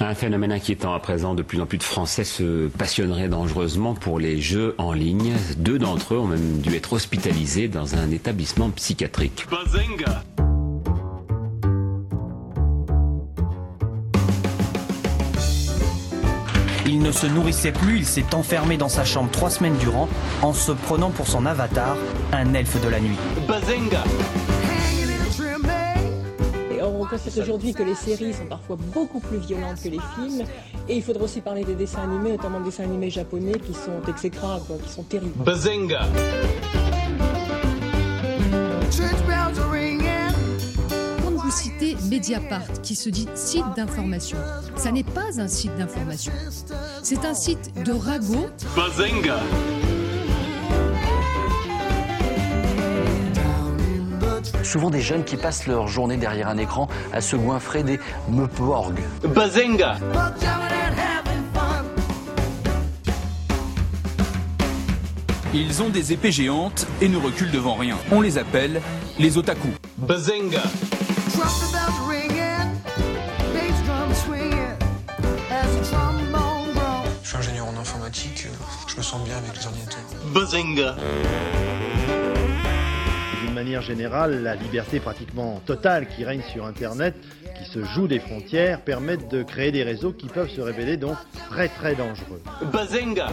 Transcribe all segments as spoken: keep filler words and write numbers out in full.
Un phénomène inquiétant à présent, de plus en plus de Français se passionneraient dangereusement pour les jeux en ligne. Deux d'entre eux ont même dû être hospitalisés dans un établissement psychiatrique. Bazinga! Il ne se nourrissait plus, il s'est enfermé dans sa chambre trois semaines durant en se prenant pour son avatar, un elfe de la nuit. Bazinga! On constate aujourd'hui que les séries sont parfois beaucoup plus violentes que les films. Et il faudra aussi parler des dessins animés, notamment des dessins animés japonais qui sont exécrables, qui sont terribles. Bazinga! Quand vous citez Mediapart, qui se dit site d'information, ça n'est pas un site d'information. C'est un site de ragot. Bazinga! Souvent des jeunes qui passent leur journée derrière un écran à se goinfrer des meuporgs. Bazinga! Ils ont des épées géantes et ne reculent devant rien. On les appelle les otaku. Bazinga! Je suis ingénieur en informatique, je me sens bien avec les ordinateurs. Bazinga! D'une manière générale, la liberté pratiquement totale qui règne sur Internet, qui se joue des frontières, permettent de créer des réseaux qui peuvent se révéler donc très très dangereux. Bazinga!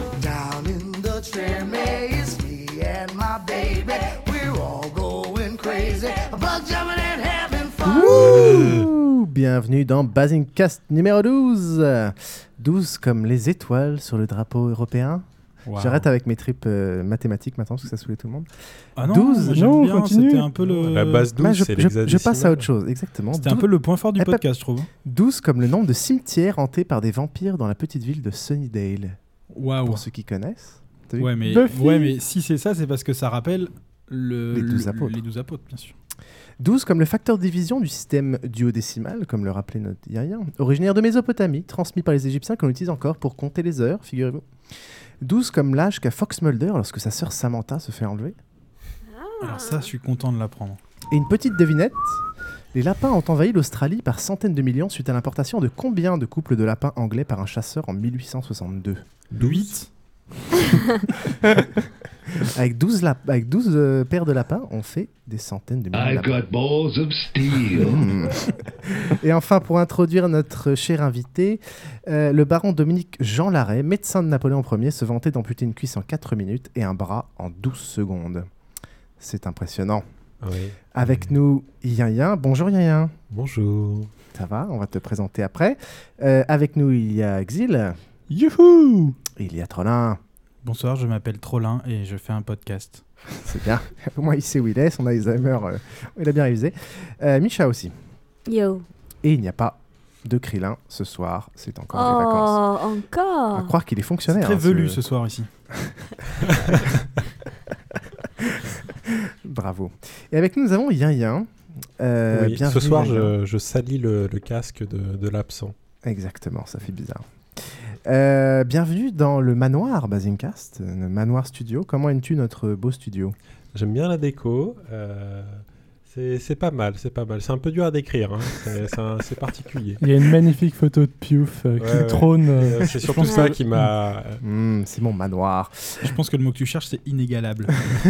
Ouh, bienvenue dans Basingcast numéro douze. douze comme les étoiles sur le drapeau européen. Wow. J'arrête avec mes tripes euh, mathématiques maintenant parce que ça saoulait tout le monde. Ah non, douze, non, bien, continue. C'était un peu le... La base douze, je, c'est je, l'hexadécimal. Je passe à autre chose, exactement. C'était douze... un peu le point fort du podcast, je trouve. douze comme le nombre de cimetières hantés par des vampires dans la petite ville de Sunnydale. Waouh. Pour ceux qui connaissent. Ouais mais, ouais, mais si c'est ça, c'est parce que ça rappelle le... les douze apôtres. Les douze apôtres, bien sûr. douze comme le facteur de division du système duodécimal, comme le rappelait notre Yaya, originaire de Mésopotamie, transmis par les Égyptiens qu'on utilise encore pour compter les heures, figurez-vous. douze comme l'âge qu'a Fox Mulder lorsque sa sœur Samantha se fait enlever. Ah. Alors ça, je suis content de l'apprendre. Et une petite devinette, les lapins ont envahi l'Australie par centaines de millions suite à l'importation de combien de couples de lapins anglais par un chasseur en mille huit cent soixante-deux? huit Avec douze, lap- avec douze euh, paires de lapins, on fait des centaines de millions de lapins. I got balls of steel. Mmh. Et enfin, pour introduire notre cher invité, euh, le baron Dominique Jean Larrey, médecin de Napoléon Ier, se vantait d'amputer une cuisse en quatre minutes et un bras en douze secondes. C'est impressionnant. Oui. Avec oui. nous, Yin. Bonjour Yin. Bonjour. Ça va, on va te présenter après. Euh, avec nous, il y a Exil. Youhou! Et il y a Trollin. Bonsoir, je m'appelle Trollin et je fais un podcast. C'est bien. Au moins, il sait où il est. Son Alzheimer, euh, il a bien révisé. Euh, Micha aussi. Yo. Et il n'y a pas de Krillin ce soir. C'est encore oh, les vacances. Oh, encore. On va croire qu'il est fonctionnaire. C'est très hein, velu ce... ce soir ici. Bravo. Et avec nous, nous avons Yin Yin. Euh, oui, ce soir, je, je salis le, le casque de, de l'absent. Exactement, ça fait bizarre. Euh, bienvenue dans le manoir Basingcast, le manoir studio. Comment aimes-tu notre beau studio? J'aime bien la déco. Euh, c'est, c'est pas mal, c'est pas mal. C'est un peu dur à décrire, hein. c'est, c'est, un, c'est particulier. Il y a une magnifique photo de Piouf euh, ouais, qui ouais. trône. Euh, c'est surtout ça qui m'a... Mmh, c'est mon manoir. Je pense que le mot que tu cherches, c'est inégalable.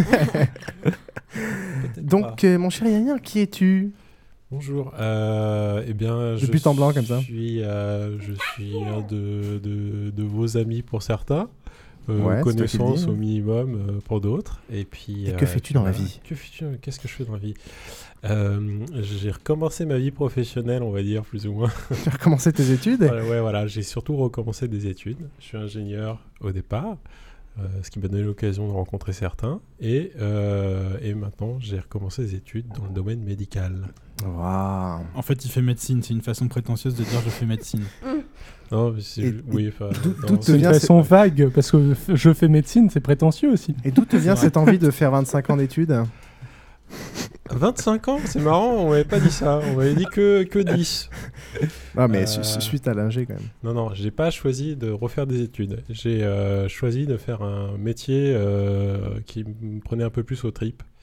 Donc, euh, mon cher Yann, qui es-tu? Bonjour. Euh, eh bien, de je but en blanc comme ça. Suis, euh, je suis un de, de, de vos amis pour certains, euh, ouais, connaissances au minimum euh, pour d'autres. Et puis. Et que euh, fais-tu puis, dans euh, la vie? Que fais-tu Qu'est-ce que je fais dans la vie euh, J'ai recommencé ma vie professionnelle, on va dire plus ou moins. Tu as recommencé tes études? voilà, ouais, voilà. J'ai surtout recommencé des études. Je suis ingénieur au départ. Euh, ce qui m'a donné l'occasion de rencontrer certains. Et, euh, et maintenant, j'ai recommencé des études dans le domaine médical. Wow. En fait, il fait médecine. C'est une façon prétentieuse de dire je fais médecine. Non, mais c'est, et, oui, enfin, d'où te c'est une façon c'est... vague, parce que je fais médecine, c'est prétentieux aussi. Et d'où te vient cette envie de faire vingt-cinq ans d'études? vingt-cinq ans, c'est marrant, on m'avait pas dit ça, on m'avait dit que, que dix. Ah mais euh... su- suite à l'ingé quand même. Non, non, j'ai pas choisi de refaire des études. J'ai euh, choisi de faire un métier euh, qui me prenait un peu plus aux tripes.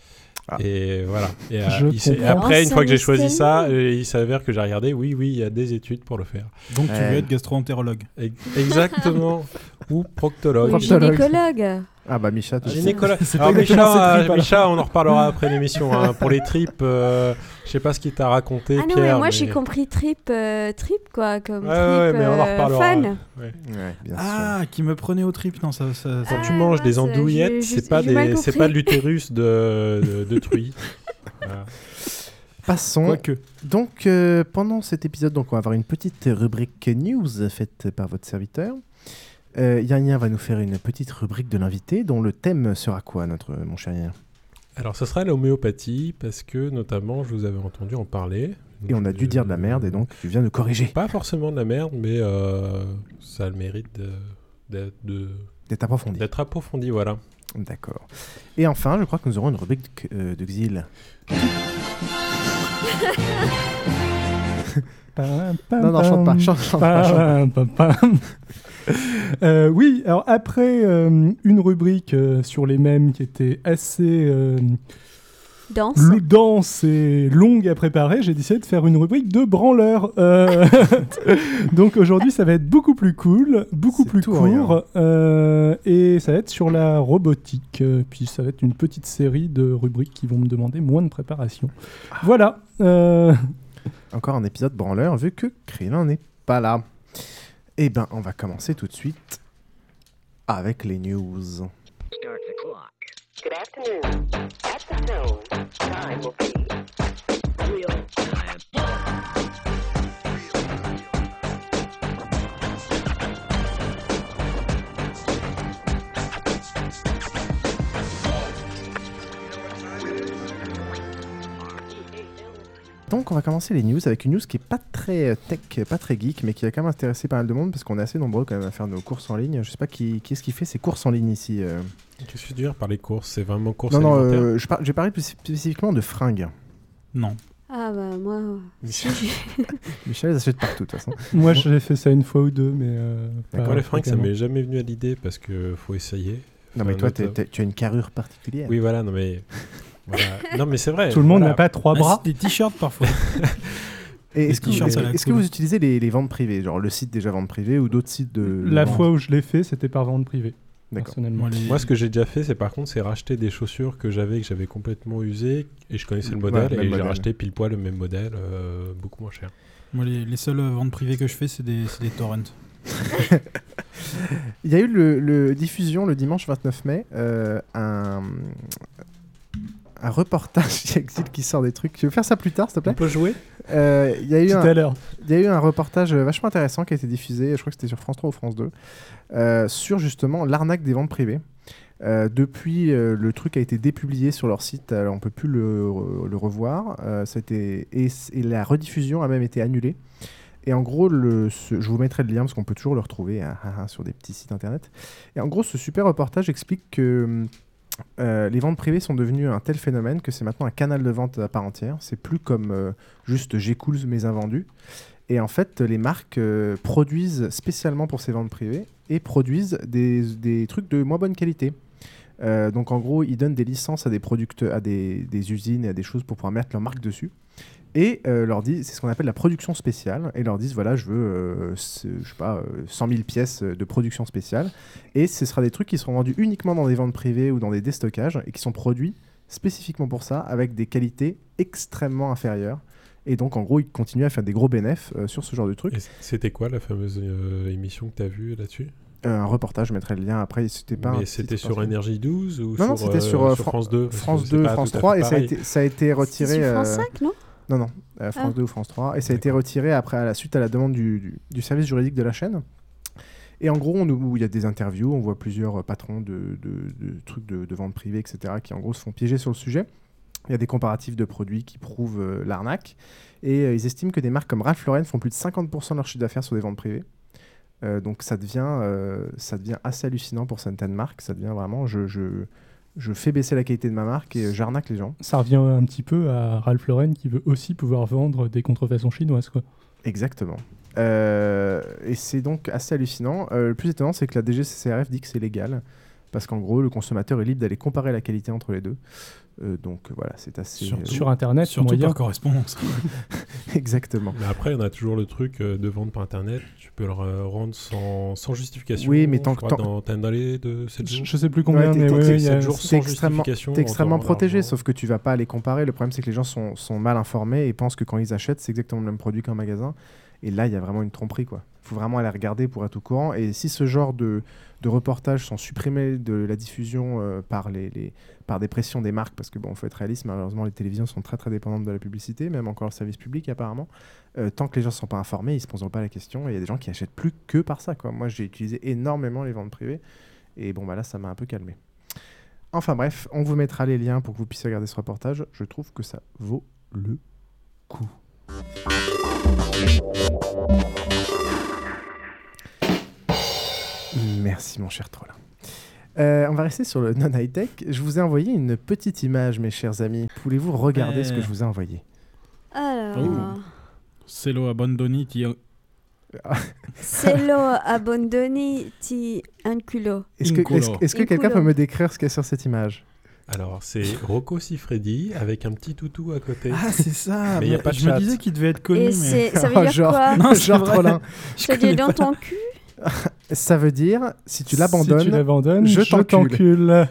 Ah. Et voilà. Et, euh, Je il s'est- comprends. après, Oh, une ça fois que j'ai me choisi fait ça, euh, il s'avère que j'ai regardé. Oui, oui, il y a des études pour le faire. Donc tu Ouais. veux être gastro-entérologue. E- Exactement. Ou proctologue. Ou gynécologue. Ah bah Micha, tu Gynécologue. C'est Alors pas exactement Micha, cette euh, trip, alors. Micha, on en reparlera après l'émission. hein. Pour les tripes, euh, je sais pas ce qu'il t'a raconté, Ah non, Pierre. mais moi mais- j'ai compris trip, euh, trip quoi, comme Ouais, trip ouais, mais on en euh, reparlera. fun. Ouais. bien Ah, qui me prenait au trip. Non, ça. ça, ça- Quand tu manges des mince, andouillettes, j'ai- c'est j'ai- pas j'ai mal des, c'est compris. pas de l'utérus de, de, de truie. Voilà. Passons. Quoique. Donc, euh, pendant cet épisode, donc, on va avoir une petite rubrique news faite par votre serviteur. Euh, Yann va nous faire une petite rubrique de l'invité, dont le thème sera quoi, notre mon cher Yann? Alors, ce sera l'homéopathie, parce que notamment, je vous avais entendu en parler. Et on a dû dire de la merde, et donc tu viens de corriger. Pas forcément de la merde, mais euh, ça a le mérite de, de, de- D'être approfondi. d'être approfondi, voilà. D'accord. Et enfin, je crois que nous aurons une rubrique euh, de Xil. Non, non, chante pas, chante, chante pas, chante pas. Pam, pam, pam. Euh, oui, alors après euh, une rubrique euh, sur les mèmes qui était assez euh, Dense. l- dense et longue à préparer, j'ai décidé de faire une rubrique de branleur. Euh, Donc aujourd'hui, ça va être beaucoup plus cool, beaucoup plus tout ou rien. court, euh, et ça va être sur la robotique. Euh, Puis ça va être une petite série de rubriques qui vont me demander moins de préparation. Voilà. euh, Encore un épisode branleur, vu que Krillin n'est pas là. Eh ben, on va commencer tout de suite avec les news. Start the clock. Good afternoon. At the tone, time will be real time. Donc, on va commencer les news avec une news qui est pas très euh, tech, pas très geek, mais qui a quand même intéressé pas mal de monde parce qu'on est assez nombreux quand même à faire nos courses en ligne. Je sais pas qui, qui est-ce qui fait ces courses en ligne ici. euh. Qu'est-ce que tu veux dire par les courses? C'est vraiment courses Non, non, alimentaires euh, je par- j'ai parlé plus spécifiquement de fringues. Non. Ah bah moi. euh, Michel, Michel les achète partout de toute façon. Moi, j'ai fait ça une fois ou deux, mais. Euh, pas Moi, les fringues, ça fréquemment. m'est jamais venu à l'idée parce que faut essayer. Non, mais Enfin, toi, notre- t'es- t'es- tu as une carrure particulière. Oui, voilà, non mais. Voilà. Non, mais c'est vrai. Tout le monde voilà. n'a pas trois Ah, bras. c'est des t-shirts parfois. Et Les est-ce que, t-shirts, vous, ça a l'air est-ce que cool. vous utilisez les, les ventes privées, genre le site déjà vente privée ou d'autres sites de. La de fois vente où je l'ai fait, c'était par vente privée. D'accord. Personnellement. Moi, les- Moi, ce que j'ai déjà fait, c'est par contre, c'est racheter des chaussures que j'avais, que j'avais complètement usées, et je connaissais le Ouais, modèle, même et j'ai modèle. racheté pile poil le même modèle, euh, beaucoup moins cher. Moi, les, les seules euh, ventes privées que je fais, c'est des, c'est des torrents. Il y a eu le, le diffusion le dimanche vingt-neuf mai, euh, un, un reportage. Il y a Exil qui sort des trucs. Tu veux faire ça plus tard, s'il te plaît? On peut jouer Euh, Il y a eu Tout un, à l'heure. il y a eu un reportage vachement intéressant qui a été diffusé, je crois que c'était sur France trois ou France deux, euh, sur justement l'arnaque des ventes privées. Euh, depuis, euh, le truc a été dépublié sur leur site, alors on peut plus le, re- le revoir. Euh, ça a été- et, et la rediffusion a même été annulée. Et en gros, le, ce- je vous mettrai le lien parce qu'on peut toujours le retrouver hein, hein, hein, sur des petits sites internet. Et en gros, ce super reportage explique que euh, les ventes privées sont devenues un tel phénomène que c'est maintenant un canal de vente à part entière. C'est plus comme euh, juste j'écoule mes invendus. Et en fait, les marques euh, produisent spécialement pour ces ventes privées et produisent des, des trucs de moins bonne qualité. Euh, donc en gros, ils donnent des licences à des producteurs, à des, des usines et à des choses pour pouvoir mettre leur marque dessus. Et euh, leur disent, c'est ce qu'on appelle la production spéciale. Et leur disent, voilà, je veux, euh, ce- je sais pas, euh, cent mille pièces de production spéciale. Et ce sera des trucs qui seront vendus uniquement dans des ventes privées ou dans des déstockages et qui sont produits spécifiquement pour ça, avec des qualités extrêmement inférieures. Et donc, en gros, ils continuent à faire des gros bénéfices euh, sur ce genre de trucs. Et c'était quoi la fameuse euh, émission que tu as vue là-dessus? Euh, un reportage, je mettrai le lien après. C'était pas un Mais site c'était sur particulier. Énergie douze ou Non, non, sur, c'était euh, sur, euh, sur Fran- France deux parce que France c'est deux, pas France tout à trois, fait et ça a, pareil. été, ça a été retiré. C'est sur France euh, cinq, non? Non, non, euh, France Ah. deux ou France trois. Et ça a été retiré après, à la suite à la demande du, du, du service juridique de la chaîne. Et en gros, on, où il y a des interviews, on voit plusieurs euh, patrons de, de, de trucs de, de vente privée, et cetera, qui en gros se font piéger sur le sujet. Il y a des comparatifs de produits qui prouvent euh, l'arnaque. Et euh, ils estiment que des marques comme Ralph Lauren font plus de cinquante pour cent de leur chiffre d'affaires sur des ventes privées. Euh, donc ça devient, euh, ça devient assez hallucinant pour certaines marques. Ça devient vraiment, je, je, je fais baisser la qualité de ma marque et euh, j'arnaque les gens. Ça revient un petit peu à Ralph Lauren qui veut aussi pouvoir vendre des contrefaçons chinoises, quoi. Exactement. Euh, et c'est donc assez hallucinant. Euh, le plus étonnant, c'est que la D G C C R F dit que c'est légal. parce qu'en gros, le consommateur est libre d'aller comparer la qualité entre les deux. Euh, donc voilà, c'est assez... Sur, euh, sur Internet, surtout moyen. par correspondance. Exactement. Mais après, on a toujours le truc euh, de vente par Internet. Tu peux le euh, rendre sans, sans justification. Oui, mais tant je que... crois, tant- dans, t'as un délai de sept jours. Je sais plus combien, Ouais, t'es- mais t'es- ouais, t'es- il y a- sept jours T'es sans extrêmement, justification. t'es on extrêmement t'en rend protégé, l'argent. sauf que tu vas pas les comparer. Le problème, c'est que les gens sont, sont mal informés et pensent que quand ils achètent, c'est exactement le même produit qu'un magasin. Et là, il y a vraiment une tromperie, quoi. Il faut vraiment aller regarder pour être au courant. Et si ce genre de, de reportages sont supprimés de la diffusion euh, par, les, les, par des pressions des marques, parce que bon, faut être réaliste, malheureusement, les télévisions sont très très dépendantes de la publicité, même encore le service public apparemment. Euh, tant que les gens ne sont pas informés, ils ne se poseront pas la question. Et il y a des gens qui achètent plus que par ça, quoi. Moi, j'ai utilisé énormément les ventes privées. Et bon, bah là, ça m'a un peu calmé. Enfin bref, on vous mettra les liens pour que vous puissiez regarder ce reportage. Je trouve que ça vaut le coup. Merci mon cher troll. Euh, on va rester sur le non-high-tech. Je vous ai envoyé une petite image, mes chers amis. Voulez-vous regarder Euh. ce que je vous ai envoyé? Alors, Selo Abandoni ti Selo Abandoni ti Inculo. Est-ce que, Inculo. est-ce, est-ce que quelqu'un Inculo. peut me décrire ce qu'il y a sur cette image? Alors, c'est Rocco Siffredi avec un petit toutou à côté. Ah, c'est ça. Mais il n'y a pas de je chat. me disais qu'il devait être connu, Et mais c'est- ça veut Oh, dire genre, quoi Non, c'est genre vrai. trollin. Je Ça dit connais dans pas. ton cul. Ça veut dire, si tu l'abandonnes, Si tu l'abandonnes, je je t'encule. t'encule.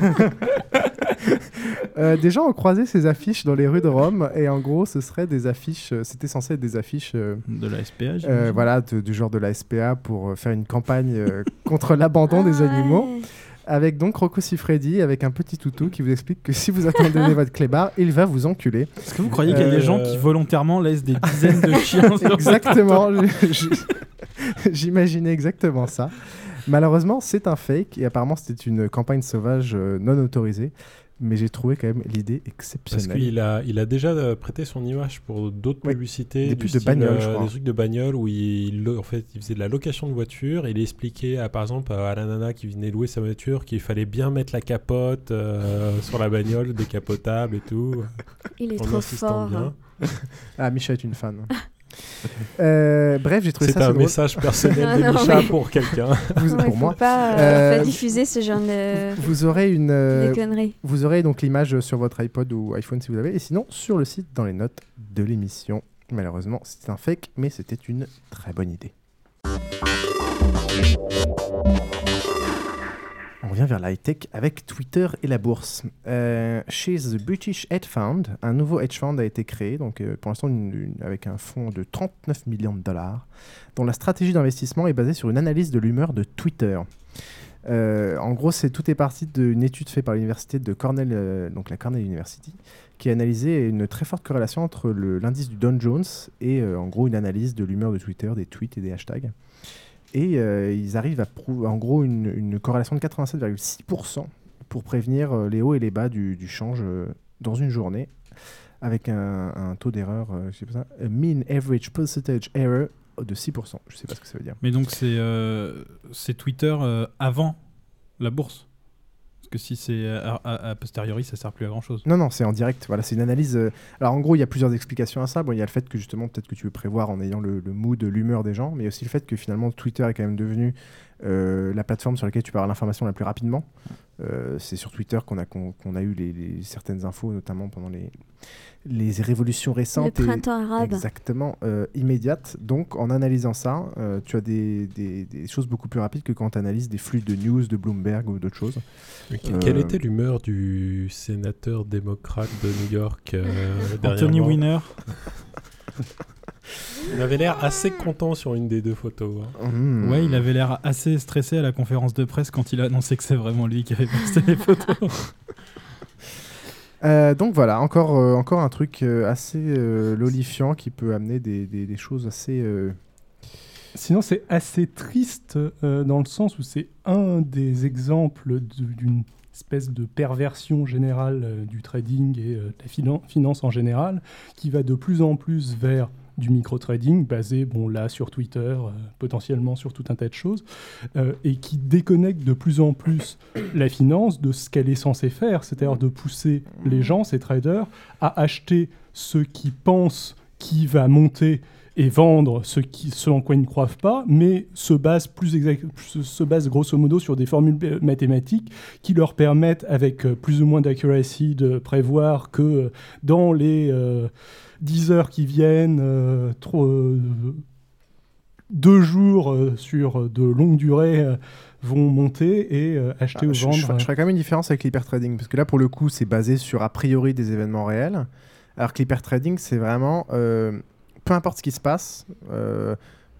Euh, des gens ont croisé ces affiches dans les rues de Rome et en gros ce serait des affiches, euh, c'était censé être des affiches euh, De la S P A, euh, j'imagine. voilà, de- du genre de la S P A pour euh, faire une campagne euh, contre l'abandon des Ah animaux, ouais. avec donc Rocco Siffredi avec un petit toutou qui vous explique que si vous abandonnez votre clébard, il va vous enculer. Est-ce que vous croyez qu'il y a des Euh, gens qui volontairement laissent des dizaines de chiens sur Exactement, je- je- j'imaginais exactement ça. Malheureusement, c'est un fake et apparemment c'était une campagne sauvage euh, non autorisée. Mais j'ai trouvé quand même l'idée Parce exceptionnelle. qu'il a, il a déjà euh, prêté son image pour d'autres Oui, publicités. des du pubs de style, bagnole, je euh, crois. Des trucs de bagnole où il, lo- en fait, il faisait de la location de voiture et il expliquait, à, par exemple, à la nana qui venait louer sa voiture qu'il fallait bien mettre la capote euh, sur la bagnole, décapotable et tout. Il est en trop insistant fort. bien. Ah, Micha est une fan. Euh, bref, j'ai trouvé C'est ça un assez drôle. message personnel Ah de non, Micha mais- pour quelqu'un. Vous- Ouais, pour faut moi. pas, euh, Euh, pas diffuser ce genre de, Vous aurez une, euh, de conneries. vous aurez donc l'image sur votre iPod ou iPhone si vous avez, et sinon sur le site dans les notes de l'émission. Malheureusement, c'était un fake, mais c'était une très bonne idée. On revient vers la high-tech avec Twitter et la bourse. Euh, chez The British Hedge Fund, un nouveau hedge fund a été créé, donc euh, pour l'instant une- une- avec un fonds de trente-neuf millions de dollars, dont la stratégie d'investissement est basée sur une analyse de l'humeur de Twitter. Euh, en gros, c'est tout est parti d'une étude faite par l'université de Cornell, euh, donc la Cornell University, qui a analysé une très forte corrélation entre le- l'indice du Dow Jones et euh, en gros une analyse de l'humeur de Twitter, des tweets et des hashtags. Et euh, ils arrivent à prouver en gros une, une corrélation de quatre-vingt-sept virgule six pour cent pour prévenir euh, les hauts et les bas du, du change euh, dans une journée, avec un, un taux d'erreur, euh, je sais pas ça, a mean average percentage error de six pour cent. Je sais pas ce que ça veut dire. Mais donc c'est euh, c'est Twitter euh, avant la bourse. Parce que si c'est a, a- a posteriori, ça sert plus à grand chose. Non, non, c'est en direct. Voilà, c'est une analyse. euh, Alors, en gros, il y a plusieurs explications à ça. Bon, il y a le fait que justement, peut-être que tu veux prévoir en ayant le, le mood, l'humeur des gens, mais aussi le fait que finalement, Twitter est quand même devenu euh, la plateforme sur laquelle tu peux avoir l'information la plus rapidement. Euh, c'est sur Twitter qu'on a, qu'on, qu'on a eu les, les- certaines infos, notamment pendant les, les révolutions récentes. Le et- printemps arabe. Exactement, euh, immédiates. Donc, en analysant ça, euh, tu as des, des- des choses beaucoup plus rapides que quand tu analyses des flux de news de Bloomberg ou d'autres choses. Mais que- Euh, Quelle était l'humeur du sénateur démocrate de New York euh, Anthony dernièrement Weiner. Il avait l'air assez content sur une des deux photos. hein. Mmh. Ouais, il avait l'air assez stressé à la conférence de presse quand il a annoncé que c'est vraiment lui qui avait posté les photos. Euh, donc voilà, encore, euh, encore un truc euh, assez euh, lolifiant qui peut amener des, des- des choses assez... euh, Sinon, c'est assez triste euh, dans le sens où c'est un des exemples de- d'une espèce de perversion générale euh, du trading et euh, de la finan- finance en général, qui va de plus en plus vers du micro-trading, basé bon, là sur Twitter, euh, potentiellement sur tout un tas de choses, euh, et qui déconnecte de plus en plus la finance de ce qu'elle est censée faire, c'est-à-dire de pousser les gens, ces traders, à acheter ce qui pensent qui va monter et vendre ce, qui, ce en quoi ils ne croient pas, mais se basent, plus exact, se, se basent grosso modo sur des formules mathématiques qui leur permettent, avec euh, plus ou moins d'accuracy, de prévoir que euh, dans les euh, dix heures qui viennent, euh, trop, euh, deux jours euh, sur de longue durée euh, vont monter et euh, acheter Ah, ou je, vendre. je, ferais- je ferais quand même une différence avec l'hypertrading, parce que là, pour le coup, c'est basé sur a priori des événements réels, alors que l'hypertrading, c'est vraiment euh, peu importe ce qui se passe, euh,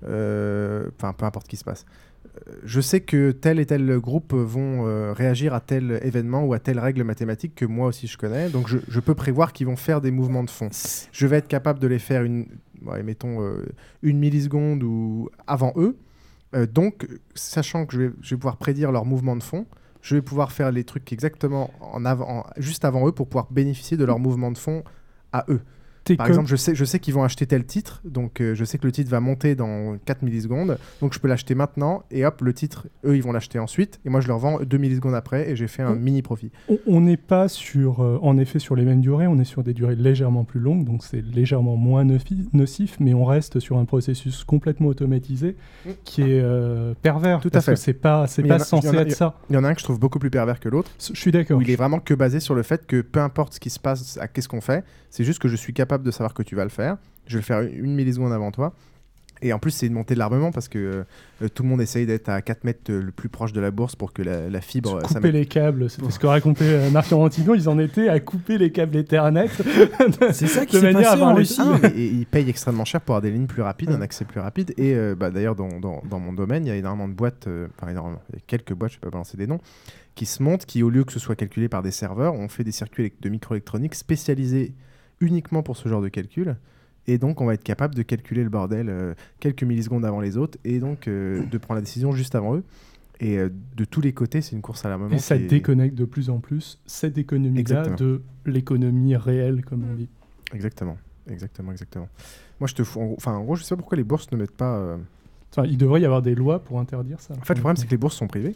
euh, enfin, peu importe ce qui se passe. Euh, Je sais que tel et tel groupe vont euh, réagir à tel événement ou à telle règle mathématique que moi aussi je connais, donc je, je peux prévoir qu'ils vont faire des mouvements de fond. Je vais être capable de les faire une, ouais, mettons, euh, une milliseconde ou avant eux. Euh, donc, sachant que je vais, je vais pouvoir prédire leur mouvement de fond, je vais pouvoir faire les trucs exactement en avant, juste avant eux pour pouvoir bénéficier de leur mouvement de fond à eux. T'es Par comme- exemple, je sais, je sais qu'ils vont acheter tel titre, donc euh, je sais que le titre va monter dans quatre millisecondes, donc je peux l'acheter maintenant, et hop, le titre, eux, ils vont l'acheter ensuite, et moi, je leur vends deux millisecondes après, et j'ai fait un Mm. mini profit. On- On n'est pas sur, euh, en effet sur les mêmes durées, on est sur des durées légèrement plus longues, donc c'est légèrement moins nofi- nocif, mais on reste sur un processus complètement automatisé Mm. qui est euh, pervers. Tout à parce fait. que c'est pas, c'est Mais il y pas en a- censé il y en a- être ça. Il y en a un que je trouve beaucoup plus pervers que l'autre. Je suis d'accord. Où il est vraiment que basé sur le fait que peu importe ce qui se passe, à qu'est-ce qu'on fait, c'est juste que je suis capable de savoir que tu vas le faire. Je vais le faire une milliseconde avant toi. Et en plus, c'est une montée de l'armement parce que euh, tout le monde essaye d'être à quatre mètres euh, le plus proche de la bourse pour que la, la fibre. euh, ça Couper mette- les câbles, c'était ce que racontait euh, Marc Fiorentino, ils en étaient à couper les câbles Ethernet. C'est ça qui de s'est manière à passé avoir en les- Russie. Ah, mais ils payent extrêmement cher pour avoir des lignes plus rapides, Ouais. un accès plus rapide. Et euh, bah, d'ailleurs, dans, dans, dans mon domaine, il y a énormément de boîtes, euh, enfin énormément, il y a quelques boîtes, je ne vais pas balancer des noms, qui se montent, qui au lieu que ce soit calculé par des serveurs, on fait des circuits élec- de microélectronique spécialisés uniquement pour ce genre de calcul. Et donc, on va être capable de calculer le bordel euh, quelques millisecondes avant les autres et donc euh, de prendre la décision juste avant eux. Et euh, de tous les côtés, c'est une course à l'armement. Et ça qui est- déconnecte de plus en plus cette économie-là Exactement. de l'économie réelle, comme on dit. Exactement, exactement, exactement. Moi, je te fous. en gros- Enfin, en gros, je sais pas pourquoi les bourses ne mettent pas. euh, Enfin, il devrait y avoir des lois pour interdire ça. En fait, le problème, c'est que les bourses sont privées.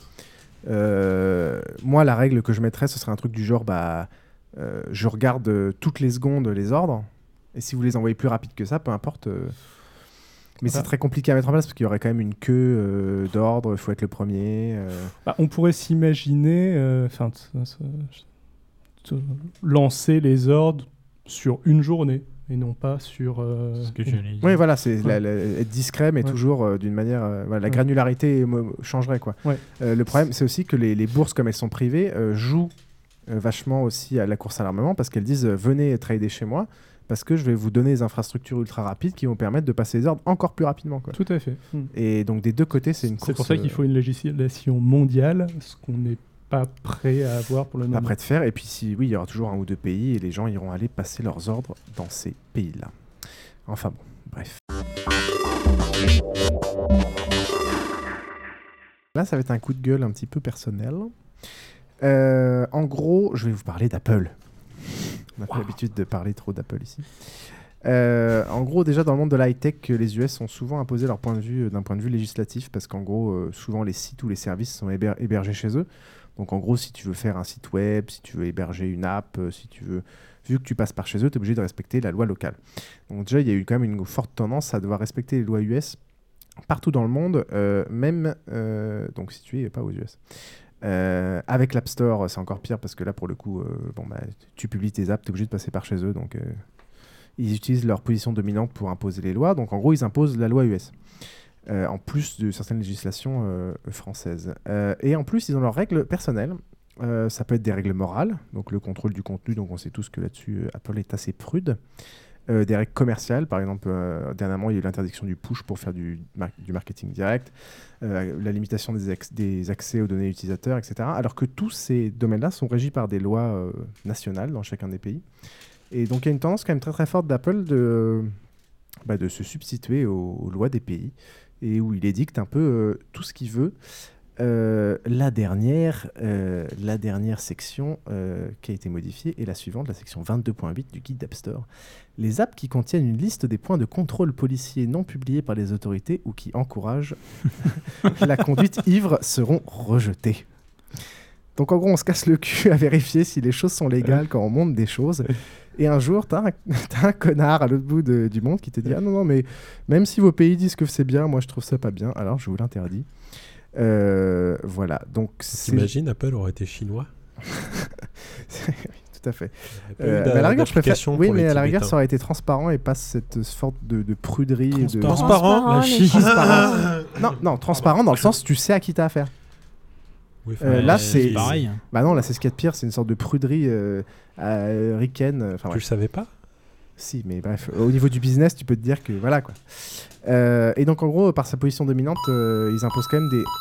Euh, moi, la règle que je mettrais, ce serait un truc du genre bah, euh, je regarde euh, toutes les secondes les ordres, et si vous les envoyez plus rapide que ça, peu importe. euh, Mais Voilà. c'est très compliqué à mettre en place parce qu'il y aurait quand même une queue euh, d'ordre, il faut être le premier. euh. Bah, on pourrait s'imaginer euh, enfin, t- t- t- lancer les ordres sur une journée et non pas sur. euh, Ce que une- j'allais dire. Oui, voilà, c'est Ouais. la- la- être discret, mais Ouais. toujours euh, d'une manière. euh, voilà, la Ouais. granularité mo- changerait, quoi. Ouais. Euh, le problème, c'est aussi que les, les bourses, comme elles sont privées, euh, jouent euh, vachement aussi à la course à l'armement parce qu'elles disent euh, venez trader chez moi parce que je vais vous donner des infrastructures ultra rapides qui vont permettre de passer les ordres encore plus rapidement, quoi. Tout à fait. Mm. Et donc des deux côtés, c'est une course. C'est pour ça qu'il euh, faut une législation mondiale, ce qu'on n'est pas prêt à avoir pour le moment. après de faire. Et puis si oui, il y aura toujours un ou deux pays et les gens iront aller passer leurs ordres dans ces pays-là. Enfin bon, bref. Là, ça va être un coup de gueule un petit peu personnel. Euh, en gros, je vais vous parler d'Apple. On n'a pas l'habitude de parler trop d'Apple ici. Euh, en gros, déjà dans le monde de l'high-tech, les U S ont souvent imposé leur point de vue euh, d'un point de vue législatif parce qu'en gros, euh, souvent les sites ou les services sont héber- hébergés chez eux. Donc en gros, si tu veux faire un site web, si tu veux héberger une app, euh, si tu veux, vu que tu passes par chez eux, tu es obligé de respecter la loi locale. Donc déjà, il y a eu quand même une forte tendance à devoir respecter les lois U S partout dans le monde, euh, même euh, donc si tu es pas aux U S. Euh, avec l'App Store, c'est encore pire parce que là, pour le coup, euh, bon, bah, tu publies tes apps, tu es obligé de passer par chez eux. Donc, euh, ils utilisent leur position dominante pour imposer les lois. Donc, en gros, ils imposent la loi U S, euh, en plus de certaines législations euh, françaises. Euh, et en plus, ils ont leurs règles personnelles. Euh, ça peut être des règles morales, donc le contrôle du contenu. Donc, on sait tous que là-dessus, euh, Apple est assez prude. Euh, des règles commerciales, par exemple, euh, dernièrement, il y a eu l'interdiction du push pour faire du, mar- du marketing direct, euh, la limitation des, ac- des accès aux données utilisateurs, et cetera. Alors que tous ces domaines-là sont régis par des lois euh, nationales dans chacun des pays. Et donc, il y a une tendance quand même très très forte d'Apple de, bah, de se substituer aux, aux lois des pays et où il édicte un peu euh, tout ce qu'il veut. Euh, la, dernière, euh, la dernière section euh, qui a été modifiée est la suivante, la section vingt-deux point huit du guide d'App Store. Les apps qui contiennent une liste des points de contrôle policiers non publiés par les autorités ou qui encouragent la conduite ivre seront rejetées. Donc en gros, on se casse le cul à vérifier si les choses sont légales quand on monte des choses. Et un jour, t'as un, t'as un connard à l'autre bout de- du monde qui te dit « Ah non, non, mais même si vos pays disent que c'est bien, moi je trouve ça pas bien, alors je vous l'interdis. Euh, » Voilà, donc c'est... T'imagines, Apple aurait été chinois? Oui, tout à fait. Il y a pas eu Euh, d'a- mais à la rigueur, je préfère... d'application Oui, pour mais les à la rigueur, Tibétains. ça aurait été transparent et pas cette sorte de, de pruderie. et de... Transparent, la Chine. Transparent. Non, non, transparent dans le sens tu sais à qui t'as affaire. Oui, Euh, enfin, là, c'est c'est pareil. Bah non, là, c'est ce qu'il y a de pire, c'est une sorte de pruderie euh, euh, ricaine. Enfin, Tu le savais pas? Si, mais bref, au niveau du business, tu peux te dire que voilà quoi. Euh, et donc, en gros, par sa position dominante, euh, ils imposent quand même des.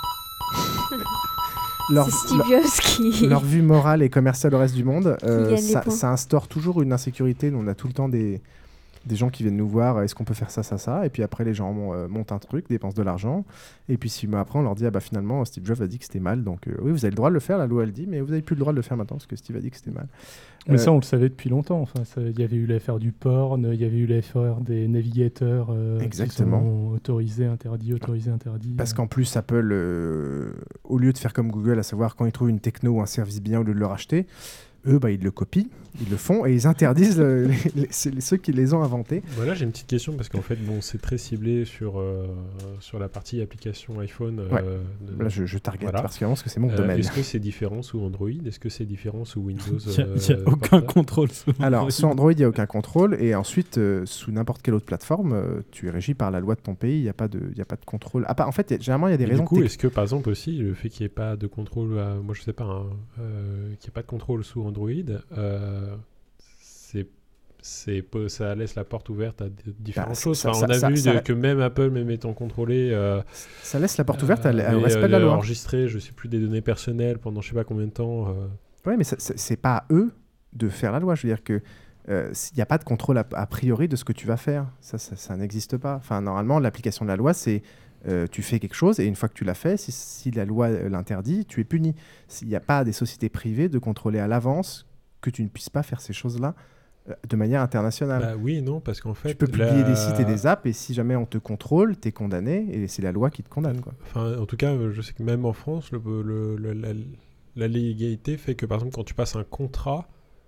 C'est Steve Jobs qui- leur vue morale et commerciale au reste du monde. Euh, gagne les ça, points. ça instaure toujours une insécurité. Nous, on a tout le temps des, des gens qui viennent nous voir, est-ce qu'on peut faire ça, ça, ça. Et puis après, les gens euh, montent un truc, dépensent de l'argent. Et puis six mois après, on leur dit, ah bah finalement, Steve Jobs a dit que c'était mal. Donc euh, oui, vous avez le droit de le faire, la loi elle dit, mais vous n'avez plus le droit de le faire maintenant parce que Steve a dit que c'était mal. Mais Euh, ça, on le savait depuis longtemps. Enfin, ça- il y avait eu l'affaire du porn, il y avait eu l'affaire des navigateurs euh, Exactement. qui sont autorisés, interdits, autorisés, interdits. Parce qu'en plus, Apple, euh, au lieu de faire comme Google, à savoir quand ils trouvent une techno ou un service bien, au lieu de le racheter, eux, bah, ils le copient, ils le font et ils interdisent le- les- les- c'est ceux qui les ont inventés. Voilà, j'ai une petite question parce qu'en fait, bon, c'est très ciblé sur, euh, sur la partie application iPhone. euh, Ouais. de- Là, je- je target particulièrement parce que c'est mon Euh, domaine. Est-ce que c'est différent sous Android? Est-ce que c'est différent sous Windows? Il y a- euh, il y a aucun portable contrôle sous Android. Alors, sur Android, il n'y a aucun contrôle. Et ensuite, euh, sous n'importe quelle autre plateforme, euh, tu es régi par la loi de ton pays. Il n'y a, pas de- il y a pas de contrôle. Ah, pas- en fait, il y a- généralement, il y a des Et raisons du coup, tec- est-ce que par exemple aussi le fait qu'il n'y ait pas de contrôle, à- moi je sais pas, hein, euh, qu'il n'y ait pas de contrôle sous Android, euh, c'est, c'est, peu- ça laisse la porte ouverte à d- différentes Bah, choses. ça- Enfin, ça- on a ça- vu ça- de- que même Apple, même étant contrôlé, euh, Ça laisse la porte ouverte à l- au avait, respect de la avait loi. enregistré, je sais plus, des données personnelles pendant je sais pas combien de temps. euh. Oui, mais ça- ça- c'est pas à eux de faire la loi. Je veux dire que euh, il n'y a pas de contrôle a, a priori de ce que tu vas faire. Ça, ça, ça n'existe pas. Enfin, normalement, l'application de la loi, c'est euh, tu fais quelque chose et une fois que tu l'as fait, si, si la loi euh, l'interdit, tu es puni. Il n'y a pas des sociétés privées de contrôler à l'avance que tu ne puisses pas faire ces choses-là euh, de manière internationale. Bah oui et non, parce qu'en fait, tu peux publier la- des sites et des apps et si jamais on te contrôle, tu es condamné et c'est la loi qui te condamne. Quoi. Enfin, en tout cas, euh, je sais que même en France, le, le- le- la, la légalité fait que, par exemple, quand tu passes un contrat,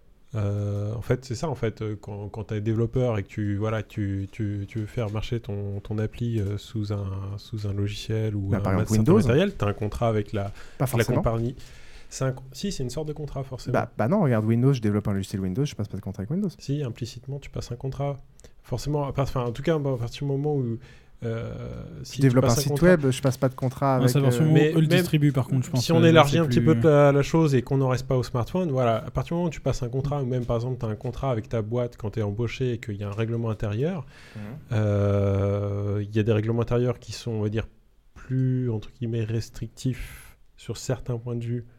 euh, en fait, c'est ça, en fait, euh, quand, quand tu es développeur et que tu, voilà, tu, tu, tu veux faire marcher ton, ton appli euh, sous, un, sous un logiciel ou Bah, un par exemple, certain Windows. matériel, tu as un contrat avec la, Pas la forcément. compagnie. C'est un- si, c'est une sorte de contrat, forcément. Bah, bah non, regarde Windows, je développe un logiciel Windows, je passe pas de contrat avec Windows. Si, implicitement, tu passes un contrat. Forcément, à part- enfin, en tout cas, à partir du moment où... Euh, si je développe un passes site contrat- web, je passe pas de contrat avec. ça va sûrement- mais eux le même distribuent, par contre, je pense si on que élargit c'est un petit plus- peu la, la chose et qu'on n'en reste pas au smartphone, voilà, à partir du moment où tu passes un contrat, ou même par exemple tu as un contrat avec ta boîte quand tu es embauché et qu'il y a un règlement intérieur, Mhm. euh, il y a des règlements intérieurs qui sont, on va dire, plus, entre guillemets, restrictifs sur certains points de vue,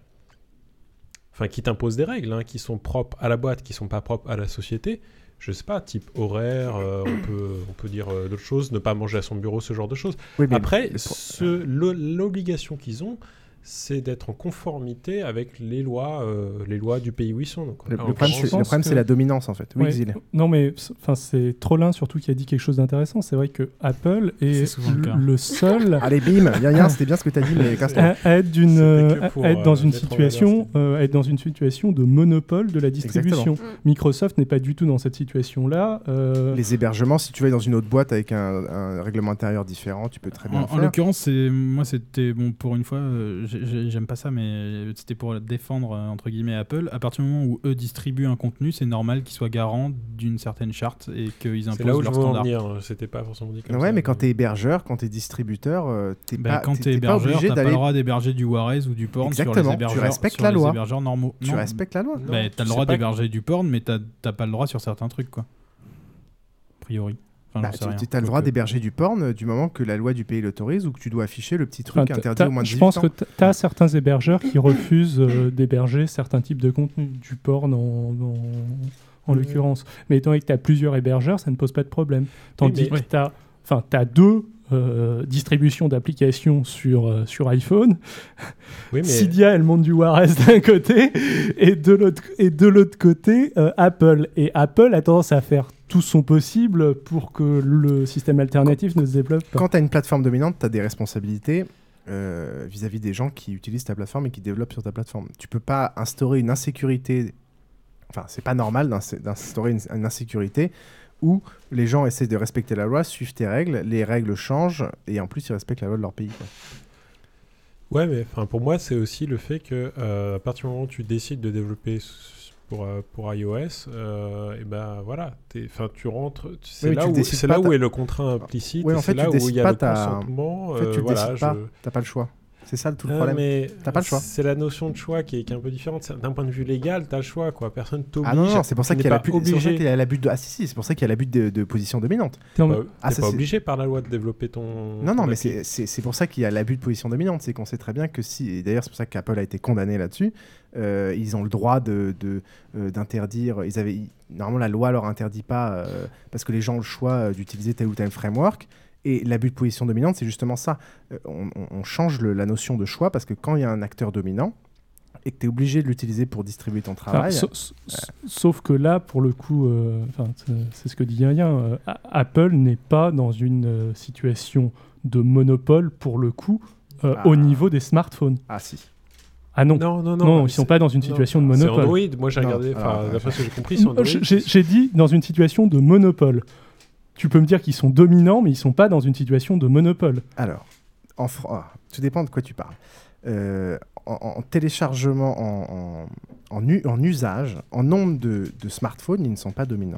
enfin qui t'imposent des règles, hein, qui sont propres à la boîte, qui sont pas propres à la société. Je sais pas, type horaire, euh, on, peut, on peut dire euh, d'autres choses, ne pas manger à son bureau, ce genre de choses. Oui, mais Après, le- ce- le- l'obligation qu'ils ont, c'est d'être en conformité avec les lois, euh, les lois du pays où ils sont. Donc, Le, là, le en problème, c'est, l'occurrence, le problème, c'est la dominance en fait. Oui, Ouais. Xil. Non, mais c- enfin, c'est Trollin surtout qui a dit quelque chose d'intéressant. C'est vrai que Apple C'est est souvent le le, cas. le seul Allez, bim, Yann, c'était bien ce que tu as dit, mais casse-toi. à, à être, d'une, C'était euh, que pour, à être dans euh, une mettre en situation, euh, à être dans une situation de monopole de la distribution. Exactement. Microsoft n'est pas du tout dans cette situation-là. euh, Les hébergements, si tu vas dans une autre boîte avec un, un règlement intérieur différent, tu peux très bien En, le en faire. l'occurrence, c'est moi c'était bon pour une fois, euh, j'ai- j'ai- j'aime pas ça, mais c'était pour défendre euh, entre guillemets Apple. À partir du moment où eux distribuent un contenu, c'est normal qu'ils soient garants d'une certaine charte et qu'ils c'est imposent là où je leurs veux en standards. venir. C'était pas forcément dit comme Ouais, ça. mais quand tu es hébergeur, quand tu es distributeur, euh, t'es Ben, pas, quand t'es- t'es t'es pas hébergeur, obligé t'as pas d'aller. le droit d'héberger du Warez ou du porn sur Exactement, les tu hébergeurs, respectes sur la les loi. hébergeurs normaux. Tu Non. respectes la loi. Non, Ben, t'as le c'est droit pas- d'héberger du porn, mais t'as t'as pas le droit sur certains trucs, quoi. A priori. Enfin, Bah, j'en sais rien. tu as le droit d'héberger du porn euh, du moment que la loi du pays l'autorise ou que tu dois afficher le petit truc Enfin, t'as- interdit t'as- au moins de je dix-huit pense ans. que tu as certains hébergeurs qui refusent euh, d'héberger certains types de contenus, du porn en, en, en Mhm. l'occurrence. Mais étant donné que tu as plusieurs hébergeurs, ça ne pose pas de problème. Tandis mais- que tu as deux euh, distributions d'applications sur, euh, sur iPhone. Oui, mais- Cydia, elle monte du Juarez d'un côté, et de l'autre, et de l'autre côté, euh, Apple. Et Apple a tendance à faire tout son possible pour que le système alternatif ne se développe pas. Quand tu as une plateforme dominante, tu as des responsabilités. euh, vis-à-vis des gens qui utilisent ta plateforme et qui développent sur ta plateforme. Tu peux pas instaurer une insécurité. Enfin, c'est pas normal d'ins- d'instaurer une, une insécurité où les gens essaient de respecter la loi, suivent tes règles, les règles changent et en plus ils respectent la loi de leur pays, quoi. Ouais, mais enfin pour moi, c'est aussi le fait que euh, à partir du moment où tu décides de développer s- pour euh, pour iOS, euh, et ben voilà, t'es- enfin tu rentres, c'est Oui, mais là tu où décides c'est pas là où ta- est le contrat implicite, Ouais, et en c'est fait, là tu où il décides y a pas le ta... consentement. En fait, tu euh, le voilà, décides pas, je- t'as pas le choix. C'est ça tout le Euh, problème. mais T'as pas le choix. c'est la notion de choix qui est, qui est un peu différente. C'est- D'un point de vue légal, t'as le choix, quoi. Personne t'oblige. Ah non, non, c'est pour ça tu qu'il y n'es a pas l'abus c'est pour ça obligé. qu'il y a l'abus de... Ah si, si, c'est pour ça qu'il y a l'abus de, de position dominante. T'es Non, pas, mais- Ah, t'es ça, pas c'est- obligé par la loi de développer ton. Non, non, ton mais appli. c'est- c'est c'est pour ça qu'il y a l'abus de position dominante. C'est qu'on sait très bien que si, et d'ailleurs c'est pour ça qu'Apple a été condamné là-dessus, euh, ils ont le droit de, de, euh, d'interdire. Ils avaient, ils- normalement, la loi leur interdit pas euh, parce que les gens ont le choix euh, d'utiliser tel ou tel framework. Et l'abus de position dominante, c'est justement ça. Euh, on, on- on change le- la notion de choix parce que quand il y a un acteur dominant et que tu es obligé de l'utiliser pour distribuer ton Enfin, travail. sa- sa- Sauf que là, pour le coup, euh, enfin, c'est- c'est ce que dit Yann, euh, A- Apple n'est pas dans une euh, situation de monopole, pour le coup, euh, Ah. au niveau des smartphones. Ah si. Ah non, Non, non, non, ils sont c'est- pas dans une non, situation de c'est monopole. Android. Moi, j'ai Non, regardé. alors, Enfin, ouais. d'après ce que j'ai compris, c'est Android. J'ai j'ai dit dans une situation de monopole. Tu peux me dire qu'ils sont dominants, mais ils sont pas dans une situation de monopole. Alors, en Fran- ah, tout dépend de quoi tu parles. Euh, en, en téléchargement, en, en, en, u- en usage, en nombre de, de smartphones, ils ne sont pas dominants.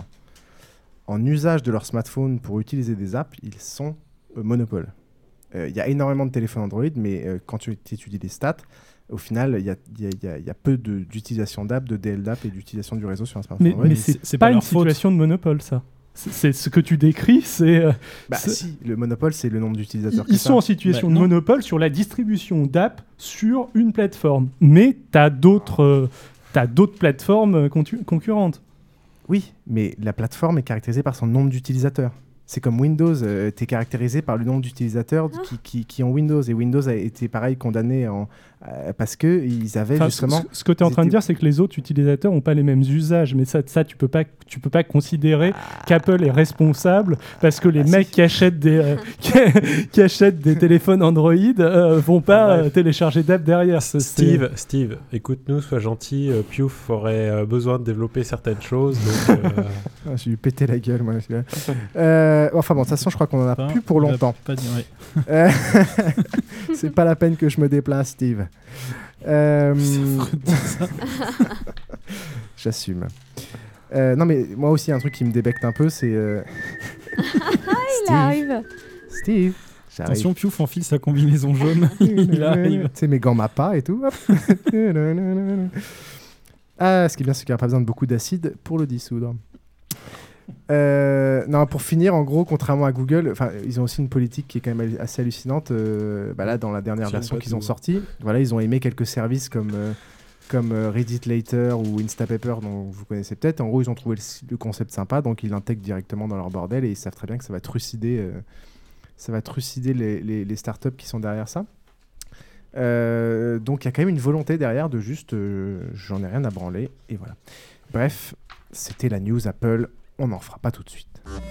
En usage de leur smartphone pour utiliser des apps, ils sont euh, monopole. Euh, Il y a énormément de téléphones Android, mais euh, quand tu étudies les stats, au final, il y a, il y a- il y a- il y a peu de- d'utilisation d'app, de D L d'app et d'utilisation du réseau sur un smartphone Mais, Android. mais c'est c'est- c'est pas, pas une leur faute. situation de monopole, ça. C'est c'est ce que tu décris, c'est. euh, Bah c'est- si, le monopole, c'est le nombre Ils, d'utilisateurs. ils que sont en ça. situation Bah, de non. monopole sur la distribution d'app sur une plateforme. Mais tu as d'autres euh, t'as d'autres plateformes euh, contu- concurrentes. Oui, mais la plateforme est caractérisée par son nombre d'utilisateurs. C'est comme Windows, euh, tu es caractérisé par le nombre d'utilisateurs Ah. qui, qui, qui ont Windows. Et Windows a été pareil condamné en, euh, parce qu'ils avaient Enfin, justement... ce, ce que tu es en ils train de étaient- dire, c'est que les autres utilisateurs n'ont pas les mêmes usages. Mais ça, ça tu peux pas, tu peux pas considérer qu'Apple est responsable parce que les Ah, mecs si. qui achètent des, euh, qui, qui achètent des téléphones Android euh, vont pas Bref. euh, télécharger d'app derrière. Ça, c'est- Steve, Steve, écoute-nous, sois gentil. euh, Piouf aurait euh, besoin de développer certaines choses. Donc, euh, Ah, j'ai eu péter la gueule, moi. celui-là. Euh, enfin bon, de toute façon, je crois qu'on en a Pas- plus pour il va longtemps. pas dire, ouais. Euh, c'est pas la peine que je me déplace, Steve. Euh, J'assume. Euh, non, mais moi aussi, un truc qui me débecte un peu, c'est... euh, Il arrive. Steve, j'arrive. Attention, Piouf enfile sa combinaison jaune. Il arrive. Tu sais, mes gants Mappa et tout. Hop. Ah, ce qui est bien, c'est qu'il n'y a pas besoin de beaucoup d'acide pour le dissoudre. Euh, non, pour finir, en gros, contrairement à Google, enfin, ils ont aussi une politique qui est quand même assez hallucinante. Euh, bah là, dans la dernière Ils aiment version pas qu'ils tout, ont hein. sortie, voilà, ils ont aimé quelques services comme euh, comme euh, Reddit Later ou Instapaper, dont vous connaissez peut-être. En gros, ils ont trouvé le, le concept sympa, donc ils l'intègrent directement dans leur bordel et ils savent très bien que ça va trucider, euh, ça va trucider les, les, les startups qui sont derrière ça. Euh, donc il y a quand même une volonté derrière de juste, euh, j'en ai rien à branler et voilà. Bref, c'était la news Apple. On n'en fera pas tout de suite.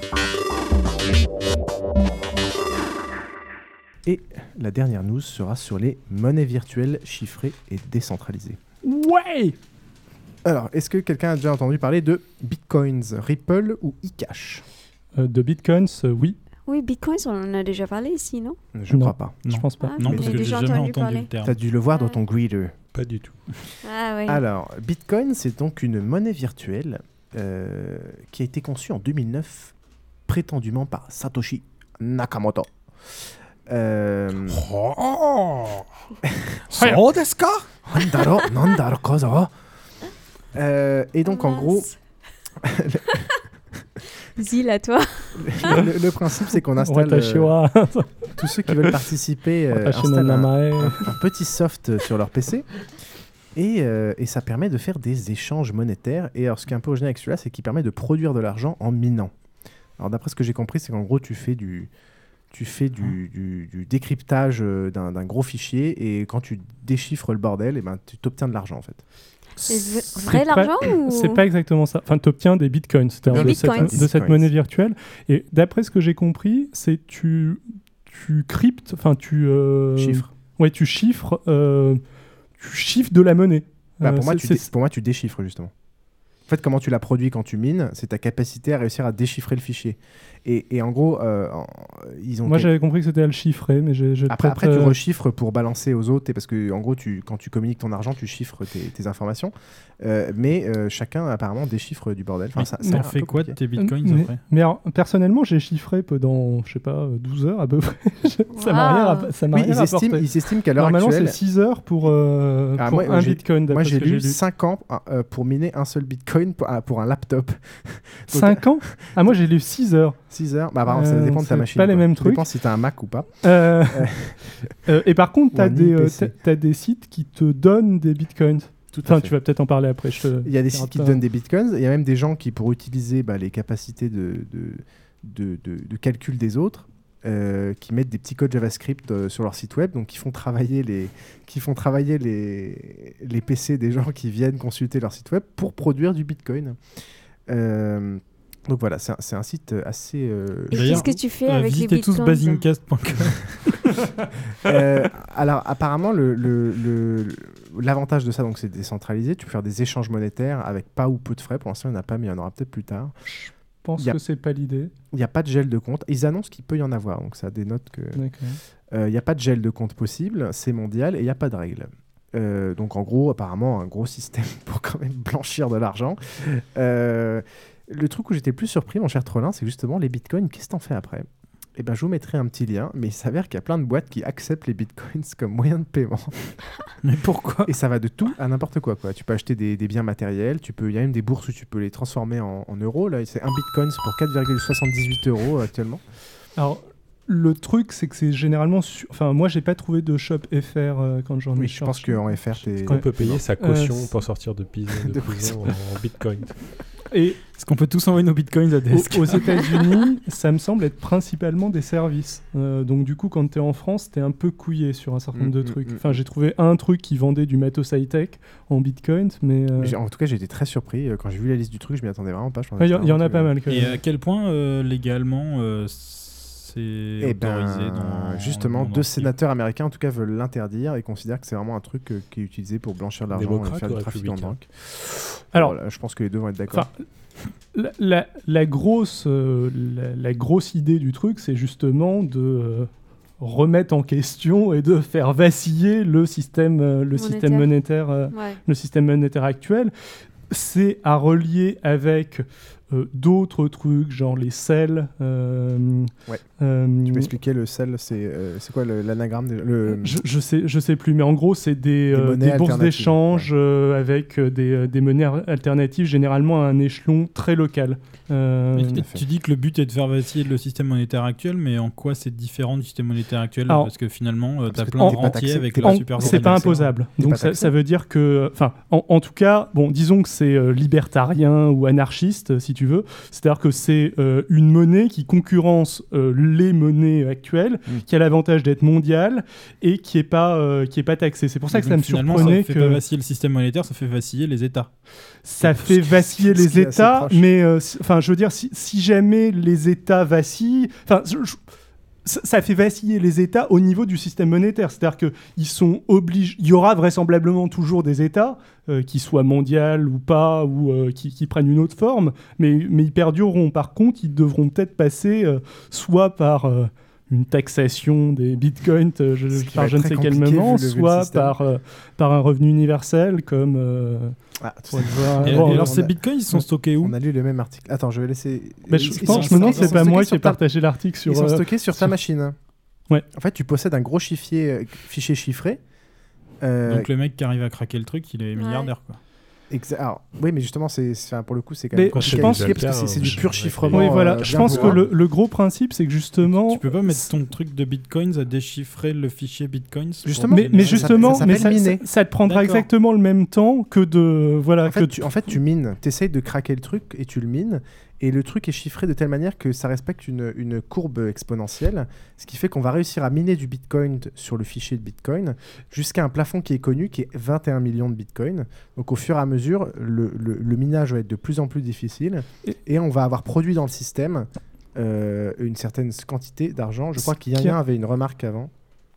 Et la dernière news sera sur les monnaies virtuelles chiffrées et décentralisées. Ouais. Alors, est-ce que quelqu'un a déjà entendu parler de Bitcoins, Ripple ou eCash? Euh, de Bitcoins, euh, oui. Oui, Bitcoin, on en a déjà parlé ici, non? Je Non. crois pas. Je pense pas. Ah, Non, j'en parce ai que j'ai déjà jamais entendu entendu parler. le terme. Tu as dû le voir dans Ouais. ton greeter. pas du tout. Ah oui. Alors, Bitcoin, c'est donc une monnaie virtuelle euh, qui a été conçue en deux mille neuf, prétendument par Satoshi Nakamoto. Euh, Nandaro, nandaro kozo. Euh, et donc, en gros, Zil à toi. le, le- le principe, c'est qu'on installe... euh, Watashiwa. tous ceux qui veulent participer euh, Watashi installent un, Namae. un- un petit soft sur leur P C et, euh, et ça permet de faire des échanges monétaires. Et alors, ce qui est un peu original avec celui-là, c'est qu'il permet de produire de l'argent en minant. Alors, d'après ce que j'ai compris, c'est qu'en gros, tu fais du, tu fais du, du- du décryptage euh, d'un d'un gros fichier et quand tu déchiffres le bordel, et ben, tu t'obtiens de l'argent en fait. C'est v- C'est vrai pas- l'argent ou... C'est pas exactement ça. Enfin, tu obtiens des bitcoins, c'est-à-dire Des de cette, bitcoins. de cette Bitcoins. monnaie virtuelle. Et d'après ce que j'ai compris, c'est tu tu cryptes, enfin tu euh, Chiffre. ouais, tu chiffres, euh, tu chiffres de la monnaie. Bah, pour, Euh, moi, c'est- tu dé- c'est- pour moi, tu déchiffres justement. En fait, comment tu la produis quand tu mines, c'est ta capacité à réussir à déchiffrer le fichier. Et, et en gros, euh, en- ils ont. Moi, quel- j'avais compris que c'était à le chiffrer, mais j'ai. j'ai Après, peut-être, après, tu euh, rechiffres pour balancer aux autres, et parce que en gros, tu, quand tu communiques ton argent, tu chiffres tes, tes informations. Euh, mais euh, chacun apparemment déchiffre du bordel. Enfin, Mais ça, t'en ça a l'air fais un peu quoi de compliqué. tes bitcoins mais, après mais alors, personnellement, j'ai chiffré pendant, je sais pas, douze heures à peu près. ça m'a rien, Wow. rapp- ça m'a Oui, rien ils estiment, rapporté. ils estiment qu'à l'heure Normalement, actuelle. c'est six heures pour, euh, Ah, pour moi, un j'ai- bitcoin. Moi, d'après j'ai ce que lu lu. cinq ans euh, pour miner un seul bitcoin pour, ah, pour un laptop. Donc, cinq ans Ah, moi, j'ai lu six heures. six heures Bah, par contre, ça Euh, dépend de ta c'est machine. pas les quoi. mêmes Ça trucs. dépend si t'as un Mac ou pas. Euh, Euh, euh, et par contre, ou tu as un des, euh, I P C. t'as- t'as des sites qui te donnent des bitcoins. Tout à Enfin, fait. tu vas peut-être en parler après. Je te... Il y a des sites qui te donnent des bitcoins. Il y a même des gens qui, pour utiliser bah, les capacités de, de, de, de- de calcul des autres, euh, qui mettent des petits codes JavaScript euh, sur leur site web, donc qui font travailler les, qui font travailler les, les P C des gens qui viennent consulter leur site web pour produire du bitcoin. Euh, donc voilà, c'est un, c'est un site assez. euh, Et qu'est-ce que tu fais avec les visitez tous bitcoins basingcast point com. Euh, alors apparemment le, le- le- l'avantage de ça donc c'est décentralisé, tu peux faire des échanges monétaires avec pas ou peu de frais. Pour l'instant il n'y en a pas, mais il y en aura peut-être plus tard. Je pense Il y a- que c'est pas l'idée. Il n'y a pas de gel de compte. Ils annoncent qu'il peut y en avoir, donc ça dénote que D'accord. euh, il n'y a pas de gel de compte possible, c'est mondial et il n'y a pas de règles. Euh, donc en gros apparemment un gros système pour quand même blanchir de l'argent. Euh, le truc où j'étais le plus surpris mon cher Trollin, c'est que justement les bitcoins, qu'est-ce que t'en fais après? Eh ben, je vous mettrai un petit lien, mais il s'avère qu'il y a plein de boîtes qui acceptent les bitcoins comme moyen de paiement. Mais pourquoi? Et ça va de tout à n'importe quoi, quoi. Tu peux acheter des, des biens matériels, tu peux, il y a même des bourses où tu peux les transformer en, en euros. Là, c'est un bitcoin c'est pour quatre virgule soixante-dix-huit euros actuellement. Alors, le truc, c'est que c'est généralement. Su... Enfin, moi, j'ai pas trouvé de shop F R euh, quand j'en ai Oui, je pense cherché. qu'en F R, t'es... On peut payer sa caution Euh, pour sortir de, pis- de, de prison prison. en bitcoin. Et Est-ce qu'on peut tous envoyer nos bitcoins à D S K? Aux, aux États-Unis, ça me semble être principalement des services. Euh, donc, du coup, quand tu es en France, tu es un peu couillé sur un certain nombre de Mm, mm, trucs. mm, Enfin, j'ai trouvé un truc qui vendait du matos high-tech en bitcoin, mais. euh, Mais j'ai- en tout cas, j'ai été très surpris. Euh, Quand j'ai vu la liste du truc, je m'y attendais vraiment pas. Je pensais Il y, que en- c'était y en a un pas truc- mal. Quand Et même. à quel point euh, légalement euh, c'est Eh ben, autorisé dans justement, le monde deux entier sénateurs américains, en tout cas, veulent l'interdire et considèrent que c'est vraiment un truc euh, qui est utilisé pour blanchir de l'argent et Démocrate faire ou du trafic en républicain? banque. Alors- Voilà, je pense que les deux vont être d'accord. Enfin, la, la- la grosse, euh, la, la grosse idée du truc, c'est justement de euh, remettre en question et de faire vaciller le système, euh, le Monétaire. système monétaire, euh, Ouais. le système monétaire actuel. C'est à relier avec euh, d'autres trucs, genre les sels. euh, Ouais. euh, Tu peux expliquer le sel, c'est euh, c'est quoi le- l'anagramme de- le... je, je sais, je sais plus, mais en gros, c'est des, euh, monnaies des bourses alternatives, d'échange euh, avec euh, des, euh, des monnaies alternatives, généralement à un échelon très local. Euh, Mais tu- tu dis que le but est de faire vaciller le système monétaire actuel, mais en quoi c'est différent du système monétaire actuel? Alors, Parce que finalement, euh, parce t'as que plein de t'es pas rentiers taxé, avec t'es la pas- super c'est pas taxé. imposable. T'es Donc pas ça, taxé. ça veut dire que, enfin, en, en tout cas, bon, disons que c'est euh, libertarien ou anarchiste, si tu veux. C'est-à-dire que c'est euh, une monnaie qui concurrence euh, les monnaies actuelles, Mm. qui a l'avantage d'être mondiale et qui est pas, euh, qui est pas taxée. C'est pour ça que ça Donc me finalement, surprenait ça fait que pas vaciller le système monétaire, ça fait vaciller les États. ça Ce fait qui- vaciller ce qui les est assez États, proche. mais euh, si- enfin, je veux dire, si, si jamais les États vacillent, enfin, je- je- ça ça fait vaciller les États au niveau du système monétaire. C'est-à-dire que ils sont obligés. Il y aura vraisemblablement toujours des États, euh, qui soient mondiaux ou pas, ou euh, qui, qui prennent une autre forme, mais, mais ils perdureront. Par contre, ils devront peut-être passer euh, soit par euh, une taxation des bitcoins, euh, je, Ce qui par va je être ne sais très quel compliqué moment, vu le- vu le soit système. par, euh, par un revenu universel, comme. euh, Ah, on va voir. Et, Bon, et on alors, a- ces bitcoins, ils sont stockés où? On a lu le même article. Attends, je vais laisser. Mais je, Ils- je ils pense- sont- je me demande ils si sont c'est pas stockés moi sur qui ai ta- partagé l'article sur. Ils sont euh, stockés sur ta sur- machine. Ouais. En fait, tu possèdes un gros chiffrier, euh, fichier chiffré. Euh, Donc le mec qui arrive à craquer le truc, il est milliardaire, quoi. exa- alors, oui, mais justement, c'est, c'est- enfin, pour le coup, c'est quand Mais même je compliqué pense à expliquer que- parce que c'est, c'est du pur Ouais, chiffrement. Oui, voilà. euh, je bien pense que bourrin. le, le gros principe, c'est que justement. Tu peux pas mettre ton truc de bitcoins à déchiffrer le fichier bitcoins pour Justement. Mais, mais générer- justement, ça mais s'appelle ça, miner. ça- ça te prendra D'accord. exactement le même temps que de. Voilà, En que fait, tu, en fait, tu mines, tu essayes de craquer le truc et tu le mines. Et le truc est chiffré de telle manière que ça respecte une, une courbe exponentielle, ce qui fait qu'on va réussir à miner du bitcoin sur le fichier de bitcoin jusqu'à un plafond qui est connu, qui est vingt et un millions de bitcoins. Donc au fur et à mesure, le, le- le minage va être de plus en plus difficile Et- et on va avoir produit dans le système euh, une certaine quantité d'argent. Je Ce crois qu'il qui a- avait une remarque avant.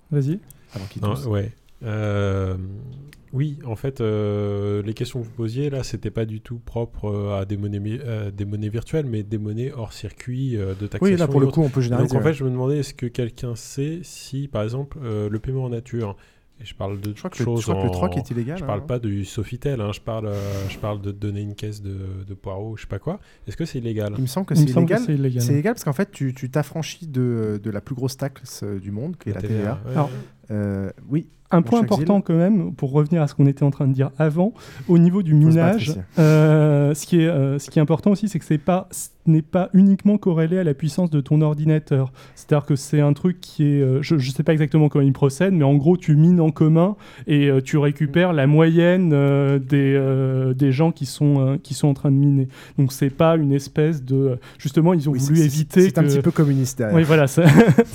Vas-y. Avant qu'il Non, tousse. ouais. Euh, oui, en fait, euh, les questions que vous posiez là, c'était pas du tout propre euh, à des monnaies, mi- euh, des monnaies virtuelles, mais des monnaies hors circuit euh, de taxation. Oui, là pour et le autres. coup, on peut généraliser. Donc en ouais. fait, je me demandais, est-ce que quelqu'un sait si, par exemple, euh, le paiement en nature, et je parle de Je crois que le- choses je crois que le en- troc est illégal, Je hein. parle pas du Sofitel, hein, je parle, euh, je parle de donner une caisse de, de poireaux, je sais pas quoi. Est-ce que c'est illégal? Il me semble que Il c'est me semble que illégal. c'est illégal. C'est illégal parce qu'en fait, tu tu t'affranchis de, de la plus grosse taxe euh, du monde, qui est la, T V A. ouais. Alors, Euh, oui. Un Mon point cher important Xil. quand même, pour revenir à ce qu'on était en train de dire avant, au niveau du Faut se minage, battre ici. euh, ce, qui est, euh, ce qui est important aussi, c'est que c'est pas, ce n'est pas uniquement corrélé à la puissance de ton ordinateur. C'est-à-dire que c'est un truc qui est... euh, je ne sais pas exactement comment il procède, mais en gros, tu mines en commun et euh, tu récupères la moyenne euh, des, euh, des gens qui sont, euh, qui sont en train de miner. Donc c'est pas une espèce de... Justement, ils ont Oui, voulu c'est- éviter c'est que... un petit peu communiste derrière. Oui, voilà, c'est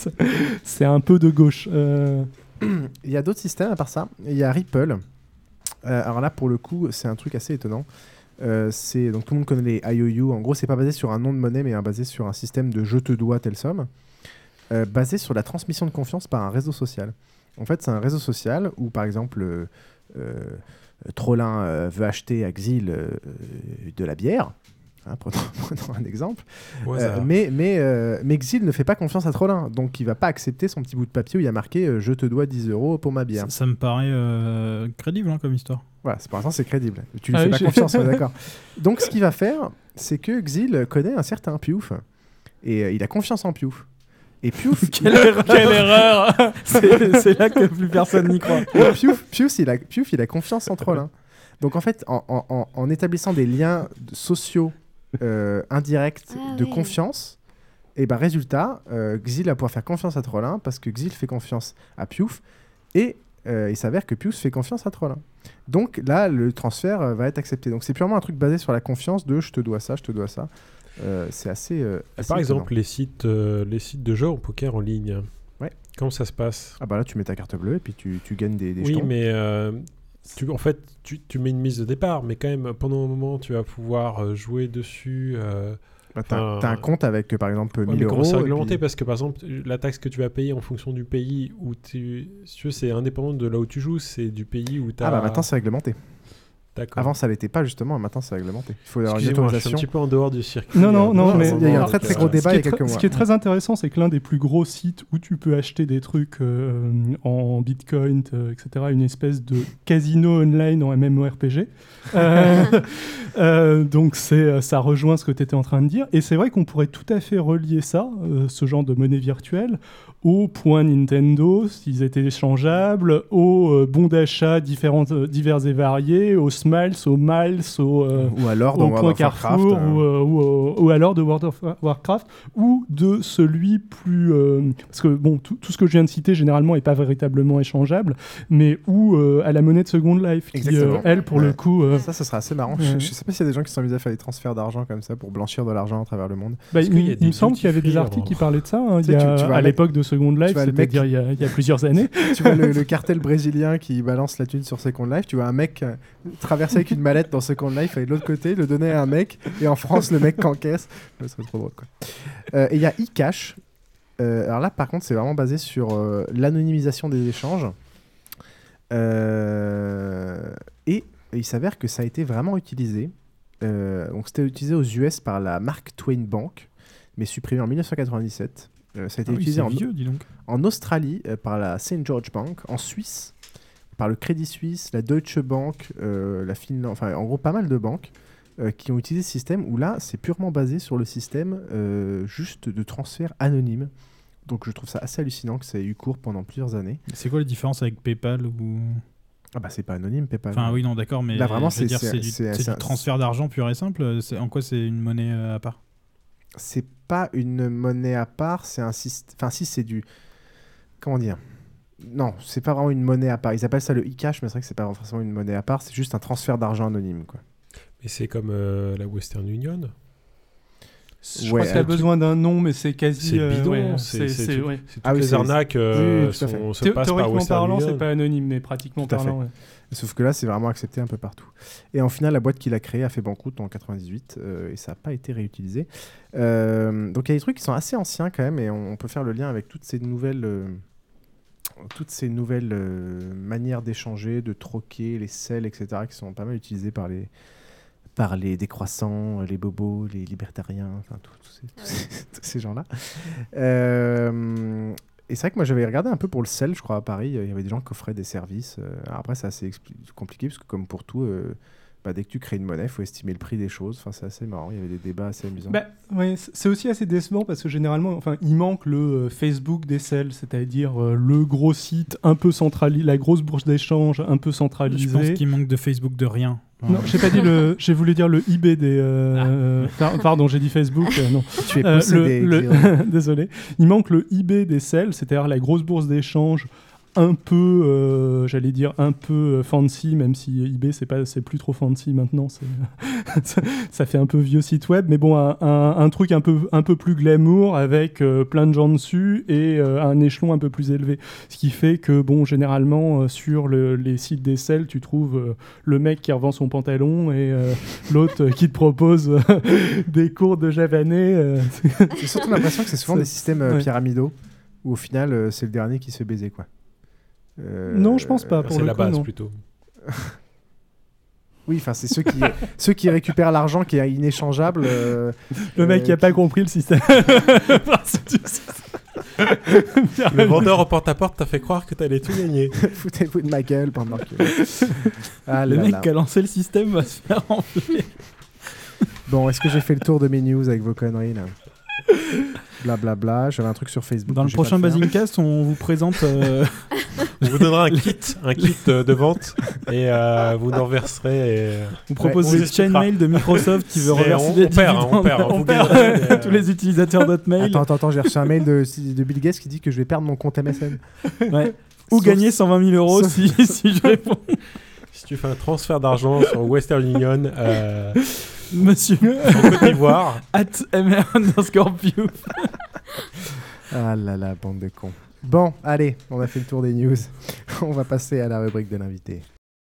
c'est un peu de gauche. Euh, Il y a d'autres systèmes à part ça. Il y a Ripple. Euh, alors là, pour le coup, c'est un truc assez étonnant. Euh, c'est donc tout le monde connaît les I O U. En gros, c'est pas basé sur un nom de monnaie, mais hein, basé sur un système de je te dois telle somme, euh, basé sur la transmission de confiance par un réseau social. En fait, c'est un réseau social où, par exemple, euh, euh, Trollin euh, veut acheter à Xil euh, de la bière. Hein, prenons, prenons un exemple. Au Euh, hasard. mais, mais, euh, mais Xil ne fait pas confiance à Trollin, donc il va pas accepter son petit bout de papier où il y a marqué euh, je te dois dix euros pour ma bière. Ça, ça me paraît euh, crédible hein, comme histoire. Voilà, c'est pour l'instant c'est crédible. Tu lui Ah fais oui, pas je- confiance, on est d'accord. Donc ce qu'il va faire, c'est que Xil connaît un certain Piouf et euh, il a confiance en Piouf. Et Piouf, Quelle erreur, quelle erreur. C'est c'est là que plus personne n'y croit. Et Piouf, Piouf, il a, Piouf, il a confiance en Trollin. Donc en fait, en, en- en- en établissant des liens sociaux euh, indirects Ah de oui. confiance, et ben résultat, euh, Xil va pouvoir faire confiance à Trollin parce que Xil fait confiance à Piouf et euh, il s'avère que Piouf fait confiance à Trollin. Donc là, le transfert euh, va être accepté. Donc c'est purement un truc basé sur la confiance de je te dois ça, je te dois ça. Euh, c'est assez, euh, assez Par étonnant. exemple, les sites, euh, les sites de jeux au poker en ligne. Ouais. Comment ça se passe? Ah bah là, tu mets ta carte bleue et puis tu, tu gagnes des, des Oui, jetons. mais euh, tu, en fait, tu, tu mets une mise de départ, mais quand même, pendant un moment, tu vas pouvoir euh, jouer dessus. Euh, Bah, t'as, un- enfin, t'as un compte avec, euh, par exemple, ouais, mille mais euros. comment c'est et réglementé? puis- Parce que, par exemple, la taxe que tu vas payer en fonction du pays où tu... Si tu veux, c'est indépendant de là où tu joues, c'est du pays où tu as... Ah bah maintenant c'est réglementé. D'accord. Avant ça l'était pas justement, maintenant c'est réglementé. Il faut avoir une Excusez-moi, je suis un autorisation. petit peu en dehors du circuit. Non, non, euh, non, de- mais il y a eu un alors, très très euh, gros ce débat qui il y est a quelques très- mois. Ce qui est très intéressant, c'est que l'un des plus gros sites où tu peux acheter des trucs euh, en Bitcoin, euh, et cetera, une espèce de casino online en MMORPG. Euh, euh, donc c'est, ça rejoint ce que tu étais en train de dire. Et c'est vrai qu'on pourrait tout à fait relier ça, euh, ce genre de monnaie virtuelle, aux points Nintendo, s'ils étaient échangeables, aux euh, bons d'achat différents, euh, divers et variés, aux Smiles, aux Miles, aux, euh, Ou alors dans au World point of Warcraft, Carrefour, euh. ou, euh, ou, euh, ou alors de World of Warcraft, ou de celui plus... euh, parce que bon, tout, tout ce que je viens de citer, généralement, n'est pas véritablement échangeable, mais où euh, à la monnaie de Second Life, qui, Exactement. euh, elle, pour Ouais. le coup... euh, Ça, ce sera assez marrant. Ouais. Je, je sais pas s'il y a des gens qui sont amusés à faire des transferts d'argent comme ça pour blanchir de l'argent à travers le monde. bah, Est-ce il qu'il y a il des me semble qu'il y avait des duty-free articles en- qui parlaient de ça, hein, Tu il y sais, a- tu- tu vois à le mec- l'époque de Second Life, tu vois le mec- c'est-à-dire il y a- il y a plusieurs années. Tu vois le, le cartel brésilien qui balance la thune sur Second Life, tu vois un mec euh, traverser avec une mallette dans Second Life et de l'autre côté le donner à un mec et en France le mec qu'encaisse. Ce serait trop drôle quoi. Euh, et il y a eCash. Euh, alors là par contre c'est vraiment basé sur euh, l'anonymisation des échanges. Euh, et il s'avère que ça a été vraiment utilisé. Euh, donc c'était utilisé aux U S par la Mark Twain Bank, mais supprimé en dix-neuf cent quatre-vingt-dix-sept. Euh, ça a été Ah oui, utilisé c'est en, vieux, dis donc. en Australie euh, par la Saint George Bank, en Suisse par le Crédit Suisse, la Deutsche Bank, euh, la Finlande, enfin en gros pas mal de banques euh, qui ont utilisé ce système où là c'est purement basé sur le système euh, juste de transfert anonyme. Donc je trouve ça assez hallucinant que ça ait eu cours pendant plusieurs années. C'est quoi la différence avec PayPal ou... Ah bah c'est pas anonyme PayPal. Enfin oui, non, d'accord, mais Là, vraiment, je veux c'est- dire, c'est- c'est du, c'est- c'est c'est du un- transfert d'argent pur et simple. C'est- En quoi c'est une monnaie euh, à part? C'est pas une monnaie à part, c'est un système. Enfin, si, c'est du. Comment dire? Non, c'est pas vraiment une monnaie à part. Ils appellent ça le e-cash, mais c'est vrai que c'est pas forcément une monnaie à part, c'est juste un transfert d'argent anonyme, quoi. Mais c'est comme euh, la Western Union. Je Ouais, crois qu'il y a euh, besoin d'un nom, mais c'est quasi... C'est euh, bidon, ouais, c'est c'est c'est- tout- ouais. c'est toutes Ah oui, les c'est- arnaques oui, euh, oui, tout à fait. sont- se Thé- passent par Théoriquement Western parlant, Union. c'est pas anonyme, mais pratiquement Tout à fait. parlant, ouais. Sauf que là, c'est vraiment accepté un peu partout. Et en final, la boîte qu'il a créée a fait banqueroute en quatre-vingt-dix-huit euh, et ça n'a pas été réutilisé. Euh, donc il y a des trucs qui sont assez anciens quand même et on, on peut faire le lien avec toutes ces nouvelles, euh, toutes ces nouvelles euh, manières d'échanger, de troquer les sels, et cetera, qui sont pas mal utilisées par les, par les décroissants, les bobos, les libertariens, enfin tous ces, tous ces, tous ces gens-là. Euh, et c'est vrai que moi j'avais regardé un peu pour le sel, je crois, à Paris, il y avait des gens qui offraient des services. Euh, alors après, c'est assez expli- compliqué, parce que comme pour tout, euh, bah, dès que tu crées une monnaie, il faut estimer le prix des choses. Enfin, c'est assez marrant, il y avait des débats assez amusants. Bah, ouais, c- c'est aussi assez décevant parce que généralement, enfin, il manque le euh, Facebook des sels, c'est-à-dire euh, le gros site un peu centralisé, la grosse bourse d'échange un peu centralisée. Je pense qu'il manque de Facebook de rien. Non, j'ai pas dit le. J'ai voulu dire le eBay des. Euh, par- pardon, j'ai dit Facebook. euh, non. Tu es possédé, le- le- Guillaume. Désolé. Il manque le eBay des sels, c'est-à-dire la grosse bourse d'échange un peu, euh, j'allais dire un peu euh, fancy, même si eBay c'est pas, c'est plus trop fancy maintenant. C'est ça, ça fait un peu vieux site web, mais bon, un, un, un truc un peu, un peu plus glamour avec euh, plein de gens dessus et euh, un échelon un peu plus élevé. Ce qui fait que bon, généralement euh, sur le, les sites des sels, tu trouves euh, le mec qui revend son pantalon et euh, l'autre euh, qui te propose euh, des cours de javanais. Euh. J'ai surtout l'impression que c'est souvent Ça- des systèmes euh, ouais. pyramidaux où au final euh, c'est le dernier qui se fait baiser, quoi. Euh, Non, je pense pas. Pour C'est le la coup, base non. plutôt. Oui, enfin c'est ceux qui ceux qui récupèrent l'argent qui est inéchangeable. euh, Le mec euh, qui a pas compris le système. Le vendeur au porte-à-porte t'a fait croire que t'allais tout gagner. Foutez-vous de ma gueule, bande d'enculés. Ah Le là mec là. qui a lancé le système va se faire enfler. Bon, est-ce que j'ai fait le tour de mes news avec vos conneries là? Blablabla, bla bla. J'avais un truc sur Facebook. Dans que le j'ai pas prochain le faire. Basingcast, on vous présente. euh, On vous donnera un kit, un kit euh, de vente et euh, vous nous reverserez. Et... On propose Ouais, des on expliquera. chainmail de Microsoft qui veut Mais reverser on- des on perd, hein, on dividendes. perd, hein, On vous perd gagnez, mais, euh, tous les utilisateurs d'Hotmail. Attends, attends, attends, j'ai reçu un mail de, de Bill Gates qui dit que je vais perdre mon compte M S N. Ouais. Ou Sauf- gagner cent vingt mille euros sauf- si, si je réponds. Si tu fais un transfert d'argent sur Western Union euh, Monsieur. en Côte d'Ivoire, At M R underscore view. Ah là là, bande de cons. Bon, allez, on a fait le tour des news. On va passer à la rubrique de l'invité.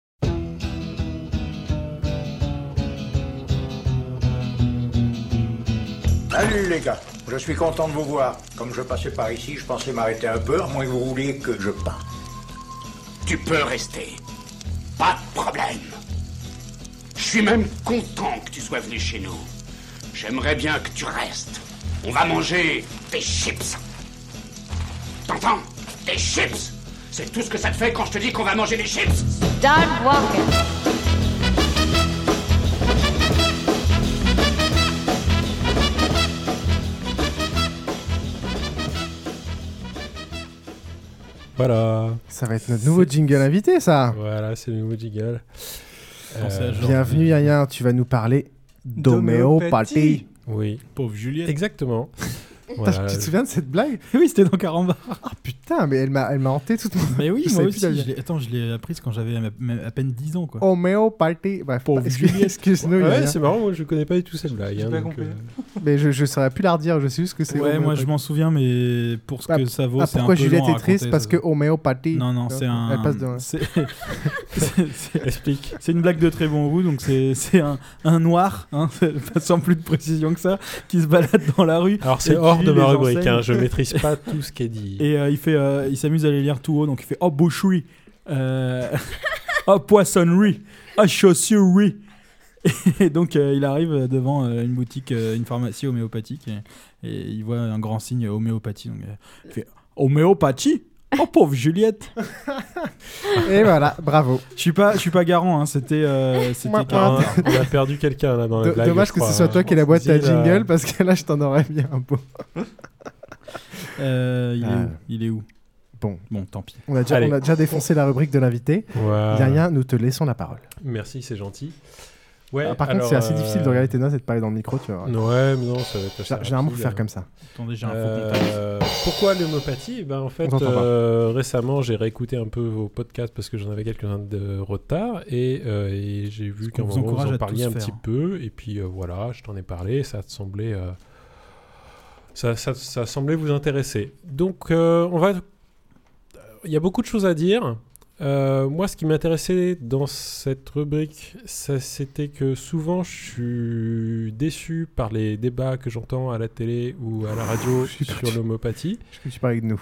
Salut les gars, je suis content de vous voir. Comme je passais par ici, je pensais m'arrêter un peu, à moins que vous vouliez que je parte. Tu peux rester. Pas de problème. Je suis même content que tu sois venu chez nous. J'aimerais bien que tu restes. On va manger des chips. T'entends? Des chips. C'est tout ce que ça te fait quand je te dis qu'on va manger des chips. Start walking. voilà. Ça va être notre nouveau jingle invité, ça. Voilà, c'est le nouveau jingle. Pensez à genre- Bienvenue, Yann, tu vas nous parler d'homéopathie. Oui. Pauvre Juliette. Exactement. Putain, Voilà. Tu te souviens de cette blague? Oui, c'était dans Carambar. Ah putain, mais elle m'a, elle m'a hanté toute mon... Mais oui, Je moi savais aussi. plus la- je l'ai- Attends, je l'ai apprise quand j'avais à, ma- à peine dix ans, quoi. Homéopathie. Bref, Pauvre excuse- Juliette. excuse-nous, Ouais, Yann. c'est marrant, moi je connais pas du tout cette blague. J'ai hein, pas donc, compris. euh, Mais je, je saurais plus la redire, je sais juste que c'est Ouais, moi je homéopathie. m'en souviens, mais pour ce Ah, que ça vaut, Ah, c'est un pourquoi peu Juliette long à est triste? raconter, Parce ça. que homéopathie. Non, non, c'est un. Elle passe de... c'est- c'est- c'est- Explique. C'est une blague de très bon goût, donc c'est c'est un, un noir, hein, sans plus de précision que ça, qui se balade dans la rue. Alors et c'est qui hors lit de ma les rubrique, enseignes. hein, je maîtrise pas tout ce qui est dit. Et euh, il fait, euh, il s'amuse à les lire tout haut, donc il fait oh boucherie, euh, oh poissonnerie, oh chaussurerie. Et donc euh, il arrive devant euh, une boutique, euh, une pharmacie homéopathique, et, et il voit un grand signe homéopathie. Donc euh, il fait homéopathie. Oh pauvre Juliette. Et voilà, bravo. Je suis pas, je suis pas garant. Hein, c'était, euh, c'était Moi, carrément- moi, On a perdu quelqu'un là dans la Do- blague. Dommage je que crois, ce soit hein. toi qui la boîte ta Vas-y, là. jingle, parce que là je t'en aurais mis un beau. Euh, il est Ah. où Il est où Bon. Bon, tant pis. On a déjà, Allez. on a déjà défoncé la rubrique de l'invité. Voilà. Yann, nous te laissons la parole. Merci, c'est gentil. Ouais, Ah, par alors, contre, c'est assez euh, difficile de regarder tes notes et de parler dans le micro, tu vois. Ouais, mais non, ça va être assez J'ai- Généralement, faut rapide, faire hein. comme ça. Attendez, j'ai un faux Euh, contact. pourquoi l'homéopathie Eh ben, en fait, On t'entend pas. euh, récemment, j'ai réécouté un peu vos podcasts parce que j'en avais quelques-uns de retard et, euh, et j'ai vu qu'à un qu'on vous moment vous encourage en à parliez tous un faire. petit peu et puis euh, voilà, je t'en ai parlé, ça te semblait, euh, ça, ça, ça semblait vous intéresser. Donc, euh, on va, il y a beaucoup de choses à dire. Euh, moi, ce qui m'intéressait dans cette rubrique, ça, c'était que souvent, je suis déçu par les débats que j'entends à la télé ou à la radio Je suis sur parti. l'homéopathie. Je crois que tu parlais de nous.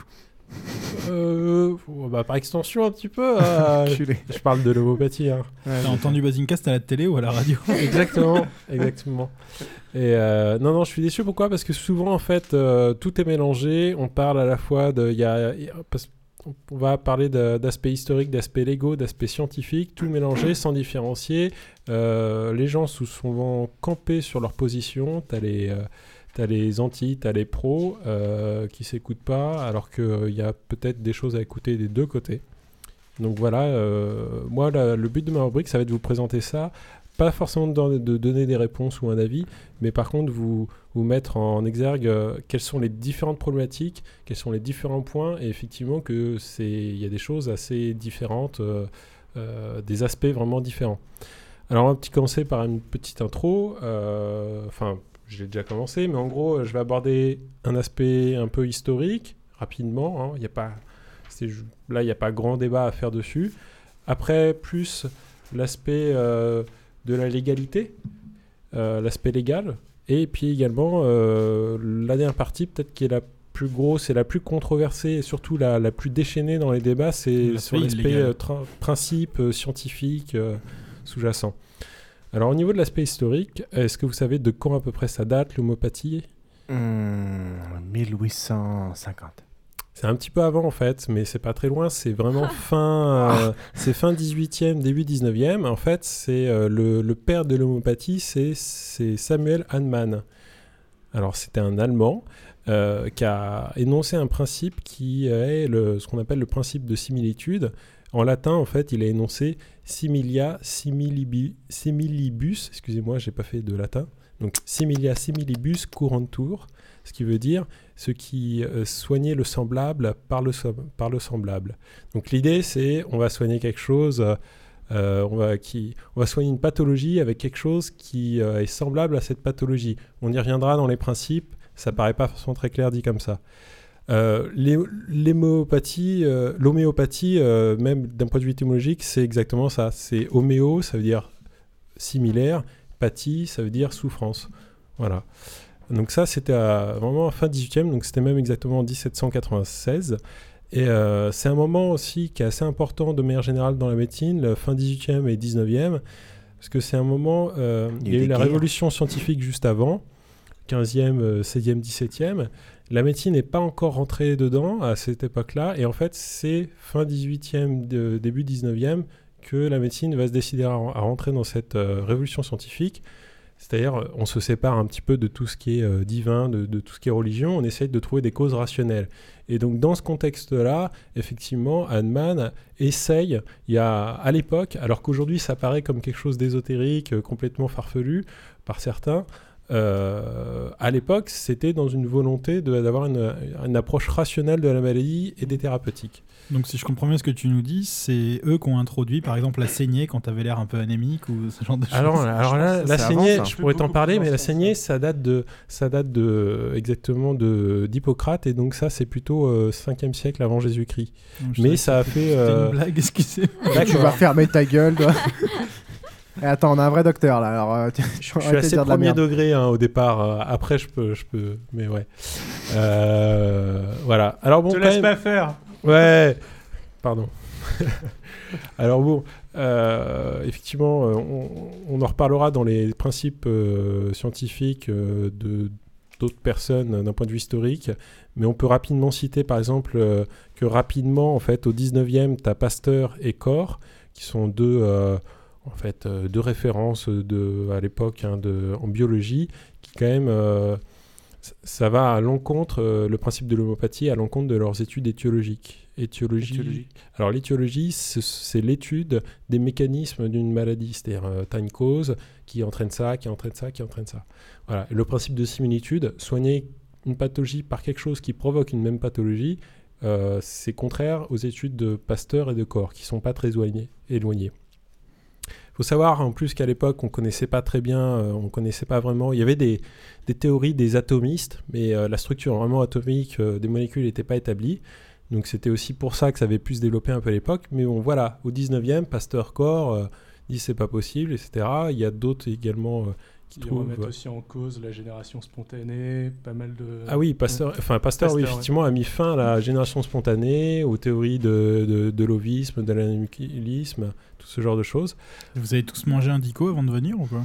Euh, bah, par extension un petit peu. Euh, je parle de l'homéopathie. Hein. Ouais, T'as entendu Basingcast à la télé ou à la radio? Exactement, exactement. Et euh, non, non, je suis déçu. Pourquoi? Parce que souvent, en fait, euh, tout est mélangé. On parle à la fois de, il y a, y a parce, on va parler de, d'aspect historique, d'aspect légaux, d'aspect scientifique, tout mélangé sans différencier. Euh, les gens sont souvent campés sur leur position. T'as les euh, T'as les anti, t'as les pros euh, qui s'écoutent pas, alors qu'il euh, y a peut-être des choses à écouter des deux côtés. Donc voilà, euh, moi la, le but de ma rubrique, ça va être de vous présenter ça, pas forcément de, de donner des réponses ou un avis, mais par contre vous, vous mettre en exergue euh, quelles sont les différentes problématiques, quels sont les différents points, et effectivement que c'est, il y a des choses assez différentes, euh, euh, des aspects vraiment différents. Alors on va petit commencer par une petite intro, enfin... Euh, je l'ai déjà commencé, mais en gros, je vais aborder un aspect un peu historique, rapidement. Hein. Y a pas, c'est, là, il n'y a pas grand débat à faire dessus. Après, plus l'aspect euh, de la légalité, euh, l'aspect légal. Et puis également, euh, la dernière partie, peut-être qui est la plus grosse et la plus controversée, et surtout la, la plus déchaînée dans les débats, c'est l'aspect sur l'aspect euh, tra- principe euh, scientifique euh, sous-jacent. Alors au niveau de l'aspect historique, est-ce que vous savez de quand à peu près ça date, l'homéopathie? mmh, mille huit cent cinquante. C'est un petit peu avant en fait, mais c'est pas très loin, c'est vraiment fin, euh, c'est fin dix-huitième, début dix-neuvième. En fait, c'est euh, le, le père de l'homéopathie, c'est, c'est Samuel Hahnemann. Alors c'était un Allemand euh, qui a énoncé un principe qui est le, ce qu'on appelle le principe de similitude. En latin, en fait, il a énoncé similia similibi, similibus, excusez-moi, j'ai pas fait de latin, donc similia similibus curantur, ce qui veut dire ce qui euh, soignait le semblable par le, par le semblable. Donc l'idée, c'est on va soigner quelque chose, euh, on, va, qui, on va soigner une pathologie avec quelque chose qui euh, est semblable à cette pathologie. On y reviendra dans les principes, ça paraît pas forcément très clair dit comme ça. Euh, l'hé- l'homéopathie, euh, l'homéopathie euh, même d'un point de vue étymologique, c'est exactement ça. C'est homéo, ça veut dire similaire, pathie, ça veut dire souffrance. Voilà. Donc ça, c'était à, vraiment fin dix-huitième, donc c'était même exactement en dix-sept cent quatre-vingt-seize. Et euh, c'est un moment aussi qui est assez important de manière générale dans la médecine, la fin dix-huitième et dix-neuvième, parce que c'est un moment, euh, il y a eu la révolution scientifique juste avant, quinzième, seizième, dix-septième. La médecine n'est pas encore rentrée dedans à cette époque-là, et en fait, c'est fin dix-huitième, de, début dix-neuvième que la médecine va se décider à, à rentrer dans cette euh, révolution scientifique. C'est-à-dire, on se sépare un petit peu de tout ce qui est euh, divin, de, de tout ce qui est religion, on essaye de trouver des causes rationnelles. Et donc, dans ce contexte-là, effectivement, Hahnemann essaye, il y a, à l'époque, alors qu'aujourd'hui, ça paraît comme quelque chose d'ésotérique, euh, complètement farfelu par certains, Euh, à l'époque, c'était dans une volonté de, d'avoir une, une approche rationnelle de la maladie et des thérapeutiques. Donc si je comprends bien ce que tu nous dis, c'est eux qui ont introduit par exemple la saignée quand tu avais l'air un peu anémique ou ce genre de choses. Alors, alors là, la saignée, avant, je pourrais t'en parler, mais la saignée, ça date de, ça date de exactement de d'Hippocrate, et donc ça, c'est plutôt euh, cinquième siècle avant Jésus-Christ. Non, mais ça a fait. C'était Euh... une blague, excusez-moi. Tu vas fermer ta gueule, toi. Et attends, on a un vrai docteur là. Alors, euh, je suis assez de premier degré hein, au départ. Euh, après, je peux, je peux, mais ouais. Euh, voilà. Alors bon. Te quand laisse même... pas faire. Ouais. Pardon. Alors bon, euh, effectivement, on, on en reparlera dans les principes euh, scientifiques euh, de d'autres personnes d'un point de vue historique, mais on peut rapidement citer par exemple euh, que rapidement, en fait, au dix-neuvième, tu as Pasteur et Koch, qui sont deux euh, en fait, euh, deux références de, à l'époque hein, de, en biologie, qui quand même, euh, ça va à l'encontre, euh, le principe de l'homéopathie, à l'encontre de leurs études étiologiques. Étiologie. Étiologie. Alors l'étiologie, c'est, c'est l'étude des mécanismes d'une maladie, c'est-à-dire euh, tu as une cause qui entraîne ça, qui entraîne ça, qui entraîne ça. Voilà. Et le principe de similitude, soigner une pathologie par quelque chose qui provoque une même pathologie, euh, c'est contraire aux études de Pasteur et de Koch, qui ne sont pas très éloignées. éloignées. Il faut savoir en plus qu'à l'époque, on ne connaissait pas très bien, euh, on ne connaissait pas vraiment. Il y avait des, des théories des atomistes, mais euh, la structure vraiment atomique euh, des molécules n'était pas établie. Donc c'était aussi pour ça que ça avait pu se développer un peu à l'époque. Mais bon, voilà, au dix-neuvième, Pasteur Koch euh, dit c'est pas possible, et cetera. Il y a d'autres également euh, Qui trouve... remettent aussi en cause la génération spontanée, pas mal de... Ah oui, Pasteur, enfin, Pasteur, oui, effectivement, ouais. a mis fin à la génération spontanée, aux théories de, de, de l'ovisme, de l'aniquilisme, tout ce genre de choses. Vous avez tous mangé un dico avant de venir ou quoi?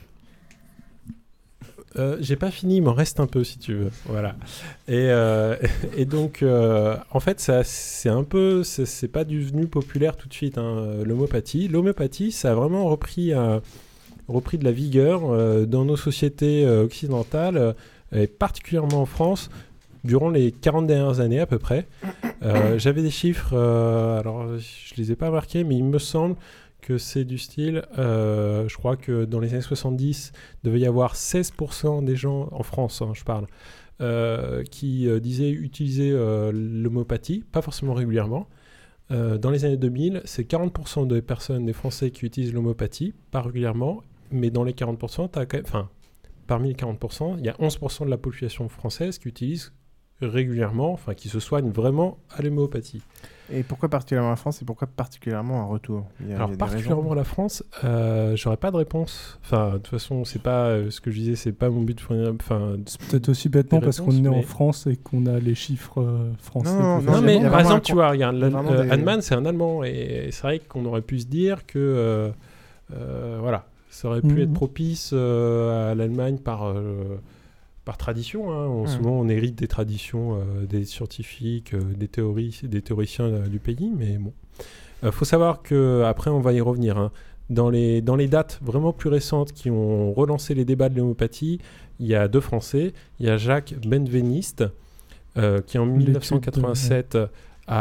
Euh, j'ai pas fini, il m'en reste un peu si tu veux. Voilà. Et, euh, et donc, euh, en fait, ça, c'est un peu, c'est, c'est pas devenu populaire tout de suite, hein, l'homéopathie. L'homéopathie, ça a vraiment repris, un, repris de la vigueur euh, dans nos sociétés euh, occidentales, euh, et particulièrement en France, durant les quarante dernières années à peu près. Euh, j'avais des chiffres, euh, alors je les ai pas marqués, mais il me semble que c'est du style, euh, je crois que dans les années soixante-dix, il devait y avoir seize pour cent des gens, en France hein, je parle, euh, qui euh, disaient utiliser euh, l'homéopathie, pas forcément régulièrement. Euh, dans les années deux mille, c'est quarante pour cent des personnes, des Français qui utilisent l'homéopathie, pas régulièrement, mais dans les quarante pour cent, t'as quand même, enfin, parmi les quarante pour cent, il y a onze pour cent de la population française qui utilise régulièrement, enfin qui se soignent vraiment à l'homéopathie. Et pourquoi particulièrement la France et pourquoi particulièrement un retour? Il y a, Alors il y a particulièrement la France, euh, j'aurais pas de réponse. Enfin, de toute façon, c'est pas euh, ce que je disais, c'est pas mon but de fournir. Enfin, c'est peut-être aussi bêtement parce qu'on est mais... en France et qu'on a les chiffres euh, français. Non, non, non mais par exemple, tu vois, regarde, euh, des... Hahnemann, c'est un Allemand et, et c'est vrai qu'on aurait pu se dire que euh, euh, voilà, ça aurait pu mmh. être propice euh, à l'Allemagne par. Euh, Par tradition, hein. on, mmh. souvent on hérite des traditions euh, des scientifiques, euh, des, théories, des théoriciens euh, du pays, mais bon. Il euh, faut savoir qu'après on va y revenir. Hein. Dans, les, dans les dates vraiment plus récentes qui ont relancé les débats de l'homéopathie, il y a deux Français. Il y a Jacques Benveniste, euh, qui en mille neuf cent quatre-vingt-sept, de...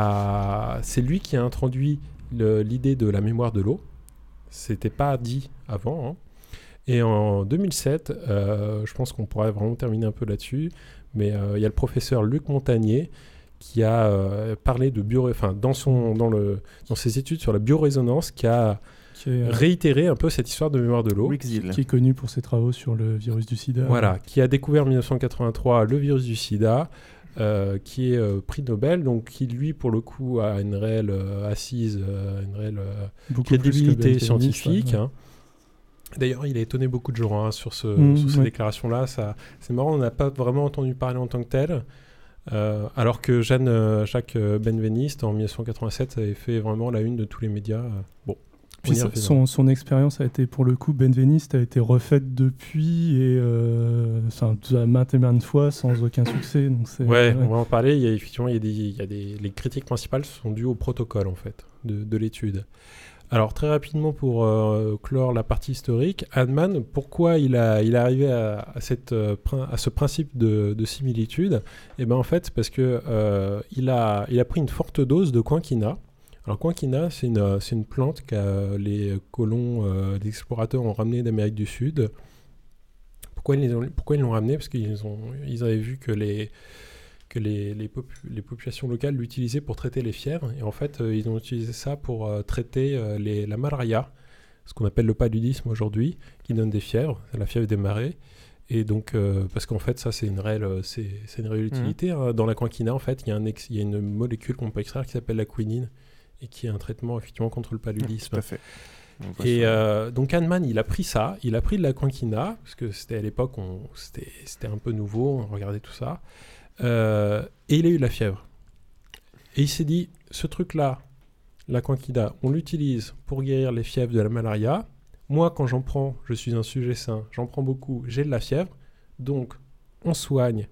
a... c'est lui qui a introduit le, l'idée de la mémoire de l'eau. C'était pas dit avant, hein. Et en deux mille sept, euh, je pense qu'on pourrait vraiment terminer un peu là-dessus, mais il euh, y a le professeur Luc Montagnier qui a euh, parlé de bio, enfin dans son dans le dans ses études sur la biorésonance, qui a qui est, euh, réitéré un peu cette histoire de mémoire de l'eau, qui, qui est connu pour ses travaux sur le virus du sida. Voilà, ouais. Qui a découvert en mille neuf cent quatre-vingt-trois le virus du sida, euh, qui est euh, prix Nobel, donc qui lui pour le coup a une réelle euh, assise, euh, une réelle euh, crédibilité scientifique. Ouais. Hein. D'ailleurs, il a étonné beaucoup de gens hein, sur, ce, mmh, sur ces ouais. déclarations-là. Ça, c'est marrant, on n'a pas vraiment entendu parler en tant que tel. Euh, alors que Jeanne, euh, Jacques Benveniste, en mille neuf cent quatre-vingt-sept, avait fait vraiment la une de tous les médias. Euh, bon, Puis son, son expérience a été, pour le coup, Benveniste a été refaite depuis et euh, maintes et maintes fois sans aucun succès. Donc c'est, ouais, ouais, on va en parler. Il y a, effectivement, il y a des, il y a des, les critiques principales sont dues au protocole en fait, de, de l'étude. Alors très rapidement pour euh, clore la partie historique, Hahnemann, pourquoi il a il est arrivé à, à cette euh, à ce principe de, de similitude? Et ben en fait parce que euh, il a il a pris une forte dose de quinquina. Alors quinquina, c'est une c'est une plante que les colons, euh, les explorateurs ont ramené d'Amérique du Sud. Pourquoi ils ont pourquoi ils l'ont ramené? Parce qu'ils ont ils avaient vu que les que les, les, popu- les populations locales l'utilisaient pour traiter les fièvres. Et en fait, euh, ils ont utilisé ça pour euh, traiter euh, les, la malaria, ce qu'on appelle le paludisme aujourd'hui, qui donne des fièvres, c'est la fièvre des marées. Et donc, euh, parce qu'en fait, ça, c'est une réelle, c'est, c'est une réelle utilité. Mmh. Hein. Dans la quinquina, en fait, il y, ex- y a une molécule qu'on peut extraire qui s'appelle la quinine et qui est un traitement, effectivement, contre le paludisme. Mmh, tout à fait. Et euh, donc Hahnemann, il a pris ça, il a pris de la quinquina, parce que c'était à l'époque, on, c'était, c'était un peu nouveau, on regardait tout ça. Euh, et il a eu de la fièvre. Et il s'est dit, ce truc-là, la quinquina, on l'utilise pour guérir les fièvres de la malaria. Moi, quand j'en prends, je suis un sujet sain, j'en prends beaucoup, j'ai de la fièvre. Donc, on soigne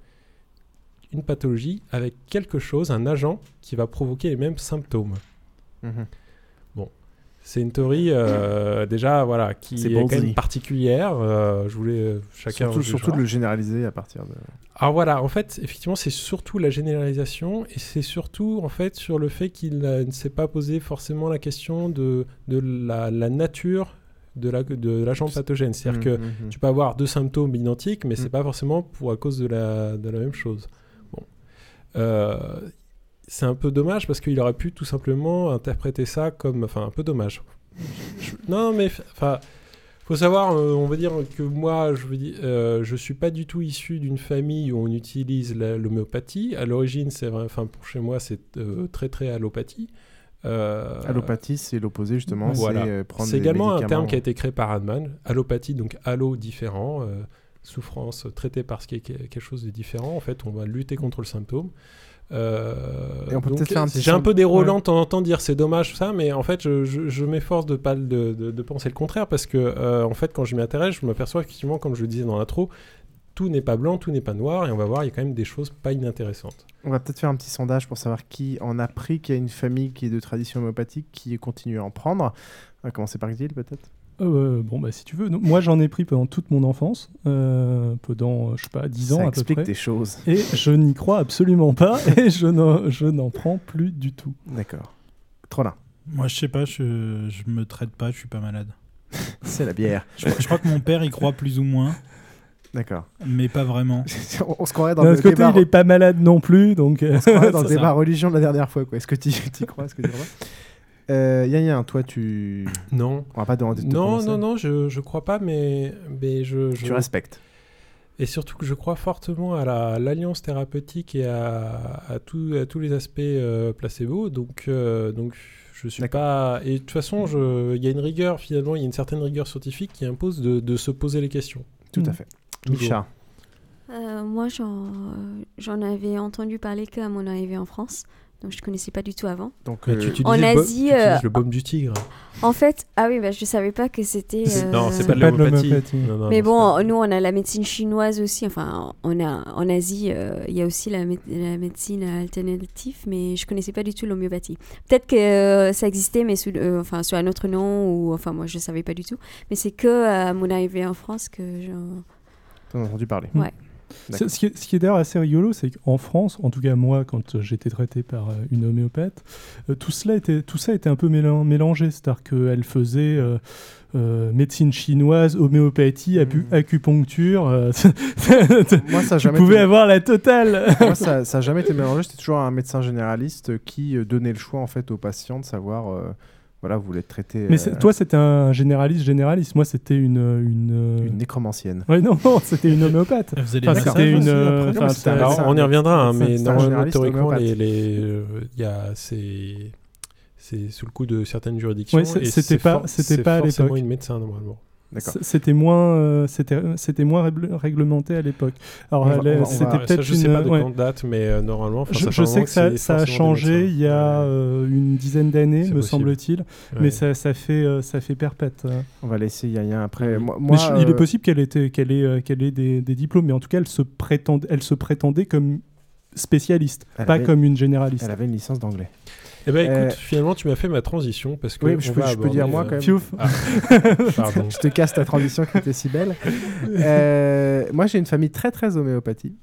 une pathologie avec quelque chose, un agent qui va provoquer les mêmes symptômes. Mmh. Bon. C'est une théorie euh, déjà voilà qui c'est est quand même particulière. Euh, je voulais euh, chacun surtout, surtout de le généraliser à partir de. Alors voilà, en fait, effectivement, c'est surtout la généralisation et c'est surtout en fait sur le fait qu'il euh, ne s'est pas posé forcément la question de de la, la nature de la de l'agent pathogène. C'est-à-dire mmh, que mmh. tu peux avoir deux symptômes identiques, mais mmh. c'est pas forcément pour à cause de la de la même chose. Bon. Euh, C'est un peu dommage parce qu'il aurait pu tout simplement interpréter ça comme... Enfin, un peu dommage. non, mais... Enfin, faut savoir, euh, on va dire que moi, je veux dire, euh, je suis pas du tout issu d'une famille où on utilise la, l'homéopathie. À l'origine, c'est vrai... Enfin, pour chez moi, c'est euh, très, très allopathie. Euh, Allopathie, c'est l'opposé justement. Voilà. C'est, euh, prendre c'est des également un médicaments. terme qui a été créé par Hahnemann. Allopathie, donc allo différent, euh, souffrance traitée par ce qui est quelque chose de différent. En fait, on va lutter contre le symptôme. Euh, Et on peut donc, peut-être faire un petit j'ai un son- peu déroulant ouais. de temps en temps dire c'est dommage ça, mais en fait je, je, je m'efforce de pas de, de, de penser le contraire parce que euh, en fait quand je m'y intéresse, je m'aperçois effectivement, comme je le disais dans l'intro, tout n'est pas blanc, tout n'est pas noir, et on va voir il y a quand même des choses pas inintéressantes. On va peut-être faire un petit sondage pour savoir qui en a pris, qui a une famille qui est de tradition homéopathique, qui continue à en prendre. On va commencer par Gilles peut-être. Euh, bon, bah si tu veux. Non, moi, j'en ai pris pendant toute mon enfance, euh, pendant, euh, je sais pas, dix ans Ça à peu explique près. des choses. Et je n'y crois absolument pas, et je n'en, je n'en prends plus du tout. D'accord. Trollin. Moi, je sais pas, je, je me traite pas, je suis pas malade. C'est la bière. Je, je crois que mon père y croit plus ou moins. D'accord. Mais pas vraiment. on, on se croirait dans D'un le autre côté, débat. il est pas malade non plus, donc. euh, On se croirait dans le c'est débat ça. religion de la dernière fois, quoi. Est-ce que tu y crois, est-ce que tu crois euh, Yann, Yann, toi, tu. Non. On va pas demander de te Non, prononcer. non, non, je, je crois pas, mais, mais je, je... Tu respectes. Et surtout que je crois fortement à la, l'alliance thérapeutique et à, à, tout, à tous les aspects euh, placebo. Donc, euh, donc je suis pas. Et de toute façon, je- il y a une rigueur, finalement, il y a une certaine rigueur scientifique qui impose de, de se poser les questions. Tout à fait. Toujours. Micha. Euh, moi, j'en, j'en avais entendu parler qu'à mon arrivée en France, donc je ne connaissais pas du tout avant. Donc, Mais euh, tu utilises en le bo- Asie, tu euh, utilises le baume du tigre. En fait, ah oui, bah, je ne savais pas que c'était. C'est- euh, Non, c'est pas de l'homéopathie. Non, non, Mais non, bon, nous, on a la médecine chinoise aussi. Enfin, on a, en Asie, euh, il y a aussi la, mé- la médecine alternative, mais je ne connaissais pas du tout l'homéopathie. Peut-être que euh, ça existait, mais sous, euh, enfin, sous un autre nom, ou enfin, moi, je ne savais pas du tout. Mais c'est que à mon arrivée en France que j'en. T'en as entendu parler. Ouais. Ce, ce qui est, ce qui est d'ailleurs assez rigolo, c'est qu'en France, en tout cas moi, quand euh, j'étais traité par euh, une homéopathe, euh, tout, cela était, tout ça était un peu mélan- mélangé. C'est-à-dire qu'elle faisait euh, euh, médecine chinoise, homéopathie, apu- acupuncture. euh, Moi, ça a tu jamais pouvais été- avoir la totale. Moi, ça n'a jamais été mélangé. C'était toujours un médecin généraliste qui euh, donnait le choix en fait aux patients de savoir, euh, voilà, vous voulez être traité. Mais c'est- euh, toi, c'était un généraliste généraliste. Moi, c'était une une, Une nécromancienne. Ouais, non, non, c'était une homéopathe. Elle faisait les Enfin, massages c'était une. aussi, euh, après. enfin, Non, mais c'était un c'était- Alors, on y reviendra, hein, c'est- mais c'est un normalement, généraliste théoriquement, homéopathe. les, les, euh, il y a, c'est, c'est sous le coup de certaines juridictions. Ouais, c'est- et c'était c'est pas- for- c'était c'est pas à forcément l'époque. une médecin, normalement. D'accord. C- C'était moins, euh, c'était, c'était moins régl- réglementé à l'époque. Alors, On va- elle est- on va- on c'était va- Ça, peut-être je une. sais pas de ouais. quand date, mais euh, normalement, enfin, Je, ça fait je un sais moment que ça, c'est ça a forcément des changé médecins. il y a euh, une dizaine d'années, C'est me possible. semble-t-il, Ouais. mais ça, ça fait, euh, ça fait perpète. euh. On va laisser Yaya après. Moi, Mais moi, je- il est euh, possible qu'elle était, qu'elle ait, euh, qu'elle ait des, des diplômes, mais en tout cas, elle se prétendait, elle se prétendait comme spécialiste, Elle pas avait- comme une généraliste. Elle avait une licence d'anglais. Eh ben, écoute, Euh, finalement, tu m'as fait ma transition parce que Oui, on je peux, va je peux dire aborder, moi euh, quand même. Fiouf. Ah, pardon. Je te casse ta transition qui était si belle. Euh, moi, j'ai une famille très très homéopathie.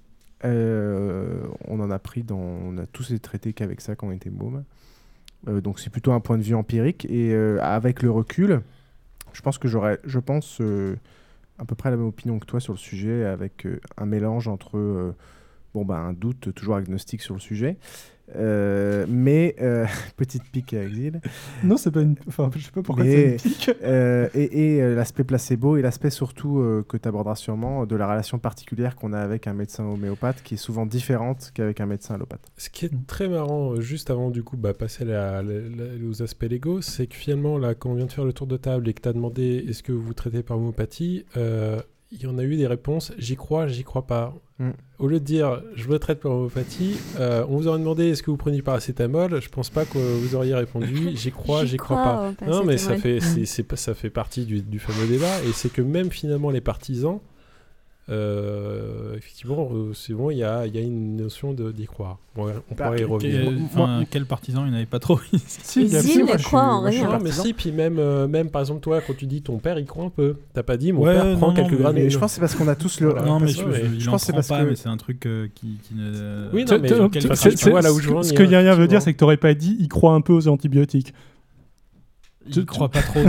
Euh, on en a pris dans, on a tous été traités qu'avec ça quand on était môme. Euh, donc c'est plutôt un point de vue empirique et euh, avec le recul, je pense que j'aurais, je pense euh, à peu près la même opinion que toi sur le sujet, avec euh, un mélange entre euh, bon bah un doute toujours agnostique sur le sujet. Euh, mais euh, petite pique à exil. Non, c'est pas une. Enfin, je sais pas pourquoi Mais, c'est une pique. euh, et et euh, l'aspect placebo et l'aspect surtout euh, que tu aborderas sûrement de la relation particulière qu'on a avec un médecin homéopathe qui est souvent différente qu'avec un médecin allopathe. Ce qui est très marrant, euh, juste avant du coup bah, passer la- la- la- aux aspects légaux, c'est que finalement, là, quand on vient de faire le tour de table et que tu as demandé est-ce que vous vous traitez par homéopathie, euh, il y en a eu des réponses j'y crois, j'y crois pas. Mm. Au lieu de dire je me traite par homéopathie, euh, on vous aurait demandé est-ce que vous prenez du paracétamol, je pense pas que vous auriez répondu j'y crois, J'y j'y crois, crois pas. au Non, mais ça paracétamol. fait, c'est, c'est pas- ça fait partie du, du fameux débat et c'est que même finalement les partisans, euh, effectivement, euh, c'est bon, il y a, il y a une notion de, d'y croire. Bon, on Bah, pourrait y revenir. Quel, enfin, quel partisan, il n'y en avait pas trop ici. Si, il y a- Zine moi, ne je croit suis- en moi, je suis rien. Non, mais partisan. si, puis même, euh, même par exemple, toi, quand tu dis ton père, il croit un peu. T'as pas dit mon Ouais, père prend non, quelques non, grammes. Mais de- je pense que c'est parce qu'on a tous le. Voilà. Non, mais parce je, que- je, je il pense en que c'est prend parce pas, que- mais c'est un truc euh, qui, qui ne. Oui, non, mais C'est- quel c'est- partisan, c'est- tu vois là où je ce veux en que- ce venir, que Yann veut dire, effectivement. c'est que t'aurais pas dit il croit un peu aux antibiotiques. Il croit pas trop. non.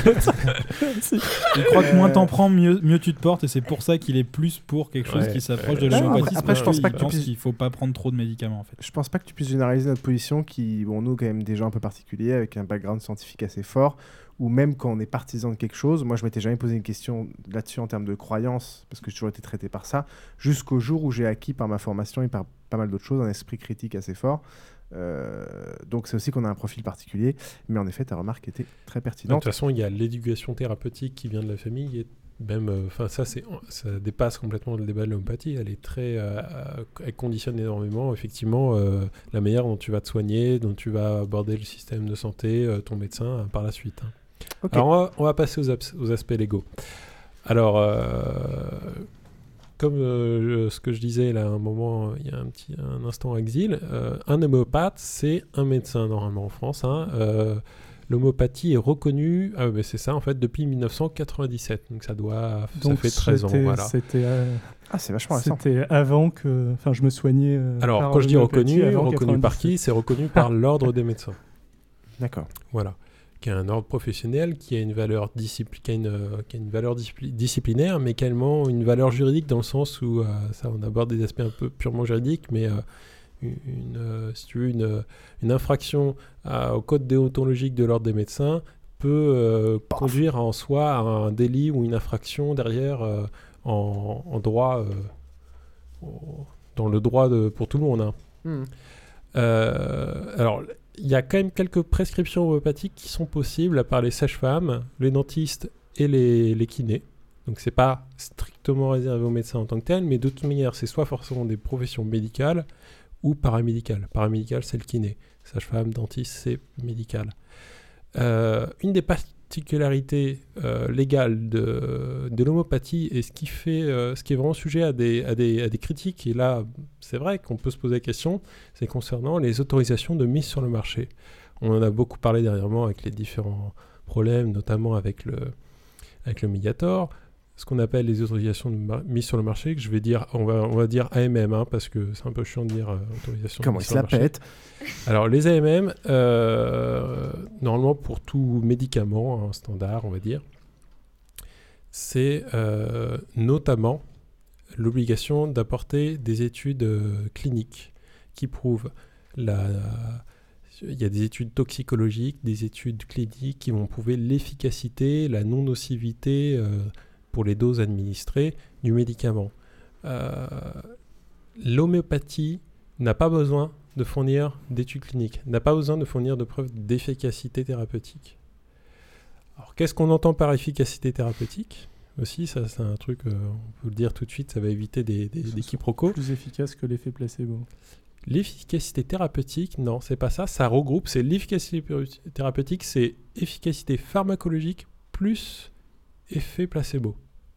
Il croit que moins t'en prends, mieux, mieux tu te portes, et c'est pour ça qu'il est plus pour quelque chose Ouais, qui s'approche ouais. de Non, l'homéopathie. après- après, je pense parce pas qu'il que tu pense puisses- qu'il faut pas prendre trop de médicaments en fait. Je pense pas que tu puisses généraliser notre position qui, bon, nous, quand même, des gens un peu particuliers avec un background scientifique assez fort, ou même quand on est partisan de quelque chose. Moi, je m'étais jamais posé une question là-dessus en termes de croyance, parce que j'ai toujours été traité par ça, jusqu'au jour où j'ai acquis par ma formation et par pas mal d'autres choses un esprit critique assez fort. Euh, donc c'est aussi qu'on a un profil particulier, mais en effet ta remarque était très De pertinente. toute façon, il y a l'éducation thérapeutique qui vient de la famille, et même, enfin, ça, c'est, ça dépasse complètement le débat de l'homéopathie. Elle est très, euh, elle conditionne énormément, effectivement, euh, la manière dont tu vas te soigner, dont tu vas aborder le système de santé, euh, ton médecin, euh, par la suite. Hein. Okay. Alors, on va, on va passer aux, abs- aux aspects légaux. Alors, euh, comme euh, je, ce que je disais là, à un moment, il y a un petit, un instant exil, euh, un homéopathe, c'est un médecin normalement en France. Hein, euh, L'homéopathie est reconnue, ah, mais c'est ça en fait, depuis dix-neuf cent quatre-vingt-dix-sept, donc ça doit, donc ça fait treize ans, voilà. C'était, euh, ah, c'est vachement récent. C'était avant que, enfin, je me soignais. Euh, Alors, quand je dis reconnu, reconnu par qui ? C'est reconnu par ah. l'ordre des médecins. D'accord. Voilà, qui a un ordre professionnel, qui a une valeur, discipli- qui a une, euh, qui a une valeur discipli- disciplinaire, mais également une valeur juridique dans le sens où, euh, ça, on aborde des aspects un peu purement juridiques, mais euh, une, euh, si tu veux, une, une infraction à, au code déontologique de l'ordre des médecins peut euh, conduire en soi à un délit ou une infraction derrière euh, en, en droit, euh, dans le droit de, pour tout le monde. Hein. Mmh. Euh, alors, il y a quand même quelques prescriptions homéopathiques qui sont possibles par les sages-femmes, les dentistes et les, les kinés. Donc, c'est pas strictement réservé aux médecins en tant que tel, mais de toute manière, c'est soit forcément des professions médicales ou paramédical. Paramédical, c'est le kiné. Sage-femme, dentiste, c'est médical. Euh, une des particularités euh, légales de, de l'homéopathie et ce qui, fait, euh, ce qui est vraiment sujet à des, à, des, à des critiques, et là, c'est vrai qu'on peut se poser la question, c'est concernant les autorisations de mise sur le marché. On en a beaucoup parlé dernièrement avec les différents problèmes, notamment avec le, avec le Mediator. Ce qu'on appelle les autorisations de mar- mise sur le marché, que je vais dire, on va, on va dire A M M, hein, parce que c'est un peu chiant de dire euh, autorisation Comment de mise il sur le marché. pète. Alors, les A M M, euh, normalement pour tout médicament hein, standard, on va dire, c'est euh, notamment l'obligation d'apporter des études euh, cliniques qui prouvent la... Il y a des études toxicologiques, des études cliniques qui vont prouver l'efficacité, la non-nocivité euh, pour les doses administrées du médicament. Euh, l'homéopathie n'a pas besoin de fournir d'études cliniques, n'a pas besoin de fournir de preuves d'efficacité thérapeutique. Alors, qu'est-ce qu'on entend par efficacité thérapeutique ? Aussi, ça, c'est un truc, euh, on peut le dire tout de suite, ça va éviter des, des, des quiproquos. Plus efficace que l'effet placebo. L'efficacité thérapeutique, non, c'est pas ça. Ça regroupe, c'est l'efficacité thérapeutique, c'est efficacité pharmacologique plus effet placebo.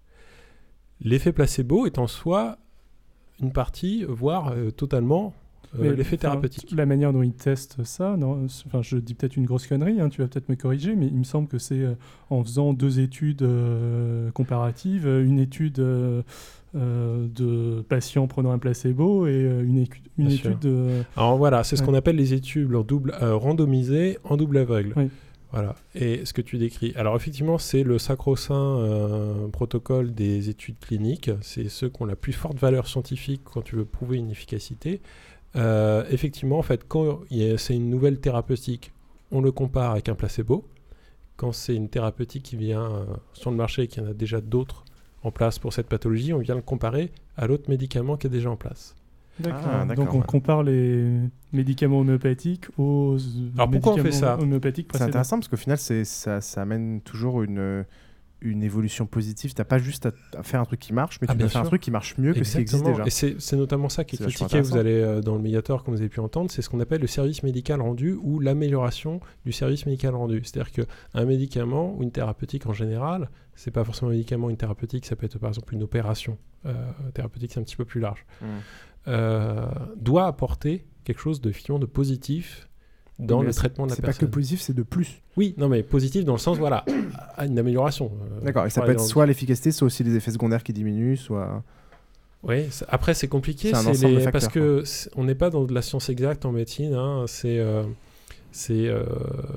L'effet placebo est en soi une partie, voire euh, totalement euh, l'effet thérapeutique. La manière dont ils testent ça, non, enfin, je dis peut-être une grosse connerie, hein, tu vas peut-être me corriger, mais il me semble que c'est euh, en faisant deux études euh, comparatives, une étude euh, euh, de patients prenant un placebo et euh, une, écu- une étude de... Alors voilà, c'est ce ouais. qu'on appelle les études en double, euh, randomisées en double aveugle. Oui. Voilà, et ce que tu décris. Alors effectivement, c'est le sacro-saint euh, protocole des études cliniques. C'est ceux qui ont la plus forte valeur scientifique quand tu veux prouver une efficacité. Euh, effectivement, en fait, quand y a, c'est une nouvelle thérapeutique, on le compare avec un placebo. Quand c'est une thérapeutique qui vient euh, sur le marché et qu'il y en a déjà d'autres en place pour cette pathologie, on vient le comparer à l'autre médicament qui est déjà en place. D'accord. Ah, d'accord, Donc on ouais. compare les médicaments homéopathiques aux Alors pourquoi on fait ça ? homéopathiques C'est précédents. intéressant parce qu'au final, c'est, ça, ça amène toujours une, une évolution positive. Tu n'as pas juste à, à faire un truc qui marche, mais Ah, tu bien dois faire un sûr. truc qui marche mieux que ce qui existe Exactement. déjà. Et c'est, c'est notamment ça qui est C'est vachement critiqué, vous intéressant. allez euh, dans le Mediator, comme vous avez pu entendre, c'est ce qu'on appelle le service médical rendu ou l'amélioration du service médical rendu. C'est-à-dire qu'un médicament ou une thérapeutique en général, c'est pas forcément un médicament ou une thérapeutique, ça peut être par exemple une opération euh, thérapeutique, c'est un petit peu plus large, Mmh. euh, doit apporter quelque chose de, finalement, de positif dans Mais le c'est- traitement de la c'est personne. pas que positif, c'est de plus. Oui, non mais positif dans le sens, voilà, à une amélioration. Euh, D'accord, et ça par peut être exemple. soit l'efficacité, soit aussi les effets secondaires qui diminuent, soit... Oui, c'est- après c'est compliqué, C'est un c'est ensemble de les- parce facteurs, que c'est- on n'est pas dans de la science exacte en médecine, hein, c'est, euh, c'est, euh,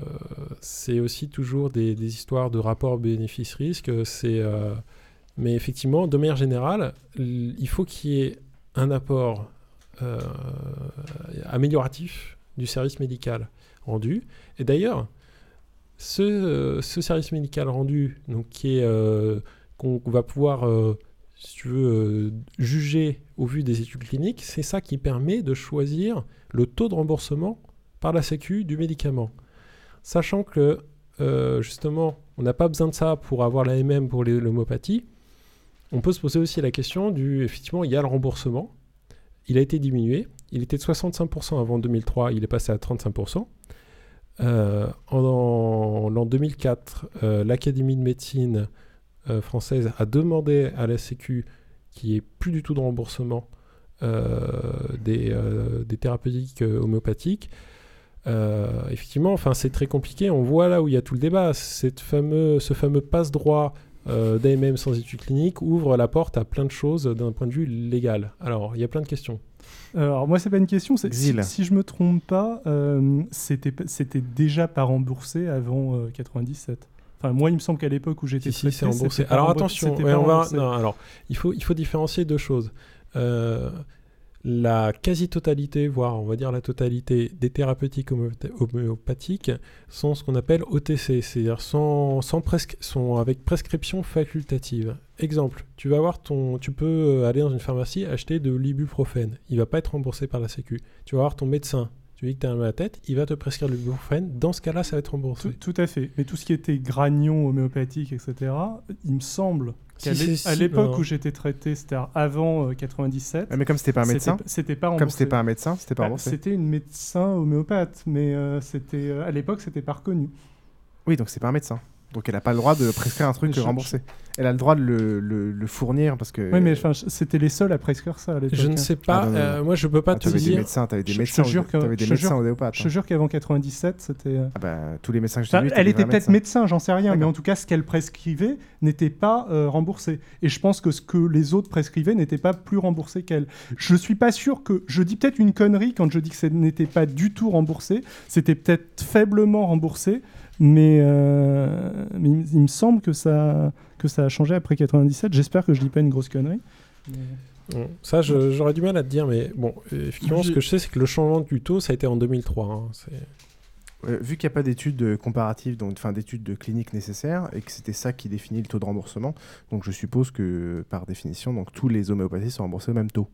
c'est aussi toujours des, des histoires de rapports bénéfices-risques, c'est, euh, mais effectivement, de manière générale, l- il faut qu'il y ait un apport euh, amélioratif du service médical rendu, et d'ailleurs, ce, euh, ce service médical rendu, donc, qui est, euh, qu'on va pouvoir... euh, si tu veux, euh, juger au vu des études cliniques, c'est ça qui permet de choisir le taux de remboursement par la Sécu du médicament. Sachant que, euh, justement, on n'a pas besoin de ça pour avoir la M M pour les- l'homéopathie, on peut se poser aussi la question du... Effectivement, il y a le remboursement. Il a été diminué. Il était de soixante-cinq pour cent avant deux mille trois, il est passé à trente-cinq pour cent. Euh, en, en, en deux mille quatre, euh, l'Académie de médecine euh, française a demandé à la Sécu qu'il n'y ait plus du tout de remboursement euh, des, euh, des thérapeutiques euh, homéopathiques. Euh, effectivement, enfin, c'est très compliqué. On voit là où il y a tout le débat. Cette fameux, ce fameux passe-droit euh, d'A M M sans études cliniques ouvre la porte à plein de choses d'un point de vue légal. Alors, il y a plein de questions. Alors moi c'est pas une question, c'est, si, Xil. si je me trompe pas, euh, c'était, c'était déjà pas remboursé avant euh, quatre-vingt-dix-sept. Enfin moi il me semble qu'à l'époque où j'étais Si, si, traité, c'est remboursé. c'était pas Alors rembour- attention, c'était ouais, pas on va, remboursé. non, alors, il faut, il faut différencier deux choses. Euh, la quasi-totalité, voire on va dire la totalité des thérapeutiques homéopath- homéopathiques sont ce qu'on appelle O T C, c'est-à-dire sans, sans prescri- sont avec prescription facultative. Exemple, tu vas avoir ton, tu peux aller dans une pharmacie acheter de l'ibuprofène. Il va pas être remboursé par la Sécu. Tu vas avoir ton médecin. Tu lui dis que tu as un mal à la tête, il va te prescrire l'ibuprofène. Dans ce cas-là, ça va être remboursé. Tout, tout à fait. Mais tout ce qui était granion, homéopathique, et cetera, il me semble qu'à Si, l'é- si, à si, l'époque non. où j'étais traité, c'était avant euh, quatre-vingt-dix-sept. Ouais, mais comme c'était pas un médecin, C'était pas comme remboursé. c'était pas un médecin, c'était pas Bah, remboursé. C'était une médecin homéopathe, mais euh, c'était, euh, à l'époque, c'était pas reconnu. Oui, donc c'est pas un médecin. Donc elle a pas le droit de prescrire un truc Je- remboursé. Elle a le droit de le, le- le fournir parce que. Oui, mais enfin, c'était les seuls à prescrire ça à l'époque. Je ne hein. sais pas, Ah, non, non, non. euh, moi je peux pas Ah, te t'avais dire. des médecins, t'avais des Je- médecins, je te jure que- t'avais des je te médecins jure- homéopathes. Je te jure qu'avant quatre-vingt-dix-sept, c'était. euh, Ah bah, tous les médecins que j'ai Enfin, vus. elle étaient était vrais peut-être médecins. médecin, j'en sais rien, mais en tout cas, ce qu'elle prescrivait n'était pas euh, remboursé. Et je pense que ce que les autres prescrivaient n'était pas plus remboursé qu'elle. Je suis pas sûr que. Je dis peut-être une connerie quand je dis que ce n'était pas du tout remboursé. C'était peut-être faiblement remboursé, mais, euh, mais il, il me semble que ça, que ça a changé après quatre-vingt-dix-sept. J'espère que je dis pas une grosse connerie. Mais- Bon, ça, je- j'aurais du mal à te dire, mais bon, euh, effectivement, ce J'ai- que je sais, c'est que le changement du taux, ça a été en deux mille trois. hein, c'est- Euh, vu qu'il n'y a pas d'études euh, comparatives, donc enfin d'études de clinique nécessaires, et que c'était ça qui définit le taux de remboursement, donc je suppose que par définition, donc tous les homéopathies sont remboursés au même taux.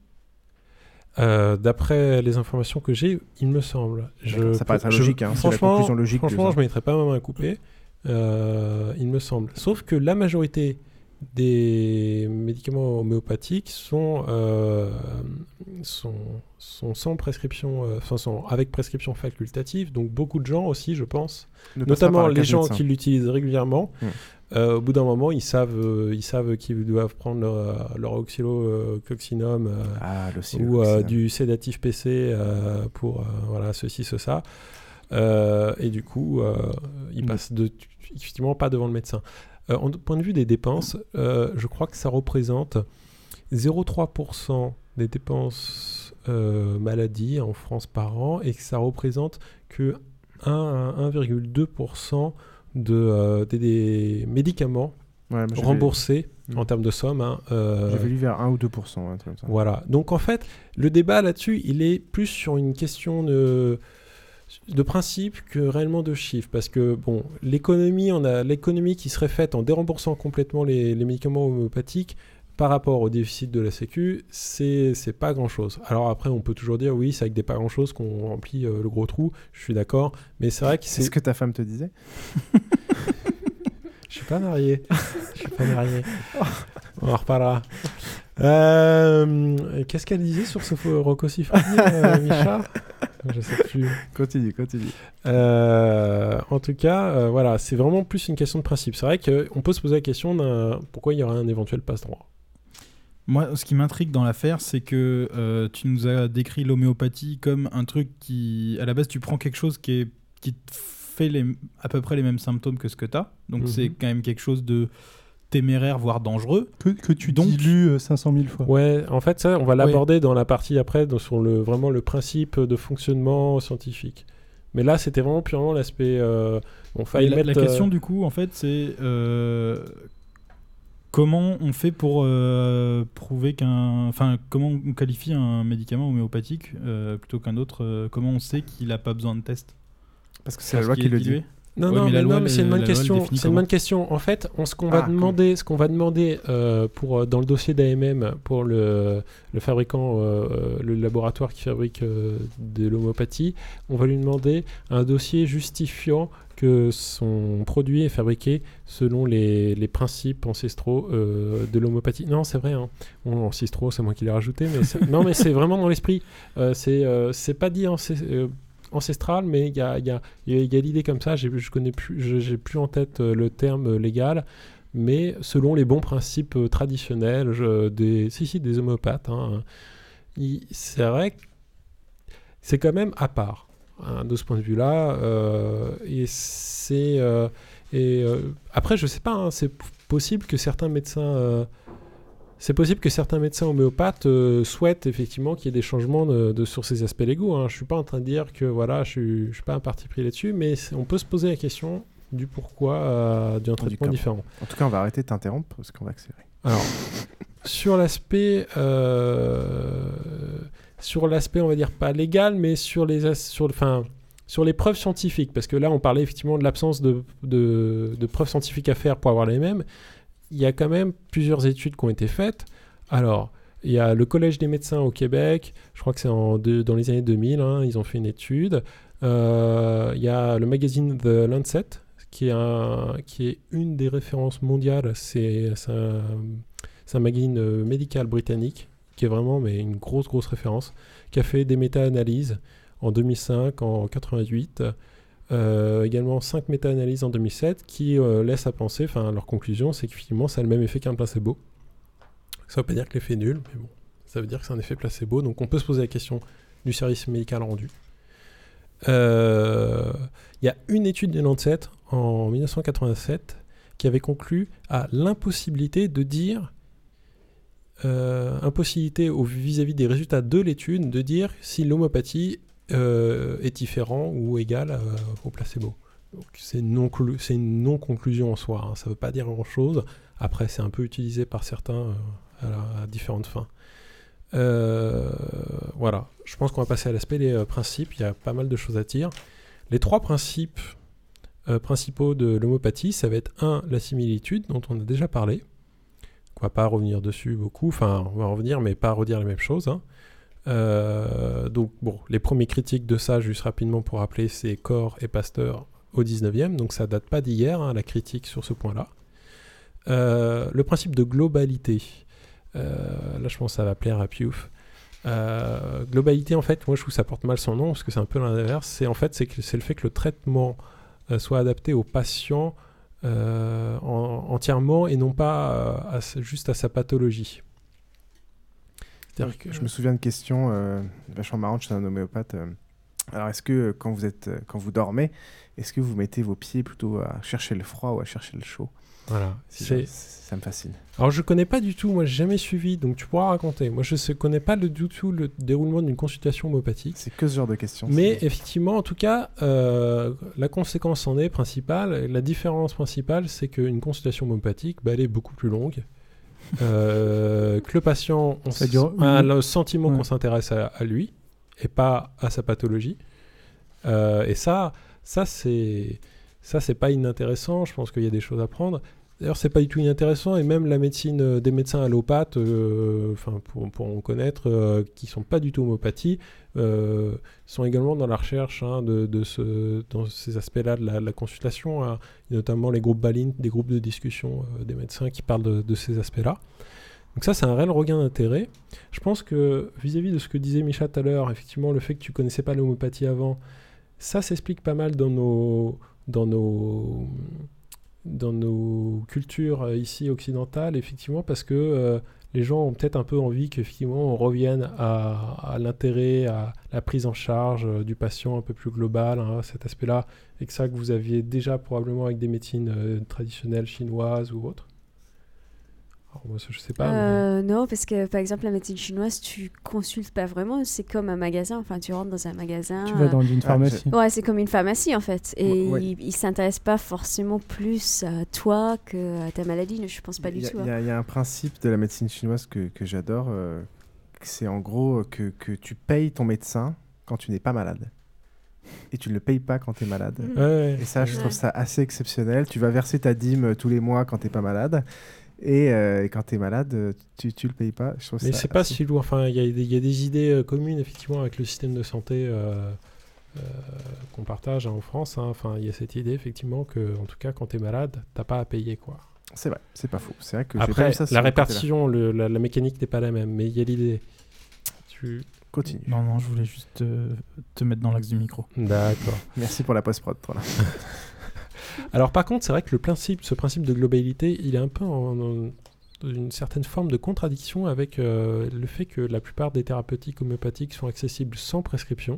Euh, D'après les informations que j'ai, il me semble. D'accord, ça paraît très je- logique, hein, c'est la franchement, conclusion logique de franchement ça. je ne mettrais pas ma main à couper. Euh, il me semble. Sauf que la majorité des médicaments homéopathiques sont, euh, sont, sont sans prescription, euh, enfin, sont avec prescription facultative. Donc beaucoup de gens aussi, je pense, Ne passent pas par notamment la les case gens médecin. qui l'utilisent régulièrement, Mm. euh, au bout d'un moment, ils savent, euh, ils savent qu'ils doivent prendre leur, leur oxylococcinum euh, Ah, ou euh, l'oxylococcinum. du sédatif P C euh, pour euh, voilà, ceci, ce, ça. Euh, et du coup, euh, ils Mm. passent de, effectivement pas devant le médecin. Euh, en point de vue des dépenses, euh, je crois que ça représente zéro virgule trois pour cent des dépenses euh, maladie en France par an et que ça représente que un à un virgule deux pour cent de, euh, des, des médicaments Ouais, moi, j'avais- remboursés Mm. en termes de somme. hein, euh, J'avais lu vers un ou deux pour cent. Un truc comme ça. voilà. Donc en fait, le débat là-dessus, il est plus sur une question de, de principe que réellement de chiffres. Parce que bon, l'économie, on a l'économie qui serait faite en déremboursant complètement les, les médicaments homéopathiques par rapport au déficit de la Sécu, c'est c'est pas grand-chose. Alors après, on peut toujours dire oui, c'est avec des pas grand-chose qu'on remplit euh, le gros trou. Je suis d'accord, mais c'est vrai que C'est c'est ce que ta femme te disait. Je suis pas marié. Je suis pas marié. On en reparlera. Euh, Qu'est-ce qu'elle disait sur ce faux Rocco Siffredi, euh, Micha Je sais plus. Continue, continue. Euh, en tout cas, euh, voilà, c'est vraiment plus une question de principe. C'est vrai qu'on peut se poser la question d'un pourquoi il y aurait un éventuel passe-droit. Moi, ce qui m'intrigue dans l'affaire, c'est que euh, tu nous as décrit l'homéopathie comme un truc qui, à la base, tu prends quelque chose qui, est, qui te fait les, à peu près les mêmes symptômes que ce que tu as. Donc, Mhm. c'est quand même quelque chose de téméraire, voire dangereux. Que, que tu Donc- dilues euh, cinq cent mille fois. Ouais, en fait, ça, on va l'aborder dans la partie après, dans- sur le, vraiment le principe de fonctionnement scientifique. Mais là, c'était vraiment purement l'aspect. Euh, on Et fallait la, mettre. la question, euh, du coup, en fait, c'est euh, comment on fait pour euh, prouver qu'un... Enfin, comment on qualifie un médicament homéopathique euh, plutôt qu'un autre euh, Comment on sait qu'il n'a pas besoin de test Parce que c'est la Parce loi qu'il qui est le dit. dilué Non, Ouais, non, mais mais, la loi, non, mais c'est une la- bonne la loi, elle question. définit C'est une comment bonne question. En fait, on, ce qu'on va Ah, demander, ce qu'on va demander euh, pour euh, dans le dossier d'A M M pour le, le fabricant, euh, le laboratoire qui fabrique euh, de l'homéopathie, on va lui demander un dossier justifiant que son produit est fabriqué selon les, les principes ancestraux euh, de l'homéopathie. Non, c'est vrai. Hein. Bon, ancestraux, c'est moi qui l'ai rajouté, mais c'est- non, mais c'est vraiment dans l'esprit. Euh, c'est euh, c'est pas dit ancest- euh, ancestral, mais il y a, il y a, il y a, il y a l'idée comme ça. J'ai, je connais plus, je- j'ai plus en tête euh, le terme euh, légal, mais selon les bons principes euh, traditionnels je- des, si, si, des homéopathes. Hein, il- c'est vrai que c'est quand même à part. Hein, de ce point de vue-là, euh, et c'est euh, et euh, après je sais pas, hein, c'est p- possible que certains médecins, euh, c'est possible que certains médecins homéopathes euh, souhaitent effectivement qu'il y ait des changements de, de- sur ces aspects légaux. Hein. Je suis pas en train de dire que voilà, je suis, je suis pas un parti pris là-dessus, mais c'est- on peut se poser la question du pourquoi euh, d'un traitement comment. différent. En tout cas, on va arrêter de t'interrompre parce qu'on va accélérer. Alors, sur l'aspect, euh, sur l'aspect, on va dire pas légal, mais sur les, as- sur, le- enfin, sur les preuves scientifiques, parce que là, on parlait effectivement de l'absence de, de, de preuves scientifiques à faire pour avoir les mêmes. Il y a quand même plusieurs études qui ont été faites. Alors, il y a le Collège des médecins au Québec, je crois que c'est en deux- dans les années deux mille, hein, ils ont fait une étude. Euh, il y a le magazine The Lancet, qui est, un, qui est une des références mondiales. C'est, c'est, un, c'est un magazine euh, médical britannique, qui est vraiment mais, une grosse, grosse référence, qui a fait des méta-analyses en deux mille cinq, en quatre-vingt-huit, euh, également cinq méta-analyses en deux mille sept, qui euh, laissent à penser, enfin leur conclusion, c'est qu'effectivement, ça a le même effet qu'un placebo. Ça ne veut pas dire que l'effet est nul, mais bon, ça veut dire que c'est un effet placebo. Donc on peut se poser la question du service médical rendu. Il euh, y a une étude de Lancet en dix-neuf cent quatre-vingt-sept qui avait conclu à l'impossibilité de dire, euh, impossibilité au, vis-à-vis des résultats de l'étude, de dire si l'homéopathie euh, est différent ou égal euh, au placebo. Donc c'est, non, c'est une non-conclusion en soi, hein, ça ne veut pas dire grand-chose. Après, c'est un peu utilisé par certains euh, à, la, à différentes fins. Euh, voilà, je pense qu'on va passer à l'aspect des euh, principes. Il y a pas mal de choses à dire. Les trois principes euh, principaux de l'homéopathie, ça va être un, la similitude, dont on a déjà parlé. On va pas revenir dessus beaucoup, enfin on va revenir mais pas redire les mêmes choses. Hein. Euh, donc bon, les premiers critiques de ça, juste rapidement pour rappeler, c'est Corr et Pasteur au dix-neuvième, donc ça date pas d'hier, hein, la critique sur ce point-là. Euh, le principe de globalité. Euh, là je pense que ça va plaire à Piouf. Euh, globalité en fait, moi je trouve que ça porte mal son nom parce que c'est un peu l'inverse. C'est en fait c'est, que, c'est le fait que le traitement euh, soit adapté au patient euh, en, entièrement et non pas euh, à, juste à sa pathologie. C'est-à-dire que... Je me souviens de questions euh, vachement marrantes chez un homéopathe. Euh, alors est-ce que quand vous êtes, quand vous dormez, est-ce que vous mettez vos pieds plutôt à chercher le froid ou à chercher le chaud? Voilà, c'est... ça me fascine. Alors je connais pas du tout, moi j'ai jamais suivi, donc tu pourras raconter. Moi je ne connais pas le, du tout le déroulement d'une consultation homéopathique. C'est que ce genre de questions. Mais c'est... effectivement, en tout cas, euh, la conséquence en est principale, la différence principale, c'est qu'une consultation homéopathique, bah, elle est beaucoup plus longue. euh, que le patient on s- dure... a le sentiment ouais. qu'on s'intéresse à, à lui et pas à sa pathologie. Euh, et ça, ça c'est... Ça, c'est pas inintéressant, je pense qu'il y a des choses à prendre. D'ailleurs, c'est pas du tout inintéressant, et même la médecine euh, des médecins allopathes, euh, pour, pour en connaître, euh, qui sont pas du tout homéopathie, euh, sont également dans la recherche hein, de, de ce, dans ces aspects-là de la, de la consultation. Hein. Il y a notamment les groupes Balint, des groupes de discussion euh, des médecins qui parlent de, de ces aspects-là. Donc ça, c'est un réel regain d'intérêt. Je pense que, vis-à-vis de ce que disait Micha tout à l'heure, effectivement, le fait que tu connaissais pas l'homéopathie avant, ça s'explique pas mal dans nos... dans nos dans nos cultures euh, ici occidentales, effectivement, parce que euh, les gens ont peut-être un peu envie qu'effectivement on revienne à, à l'intérêt, à la prise en charge euh, du patient un peu plus global, hein, cet aspect-là, et que ça que vous aviez déjà probablement avec des médecines euh, traditionnelles chinoises ou autres. Alors, moi, je sais pas. Euh, mais... Non, parce que par exemple, la médecine chinoise, tu consultes pas vraiment. C'est comme un magasin. Enfin, tu rentres dans un magasin. Tu vas dans une pharmacie. Ouais, c'est comme une pharmacie en fait. Et Ouais. ils il s'intéressent pas forcément plus à toi que à ta maladie. Je pense pas du Il y, tout. a- il y a- il y a un principe de la médecine chinoise que, que j'adore. euh, c'est en gros que, que tu payes ton médecin quand tu n'es pas malade. et tu ne le payes pas quand tu es malade. Ouais, ouais. Et ça, je Ouais. trouve ça assez exceptionnel. Tu vas verser ta dîme tous les mois quand tu n'es pas malade. Et, euh, et quand tu es malade, tu ne le payes pas. Je trouve Mais ça c'est pas assez- si lourd. Enfin, il y, a des- il y a des idées euh, communes, effectivement, avec le système de santé euh, euh, qu'on partage hein, en France. hein. Enfin, il y a cette idée, effectivement, que, en tout cas, quand tu es malade, t'as pas à payer, quoi. C'est vrai, c'est pas faux. C'est vrai que j'ai pas Après, vu ça sur la le côté-là. répartition, le- la, la mécanique n'est pas la même, mais il y a l'idée. Tu... Continue. Non, non, je voulais juste euh, te mettre dans l'axe du micro. D'accord. Merci pour la post-prod. Voilà. Alors par contre, c'est vrai que le principe, ce principe de globalité, il est un peu en, en- dans une certaine forme de contradiction avec euh, le fait que la plupart des thérapeutiques homéopathiques sont accessibles sans prescription.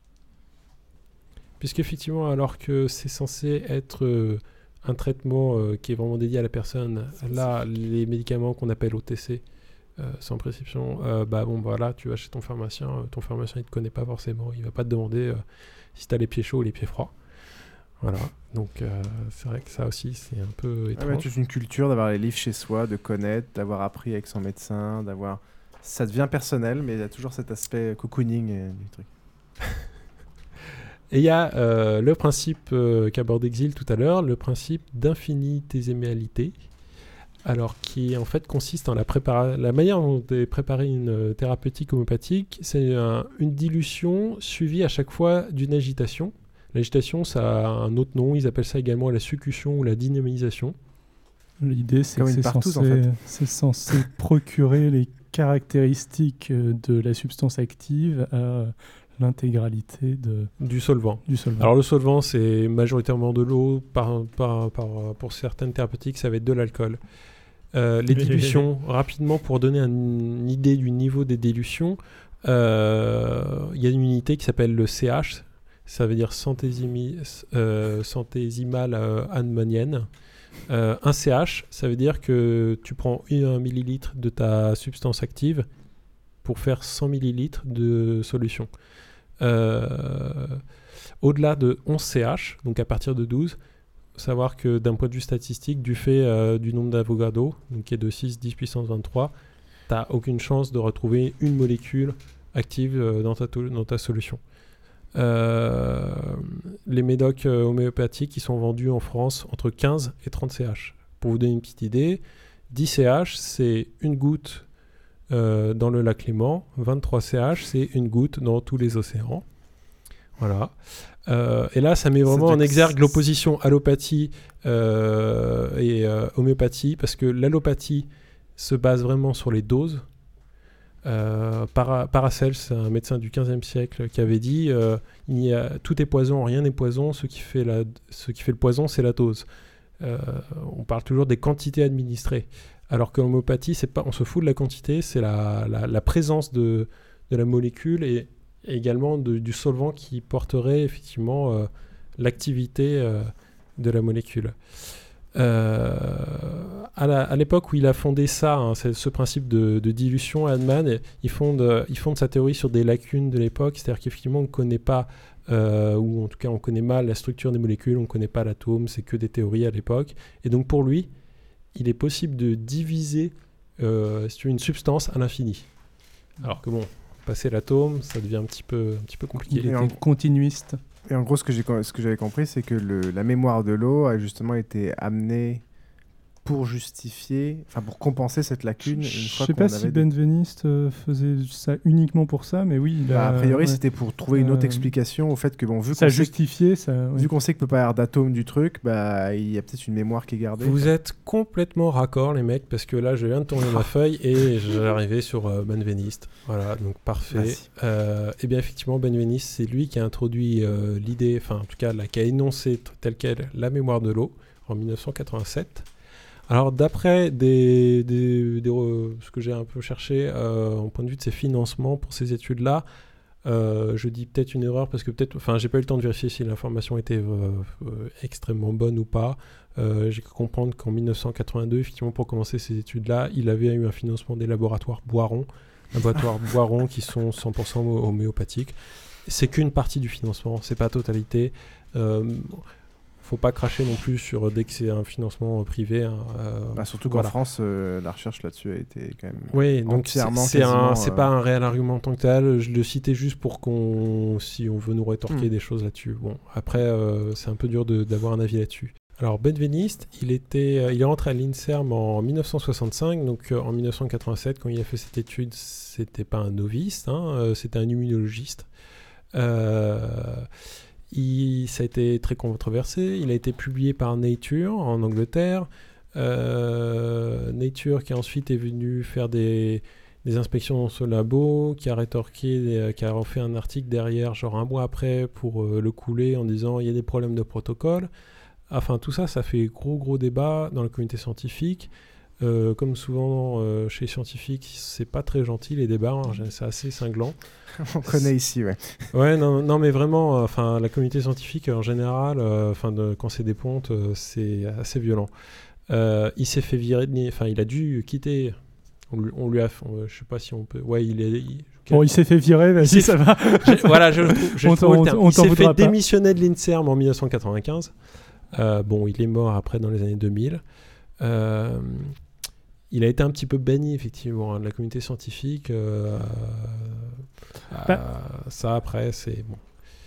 Puisqu'effectivement, alors que c'est censé être euh, un traitement euh, qui est vraiment dédié à la personne, là, les médicaments qu'on appelle O T C, euh, sans prescription, euh, bah bon, voilà, tu vas chez ton pharmacien, euh, ton pharmacien, il te connaît pas forcément, il va pas te demander euh, si tu as les pieds chauds ou les pieds froids. Voilà, donc euh, c'est vrai que ça aussi, c'est un peu Ah étrange. ouais, toute une culture d'avoir les livres chez soi, de connaître, d'avoir appris avec son médecin, d'avoir... Ça devient personnel, mais il y a toujours cet aspect cocooning et du truc. Et il y a euh, le principe euh, qu'aborde Exil tout à l'heure, le principe d'infinitésimalité, alors qui en fait consiste en la préparation. La manière dont est préparée une euh, thérapeutique homéopathique, c'est un- une dilution suivie à chaque fois d'une agitation. L'agitation, ça a un autre nom, ils appellent ça également la succution ou la dynamisation. L'idée, c'est Comme que une c'est partouze, censé, en fait. c'est censé procurer les caractéristiques euh, de la substance active à l'intégralité de... Du solvant. Du solvant. Alors le solvant, c'est majoritairement de l'eau. Par, par, par- pour certaines thérapeutiques, ça va être de l'alcool. Euh, les dilutions, rapidement, pour donner un- une idée du niveau des dilutions, euh, il y a une unité qui s'appelle le C H, ça veut dire centésimi, euh, centésimale euh, ammonienne. Euh, un C H, ça veut dire que tu prends un millilitre de ta substance active pour faire cent millilitres de solution. Euh, au-delà de onze C H, donc à partir de douze, savoir que d'un point de vue statistique, du fait euh, du nombre d'Avogadro, donc qui est de six, dix puissance vingt-trois, tu n'as aucune chance de retrouver une molécule active euh, dans, ta to- dans ta solution. Euh, les médocs euh, homéopathiques qui sont vendus en France entre quinze et trente C H. Pour vous donner une petite idée, dix C H, c'est une goutte euh, dans le lac Léman, vingt-trois C H, c'est une goutte dans tous les océans. Voilà. Euh, et là, ça met vraiment C'est en de- exergue l'opposition allopathie euh, et euh, homéopathie, parce que l'allopathie se base vraiment sur les doses. Euh, Para- Paracels, c'est un médecin du quinzième siècle qui avait dit euh, il y a, tout est poison, rien n'est poison, ce qui fait, la, ce qui fait le poison, c'est la dose. Euh, on parle toujours des quantités administrées. Alors que l'homéopathie, c'est pas, on se fout de la quantité, c'est la, la, la présence de, de la molécule et, et également de, du solvant qui porterait effectivement euh, l'activité euh, de la molécule. Euh, à, la, à l'époque où il a fondé ça, hein, c'est ce principe de, de dilution, Hahnemann, il fonde, il fonde sa théorie sur des lacunes de l'époque, c'est-à-dire qu'effectivement on ne connaît pas, euh, ou en tout cas on connaît mal la structure des molécules, on ne connaît pas l'atome, c'est que des théories à l'époque, et donc pour lui, il est possible de diviser euh, sur une substance à l'infini. Alors que bon, passer l'atome, ça devient un petit peu, un petit peu compliqué. Il était continuiste. Et en gros, ce que, j'ai, ce que j'avais compris, c'est que le, la mémoire de l'eau a justement été amenée pour justifier, enfin pour compenser cette lacune. Je une ne fois sais qu'on pas avait si des- Benveniste euh, faisait ça uniquement pour ça, mais oui. Il Bah, a, a priori, ouais. c'était pour trouver une autre Euh, explication au fait que, bon, vu ça qu'on sait, justifiait, ça. ouais. vu qu'on sait qu'il ne peut pas y avoir d'atome du truc, bah, il y a peut-être une mémoire qui est gardée. Vous êtes complètement raccord, les mecs, parce que là, je viens de tourner ma feuille et j'ai arrivé sur euh, Benveniste. Voilà, donc parfait. Merci. Euh, et bien, effectivement, Benveniste, c'est lui qui a introduit euh, l'idée, enfin, en tout cas, là, qui a énoncé t- telle quelle la mémoire de l'eau en mille neuf cent quatre-vingt-sept. Alors, d'après des, des, des, euh, ce que j'ai un peu cherché, euh, en point de vue de ses financements pour ces études-là, euh, je dis peut-être une erreur parce que peut-être, enfin, j'ai pas eu le temps de vérifier si l'information était euh, euh, extrêmement bonne ou pas. Euh, j'ai cru comprendre qu'en mille neuf cent quatre-vingt-deux, effectivement, pour commencer ces études-là, il avait eu un financement des laboratoires Boiron, laboratoires Boiron qui sont cent pour cent homé- homéopathiques. C'est qu'une partie du financement, c'est pas la totalité. Euh, faut pas cracher non plus sur dès que c'est un financement privé. Hein, euh, bah, surtout qu'en voilà. France, euh, la recherche là-dessus a été quand même. Oui, donc c'est, c'est, un, c'est euh... pas un réel argument en tant que tel. Je le citais juste pour qu'on, si on veut nous rétorquer mmh. des choses là-dessus. Bon, après, euh, c'est un peu dur de, d'avoir un avis là-dessus. Alors, Benveniste, il, était, euh, il est rentré à l'INSERM en dix-neuf cent soixante-cinq, donc euh, en dix-neuf cent quatre-vingt-sept, quand il a fait cette étude, c'était pas un novice, hein, euh, c'était un immunologiste. Euh, il, ça a été très controversé. Il a été publié par Nature en Angleterre. Euh, Nature qui ensuite est venu faire des, des inspections dans ce labo, qui a rétorqué, des, qui a fait un article derrière, genre un mois après, pour euh, le couler en disant il y a des problèmes de protocole. Enfin, tout ça, ça fait gros, gros débat dans la communauté scientifique. Euh, comme souvent euh, chez les scientifiques, c'est pas très gentil les débats, hein, c'est assez cinglant. On connaît ici, ouais. Ouais, non, non mais vraiment, enfin, euh, la communauté scientifique en général, enfin, euh, quand c'est des pontes, euh, c'est assez violent. Euh, il s'est fait virer, enfin, il a dû quitter. On lui, on lui a, on, je sais pas si on peut. Ouais, il est. Il, bon, il s'est fait virer, vas-y, s'est, ça va. Je, voilà, je, je on trouve on, le terme. On il s'est fait pas. démissionner de l'INSERM en dix-neuf cent quatre-vingt-quinze. Euh, bon, il est mort après dans les années deux mille. Euh, il a été un petit peu banni effectivement hein, de la communauté scientifique. Euh, bah. euh, ça après, c'est bon.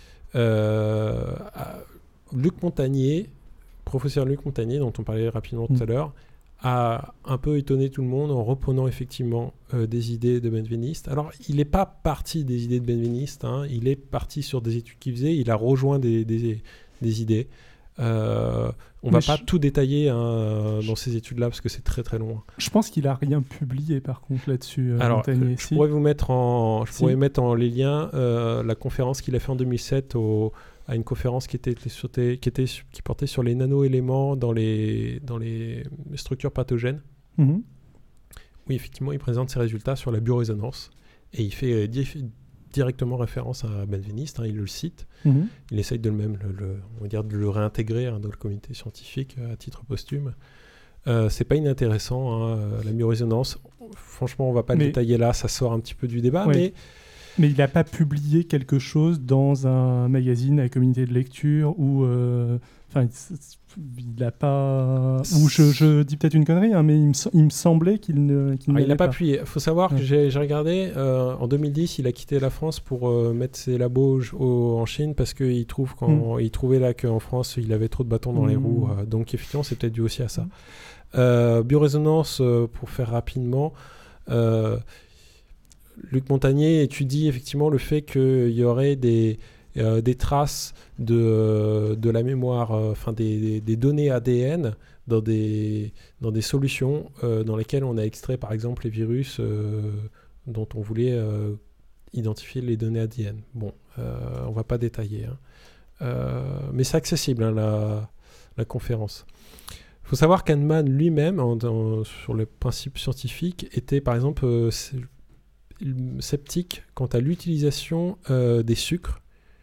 Euh, Luc Montagnier, professeur Luc Montagnier, dont on parlait rapidement mmh. tout à l'heure, a un peu étonné tout le monde en reprenant effectivement euh, des idées de Benveniste. Alors, il n'est pas parti des idées de Benveniste, hein, il est parti sur des études qu'il faisait, il a rejoint des, des, des idées. Euh, on ne va je... pas tout détailler hein, dans ces études-là parce que c'est très très loin. Je pense qu'il n'a rien publié par contre là-dessus. Euh, Alors, Montagnier, je si. pourrais vous mettre en, je si. pourrais mettre en les liens euh, la conférence qu'il a fait en deux mille sept au, à une conférence qui était, sur tes, qui était qui portait sur les nano-éléments dans les dans les structures pathogènes. Mm-hmm. Oui, effectivement, il présente ses résultats sur la biorésonance et il fait euh, directement référence à Benveniste, hein, il le cite. Mmh. Il essaye de le même, le, le, on va dire, de le réintégrer hein, dans le comité scientifique euh, à titre posthume. Euh, c'est pas inintéressant, hein, la biorésonance. Franchement, on va pas mais, le détailler là, ça sort un petit peu du débat, oui. mais... Mais il n'a pas publié quelque chose dans un magazine à communauté de lecture ou... Euh, enfin, il n'a pas... Ou je, je dis peut-être une connerie, hein, mais il me, il me semblait qu'il ne qu'il ah, il n'a pas pas appuyé. Il faut savoir ouais. que j'ai, j'ai regardé, euh, en deux mille dix, il a quitté la France pour euh, mettre ses labos au, en Chine parce qu'il trouve quand, mm. il trouvait là qu'en France, il avait trop de bâtons dans mm. les roues. Euh, donc, effectivement, c'est peut-être dû aussi à ça. Mm. Euh, biorésonance, euh, pour faire rapidement... Euh, Luc Montagnier étudie effectivement le fait qu'il y aurait des, euh, des traces de, de la mémoire, enfin euh, des, des, des données A D N dans des, dans des solutions euh, dans lesquelles on a extrait par exemple les virus euh, dont on voulait euh, identifier les données A D N. Bon, euh, on ne va pas détailler, hein. euh, mais c'est accessible hein, la, la conférence. Il faut savoir qu'Hahnemann lui-même, en, en, sur le principe scientifique, était par exemple... Euh, sceptique quant à l'utilisation euh, des sucres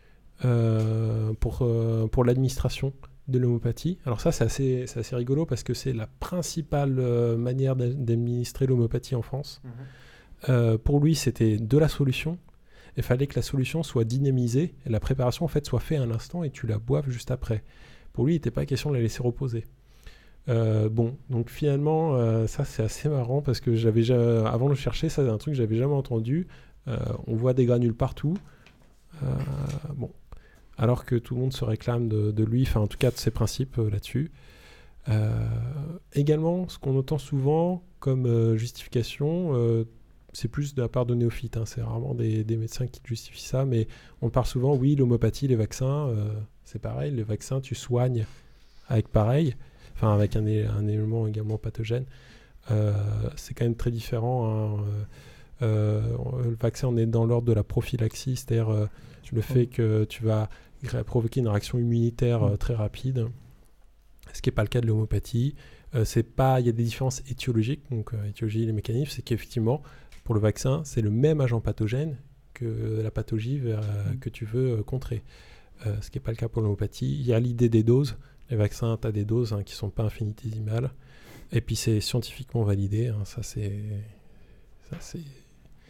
euh, pour, euh, pour l'administration de l'homéopathie. Alors ça, c'est assez, c'est assez rigolo parce que c'est la principale euh, manière d'administrer l'homéopathie en France. Mmh. Euh, pour lui, c'était de la solution. Il fallait que la solution soit dynamisée et la préparation en fait, soit faite à l'instant et tu la boives juste après. Pour lui, il n'était pas question de la laisser reposer. Euh, bon, donc finalement, euh, ça c'est assez marrant parce que j'avais déjà, avant de le chercher, ça c'est un truc que j'avais jamais entendu. Euh, on voit des granules partout. Euh, bon, alors que tout le monde se réclame de, de lui, enfin en tout cas de ses principes euh, là-dessus. Euh, également, ce qu'on entend souvent comme euh, justification, euh, c'est plus de la part de néophytes. Hein, c'est rarement des, des médecins qui justifient ça, mais on parle souvent, oui, l'homéopathie, les vaccins, euh, c'est pareil. Les vaccins, tu soignes avec pareil. Enfin, avec un, un élément également pathogène, euh, c'est quand même très différent. Hein. Euh, le vaccin, on est dans l'ordre de la prophylaxie, c'est-à-dire euh, le fait que tu vas provoquer une réaction immunitaire euh, très rapide, ce qui n'est pas le cas de l'homéopathie. Euh, c'est pas, il y a des différences étiologiques, donc euh, étiologie, les mécanismes, c'est qu'effectivement, pour le vaccin, c'est le même agent pathogène que la pathologie vers, euh, que tu veux euh, contrer, euh, ce qui n'est pas le cas pour l'homéopathie. Il y a l'idée des doses. Les vaccins, tu as des doses hein, qui ne sont pas infinitésimales. Et puis, c'est scientifiquement validé. Hein, ça, c'est... ça, c'est...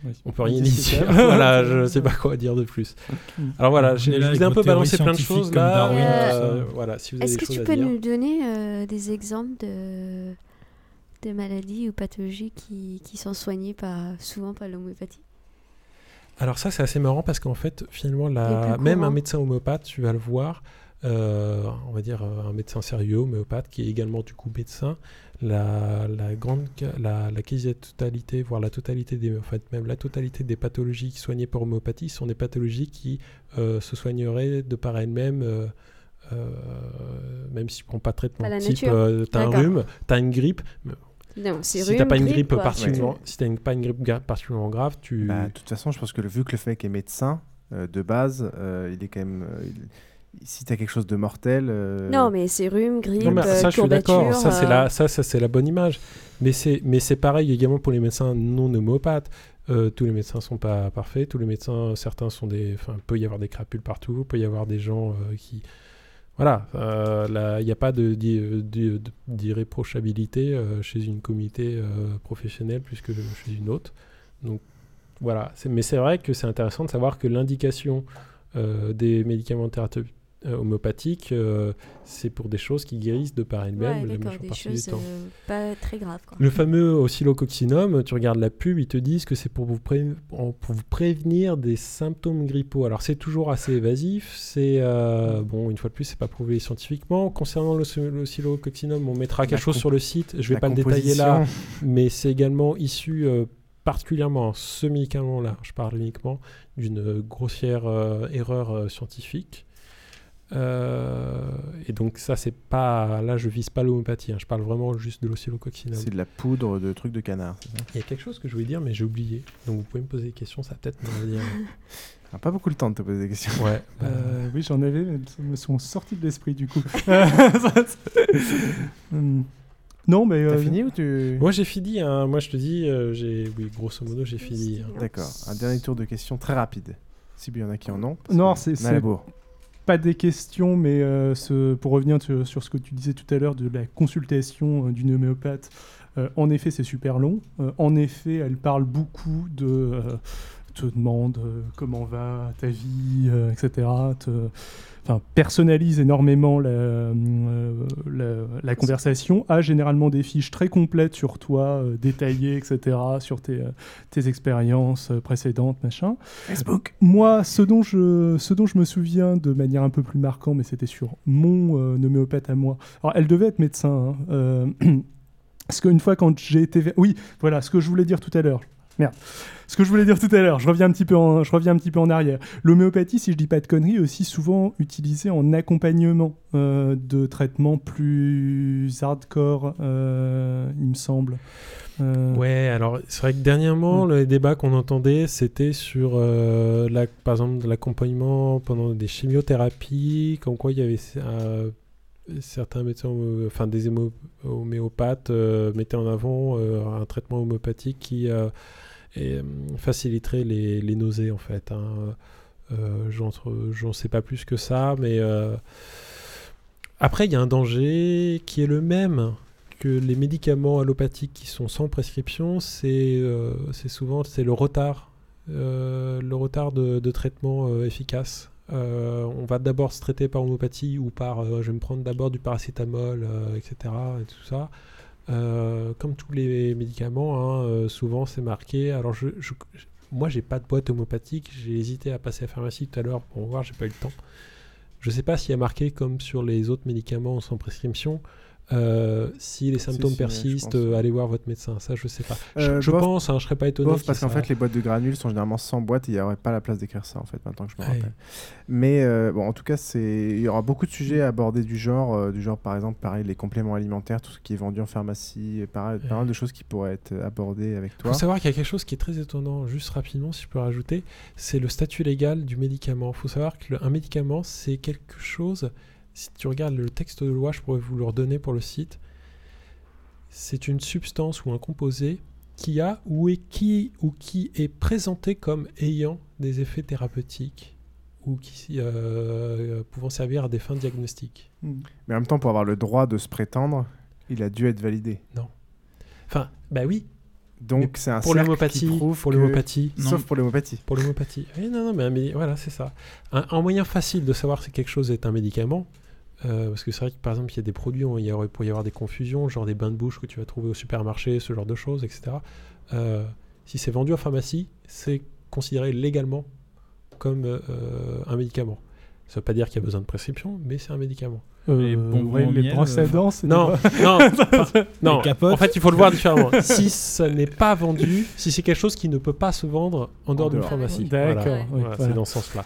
Oui. On peut rien Oui, y c'est dire. ça. Voilà, je sais pas quoi dire de plus. Alors voilà, On j'ai- est là je vous ai avec un vos peu balancé théories plein de choses scientifiques comme là. Darwin, euh, tout ça. voilà, si vous avez Est-ce des que choses tu à peux dire. nous donner euh, des exemples de, de maladies ou pathologies qui, qui sont soignées par, souvent par l'homéopathie? Alors ça, c'est assez marrant parce qu'en fait, finalement, Les la... plus même un courants. médecin homéopathe, tu vas le voir, euh, on va dire euh, un médecin sérieux homéopathe qui est également du coup médecin, la, la grande, ca- la, la quasi-totalité, voire la totalité des, en fait, même la totalité des pathologies soignées par homéopathie sont des pathologies qui euh, se soigneraient de par elles-mêmes. Euh, euh, même si tu prends pas de traitement Pas la type, nature. euh, t'as un D'accord. rhume, t'as une grippe. Non, c'est si rhume, t'as pas une grippe, grippe quoi. particulièrement, Ouais. si t'as une, pas une grippe ga- particulièrement grave, tu. Bah, de toute façon, je pense que le, vu que le mec est médecin, euh, de base, euh, il est quand même. euh, il- si t'as quelque chose de mortel. euh, Non, mais c'est rhume, grippe, Non, mais ça, je suis courbature. d'accord. Ça, c'est euh, la, ça, ça, c'est la bonne image. Mais c'est, mais c'est pareil également pour les médecins non homméopathes. Euh, tous les médecins sont pas parfaits. Tous les médecins, certains sont des. Enfin, peut y avoir des crapules partout. Il peut y avoir des gens euh, qui. Voilà. euh, là, il n'y a pas de, d'i- de- de- d'irréprochabilité euh, chez une communauté euh, professionnelle plus que chez une autre. Donc, voilà. C'est, mais c'est vrai que c'est intéressant de savoir que l'indication euh, des médicaments thérapeutiques euh, homéopathiques, euh, c'est pour des choses qui guérissent de par elles-mêmes Ouais, la d'accord, majeure des partie du choses temps. euh, pas très graves. Quoi. Le fameux oscillococcinum, tu regardes la pub, ils te disent que c'est pour vous, pré- en- pour vous prévenir des symptômes grippaux. Alors c'est toujours assez évasif, c'est euh, bon, une fois de plus, c'est pas prouvé scientifiquement. Concernant l'os- l'oscillococcinum, on mettra quelque La chose comp- sur le site, je vais la pas le détailler là, composition. mais c'est également issu euh, particulièrement ce médicament-là, je parle uniquement d'une grossière euh, erreur euh, scientifique. Euh, et donc ça c'est pas là je vise pas l'homéopathie hein, je parle vraiment juste de l'oscillococcinum. C'est de la poudre de trucs de canard, c'est ça? Il y a quelque chose que je voulais dire mais j'ai oublié, donc vous pouvez me poser des questions, ça va peut-être me dire. On n'a pas beaucoup le temps de te poser des questions. Ouais. Euh, oui, j'en avais, mais elles me sont sorties de l'esprit du coup. Hum. Non, mais. T'as euh, fini ou tu. Moi j'ai fini, hein. Moi je te dis, euh, j'ai oui grosso modo j'ai fini. hein. D'accord. Un dernier tour de questions très rapide. Si il y en a qui en ont. parce Non, que c'est. on a c'est la bourre. Pas des questions, mais euh, ce- pour revenir sur, sur ce que tu disais tout à l'heure de la consultation euh, d'une homéopathe, euh, en effet, c'est super long. Euh, en effet, elle parle beaucoup de. Euh, te demande euh, comment va ta vie, euh, et cetera. Te, enfin, personnalise énormément la, euh, la, la conversation, a généralement des fiches très complètes sur toi, euh, détaillées, et cetera, sur tes, euh, tes expériences euh, précédentes, machin. Facebook. Moi, ce dont, je, ce dont je me souviens de manière un peu plus marquante, mais c'était sur mon euh, homéopathe à moi. Alors, elle devait être médecin. Hein, euh, parce qu'une fois, quand j'ai été... ver- Oui, voilà, ce que je voulais dire tout à l'heure. Merde. Ce que je voulais dire tout à l'heure, je reviens un petit peu en, je reviens un petit peu en arrière. L'homéopathie, si je dis pas de conneries, est aussi souvent utilisée en accompagnement euh, de traitements plus hardcore, euh, il me semble. Euh, Ouais, alors c'est vrai que dernièrement, Mm. le débat qu'on entendait, c'était sur, euh, la, par exemple, de l'accompagnement pendant des chimiothérapies, comme quoi il y avait euh, certains médecins, homé- enfin des hémo- homéopathes euh, mettaient en avant euh, un traitement homéopathique qui euh, et, euh, faciliterait les, les nausées en fait. Hein. Euh, j'en, j'en sais pas plus que ça, mais euh, après il y a un danger qui est le même que les médicaments allopathiques qui sont sans prescription, c'est, euh, c'est souvent c'est le retard, euh, le retard de, de traitement euh, efficace. Euh, on va d'abord se traiter par homéopathie ou par euh, je vais me prendre d'abord du paracétamol, euh, et cetera. Et tout ça. Euh, comme tous les médicaments, hein, euh, souvent c'est marqué. Alors je, je, je- moi j'ai pas de boîte homéopathique, j'ai hésité à passer à la pharmacie tout à l'heure pour voir, j'ai pas eu le temps. Je sais pas s'il y a marqué comme sur les autres médicaments sans prescription. Euh, si les symptômes si, ouais, je persistent, pense. euh, allez voir votre médecin. Ça, je sais pas. Euh, je je bof- pense, hein, je serais pas étonné. bof, qu'il parce qu'en ça- fait, les boîtes de granules sont généralement sans boîte et il n'y aurait pas la place d'écrire ça, en fait, maintenant que je me Ouais. rappelle. Mais euh, bon, en tout cas, c'est... il y aura beaucoup de sujets à aborder du genre, euh, du genre par exemple, pareil, les compléments alimentaires, tout ce qui est vendu en pharmacie, et pareil, pas mal de choses qui pourraient être abordées avec Il toi. faut savoir qu'il y a quelque chose qui est très étonnant, juste rapidement, si je peux rajouter, c'est le statut légal du médicament. Il faut savoir qu'un médicament, c'est quelque chose, si tu regardes le texte de loi, je pourrais vous le redonner pour le site, c'est une substance ou un composé qui a ou, est, qui, ou qui est présenté comme ayant des effets thérapeutiques ou qui euh, pouvant servir à des fins diagnostiques. Mais en même temps, pour avoir le droit de se prétendre, il a dû être validé. Non. Enfin, bah oui. Donc c'est un pour cercle l'homéopathie, qui prouve pour que- l'homéopathie, Sauf pour l'homéopathie. Pour l'homéopathie. Oui, non, non, mais, mais voilà, c'est ça. Un, un moyen facile de savoir si quelque chose est un médicament, euh, parce que c'est vrai que par exemple, il y a des produits où il y aurait, pourrait y avoir des confusions, genre des bains de bouche que tu vas trouver au supermarché, ce genre de choses, et cetera. Euh, si c'est vendu en pharmacie, c'est considéré légalement comme euh, un médicament. Ça ne veut pas dire qu'il y a besoin de prescription, mais c'est un médicament. Euh, Les bonbons ouais, au les miel, brosses à euh, dents, c'est Non, des- non, enfin, non. Les capotes. En fait, il faut le voir différemment. Si ça n'est pas vendu, si c'est quelque chose qui ne peut pas se vendre en dehors d'une dehors. pharmacie. D'accord, Voilà. oui, Voilà, voilà. c'est dans ce sens-là.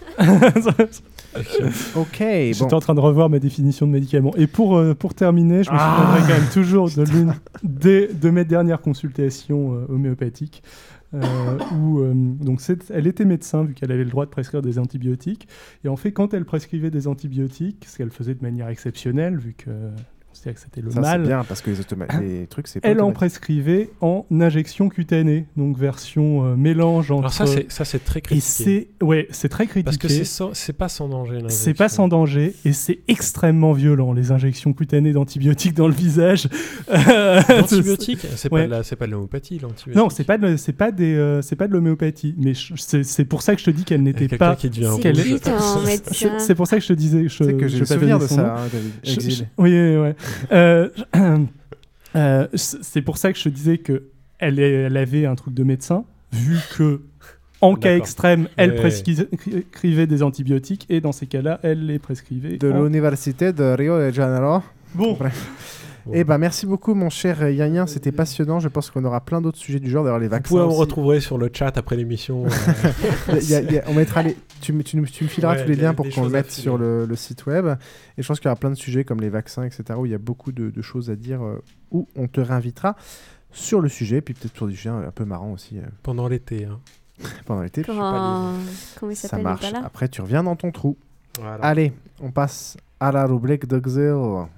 Ok, J'étais bon. en train de revoir ma définition de médicament. Et pour, euh, pour terminer, je me Ah. souviendrai quand même toujours de l'une des, de mes dernières consultations euh, homéopathiques. euh, où euh, donc c'est- elle était médecin vu qu'elle avait le droit de prescrire des antibiotiques. Et en fait, quand elle prescrivait des antibiotiques, ce qu'elle faisait de manière exceptionnelle, vu que c'est que c'était le Ça, mal. c'est bien parce que les, automa- les trucs, c'est pas Elle en automatique. prescrivait en injection cutanée, donc version euh, mélange entre. Alors ça, c'est, ça, c'est très Et critiqué. c'est ouais, c'est très critiqué. Parce que c'est, sans- c'est pas sans danger. C'est pas sans danger et c'est extrêmement violent, les injections cutanées d'antibiotiques dans le visage. L'antibiotique, c'est pas Ouais. de la- c'est pas de l'homéopathie, l'antibiotique. Non, c'est pas de, c'est pas des, euh, c'est pas de l'homéopathie, mais je- c'est, c'est pour ça que je te dis qu'elle n'était quelqu'un pas. qui devient C'est qu'elle qui ton médecin? C'est- C'est pour ça que je te disais. Je, Tu sais que j'ai je le vais pas souvenir donner de son ça, nom. hein, David. Je- Exil. je- oui, oui, ouais. Euh, euh, c'est pour ça que je te disais que elle, est- elle avait un truc de médecin, vu que en cas D'accord. extrême, elle Ouais. prescri- prescrivait des antibiotiques et dans ces cas-là, elle les prescrivait. De en- l'université de Rio de Janeiro. Bon. Bref. Bon. Eh ben, merci beaucoup, mon cher Yann. C'était passionnant. Je pense qu'on aura plein d'autres sujets du genre. D'ailleurs, les Vous vaccins. pouvez me aussi. retrouver sur le chat après l'émission. euh, Il y a- il y a- on mettra les, tu, me- tu, nous- tu me fileras Ouais, tous les il y a liens pour des qu'on le choses à mette filer. sur le, le site web. Et je pense qu'il y aura plein de sujets comme les vaccins, et cetera, où il y a beaucoup de, de choses à dire, euh, où on te réinvitera sur le sujet, puis peut-être sur des sujets un peu marrants aussi. euh, Pendant l'été. Hein. pendant l'été. Comment, comment il Ça s'appelle marche. il est pas là Après, tu reviens dans ton trou. Voilà. Allez, on passe à la rubrique de Xil.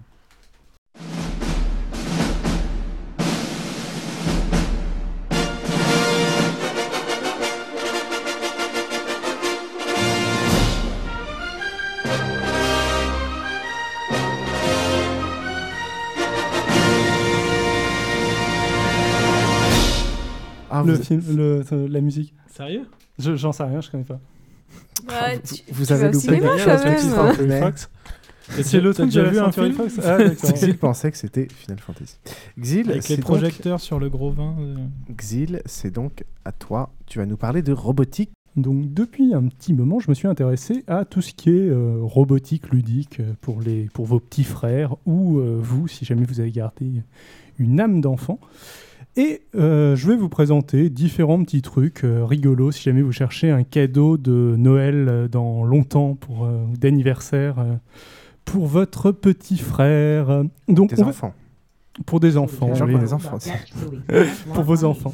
Ah, le vous- film, le, euh, la musique. Sérieux? Je- J'en sais rien, je connais pas. Ouais, tu- vous tu avez vas au loupé cinéma, quelque quand chose, même. Century Fox. Et c'est le T'as truc déjà de vu la un Century film Fox. Ah, d'accord. Xil pensait que c'était Final Fantasy. Xil, Avec c'est les donc- projecteurs sur le gros vin. euh. Xil, c'est donc à toi. Tu vas nous parler de robotique. Donc depuis un petit moment, je me suis intéressé à tout ce qui est euh, robotique ludique euh, pour, les, pour vos petits frères ou euh, vous, si jamais vous avez gardé une âme d'enfant. Et euh, je vais vous présenter différents petits trucs euh, rigolos si jamais vous cherchez un cadeau de Noël euh, dans longtemps pour euh, d'anniversaire euh, pour votre petit frère. Donc, Des on va- enfants. Pour des enfants. Les gens oui. qui ont des enfants. Pour vos enfants.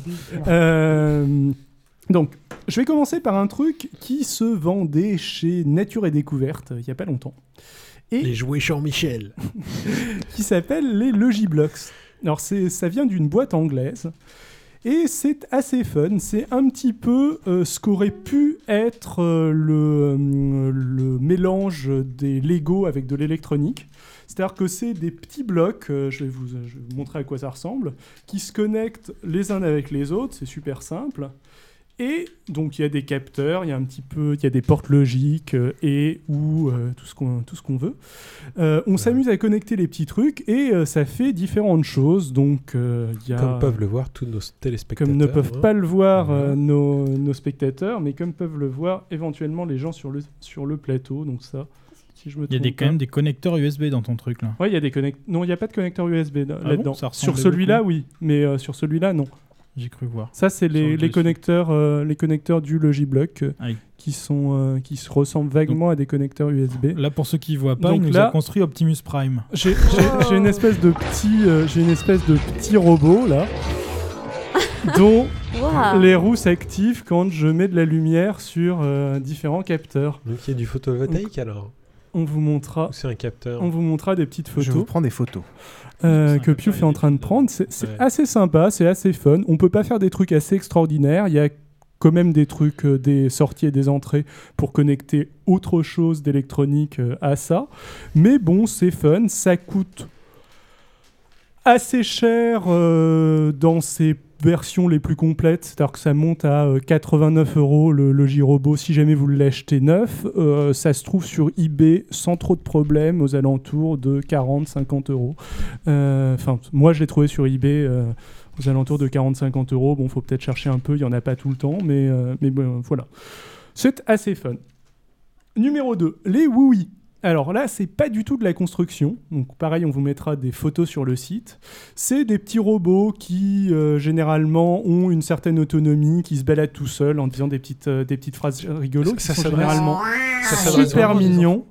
Euh, donc, je vais commencer par un truc qui se vendait chez Nature et Découverte euh, il n'y a pas longtemps. Et Les jouets Jean-Michel. qui s'appelle les Logiblocks. Alors, c'est, ça vient d'une boîte anglaise. Et c'est assez fun. C'est un petit peu euh, ce qu'aurait pu être euh, le, euh, le mélange des Lego avec de l'électronique. C'est-à-dire que c'est des petits blocs, euh, je, vais vous, je vais vous montrer à quoi ça ressemble, qui se connectent les uns avec les autres. C'est super simple. Et donc il y a des capteurs, il y a un petit peu, il y a des portes logiques euh, et ou euh, tout ce qu'on tout ce qu'on veut. Euh, on s'amuse à connecter les petits trucs et euh, ça fait différentes choses. Donc euh, il y a Comme peuvent le voir tous nos téléspectateurs. comme ne peuvent hein. pas le voir Voilà. euh, nos, nos spectateurs, mais comme peuvent le voir éventuellement les gens sur le sur le plateau. Donc ça, si je me Il y a trompe des, pas. quand même des connecteurs U S B dans ton truc là. Ouais, il y a des connect... Non, il n'y a pas de connecteur U S B là- Ah là-dedans. bon, ça sur ressemblait celui-là, beaucoup. oui, mais euh, sur celui-là, non. J'ai cru voir. Ça, c'est Sur les, le les dessus. connecteurs, euh, les connecteurs du Logiblock euh, Ah oui. qui sont euh, qui se ressemblent vaguement à des connecteurs U S B. Là, pour ceux qui voient pas, Donc il nous là- a construit Optimus Prime. J'ai j'ai- j'ai une espèce de petit, euh, j'ai une espèce de petit robot là, dont Waouh. les roues s'activent quand je mets de la lumière sur euh, différents capteurs. Donc il y a du photovoltaïque alors. On vous montrera, Ou c'est un capteur. on vous montrera des petites Je photos. vous prends des photos. euh, C'est un que capteur Piouf est en train de prendre. C'est c'est Ouais. assez sympa, c'est assez fun. On peut pas faire des trucs assez extraordinaires. Il y a quand même des trucs, euh, des sorties et des entrées pour connecter autre chose d'électronique euh, à ça. Mais bon, c'est fun. Ça coûte assez cher euh, dans ses versions les plus complètes, c'est-à-dire que ça monte à euh, quatre-vingt-neuf euros le, le J-Robot si jamais vous l'achetez neuf. Euh, ça se trouve sur eBay sans trop de problèmes aux alentours de quarante à cinquante euros. Enfin, euh, moi je l'ai trouvé sur eBay euh, aux alentours de quarante à cinquante euros. Bon, faut peut-être chercher un peu, il n'y en a pas tout le temps, mais, euh, mais bon, voilà. C'est assez fun. Numéro deux, les Wooey. Alors là, c'est pas du tout de la construction. Donc pareil, on vous mettra des photos sur le site. C'est des petits robots qui, euh, généralement, ont une certaine autonomie, qui se baladent tout seuls en disant des petites, euh, des petites phrases rigolotes, Ça qui sont s'adresse- généralement ça s'adresse super vraiment à des mignons.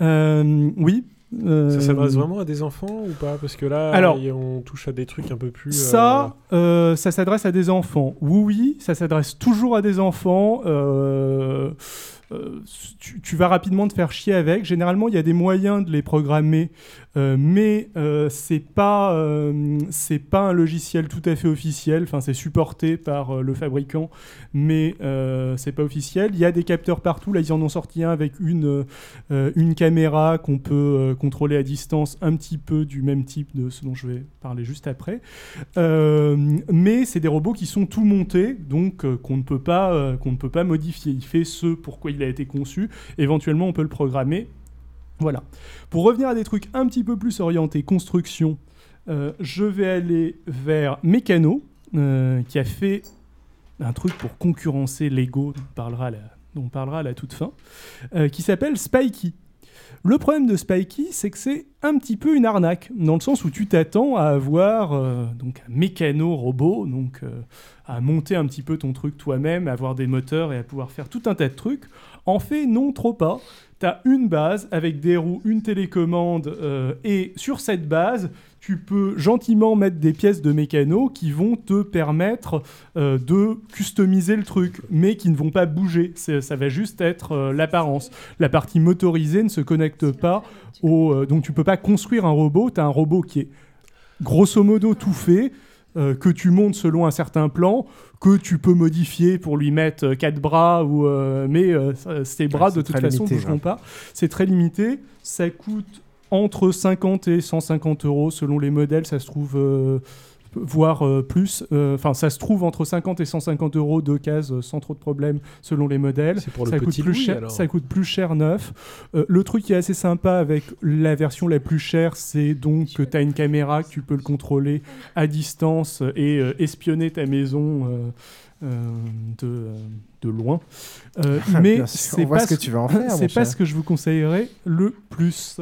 Euh, oui. euh, Ça s'adresse vraiment à des enfants ou pas? Parce que là, Alors, y- on touche à des trucs un peu plus... Ça, euh, ça s'adresse à des enfants. Oui, oui, ça s'adresse toujours à des enfants. Euh, euh, tu, tu vas rapidement te faire chier avec. Généralement, il y a des moyens de les programmer, euh, mais euh, c'est pas, euh, c'est pas un logiciel tout à fait officiel. Enfin, c'est supporté par euh, le fabricant, mais euh, c'est pas officiel. Il y a des capteurs partout. Là, ils en ont sorti un avec une, euh, une caméra qu'on peut euh, contrôler à distance, un petit peu du même type de ce dont je vais parler juste après. Euh, mais c'est des robots qui sont tout montés, donc euh, qu'on ne peut pas, euh, qu'on ne peut pas modifier. Il fait ce pourquoi il a été conçu. Éventuellement, on peut le programmer. Voilà. Pour revenir à des trucs un petit peu plus orientés construction, euh, je vais aller vers Mécano, euh, qui a fait un truc pour concurrencer Lego, dont on parlera à la, dont on parlera à la toute fin, euh, qui s'appelle Spikey. Le problème de Spikey, c'est que c'est un petit peu une arnaque, dans le sens où tu t'attends à avoir euh, donc un mécano robot, donc euh, à monter un petit peu ton truc toi-même, à avoir des moteurs et à pouvoir faire tout un tas de trucs. En fait, non, trop pas. T'as une base avec des roues, une télécommande, euh, et sur cette base, tu peux gentiment mettre des pièces de mécano qui vont te permettre euh, de customiser le truc, mais qui ne vont pas bouger. C'est, ça va juste être euh, l'apparence. La partie motorisée ne se connecte pas au... Euh, donc tu peux pas construire un robot. Tu as un robot qui est grosso modo tout fait, euh, que tu montes selon un certain plan, que tu peux modifier pour lui mettre euh, quatre bras, ou, euh, mais euh, ces bras, Ouais, de c'est toute très façon, ne limité, bougeront ouais. pas. C'est très limité. Ça coûte entre cinquante et cent cinquante euros selon les modèles. Ça se trouve, euh, voire euh, plus. Enfin, euh, ça se trouve entre cinquante et cent cinquante euros de cases euh, sans trop de problèmes selon les modèles. C'est pour le ça petit coûte plus Louis, cher. alors. Ça coûte plus cher neuf. Euh, le truc qui est assez sympa avec la version la plus chère, c'est donc que tu as une caméra, que tu peux le contrôler à distance et euh, espionner ta maison euh, euh, de, euh, de loin. Euh, mais Bien sûr, c'est on voit pas ce que tu vas en faire, mon c'est pas cher. ce que je vous conseillerais le plus.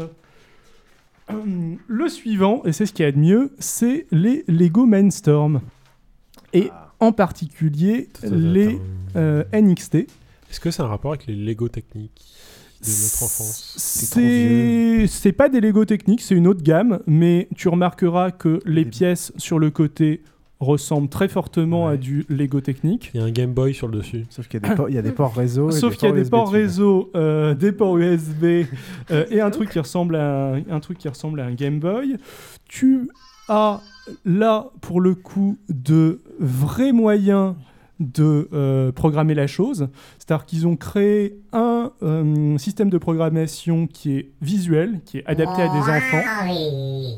Hum, Le suivant, et c'est ce qu'il y a de mieux, c'est les Lego Mindstorm. Et en particulier les euh, N X T. Est-ce que c'est un rapport avec les Lego techniques de notre enfance? C'est c'est pas des Lego techniques, c'est une autre gamme, mais tu remarqueras que les pièces sur le côté ressemblent très fortement à du Lego technique. Il y a un Game Boy sur le dessus. Sauf qu'il y a des, por- il y a des ports réseau. et Sauf qu'il y a ports des U S B ports dessus. réseau, euh, des ports U S B euh, et un truc qui ressemble à un, un truc qui ressemble à un Game Boy. Tu as là pour le coup de vrais moyens de euh, programmer la chose. C'est-à-dire qu'ils ont créé un euh, système de programmation qui est visuel, qui est adapté à des enfants,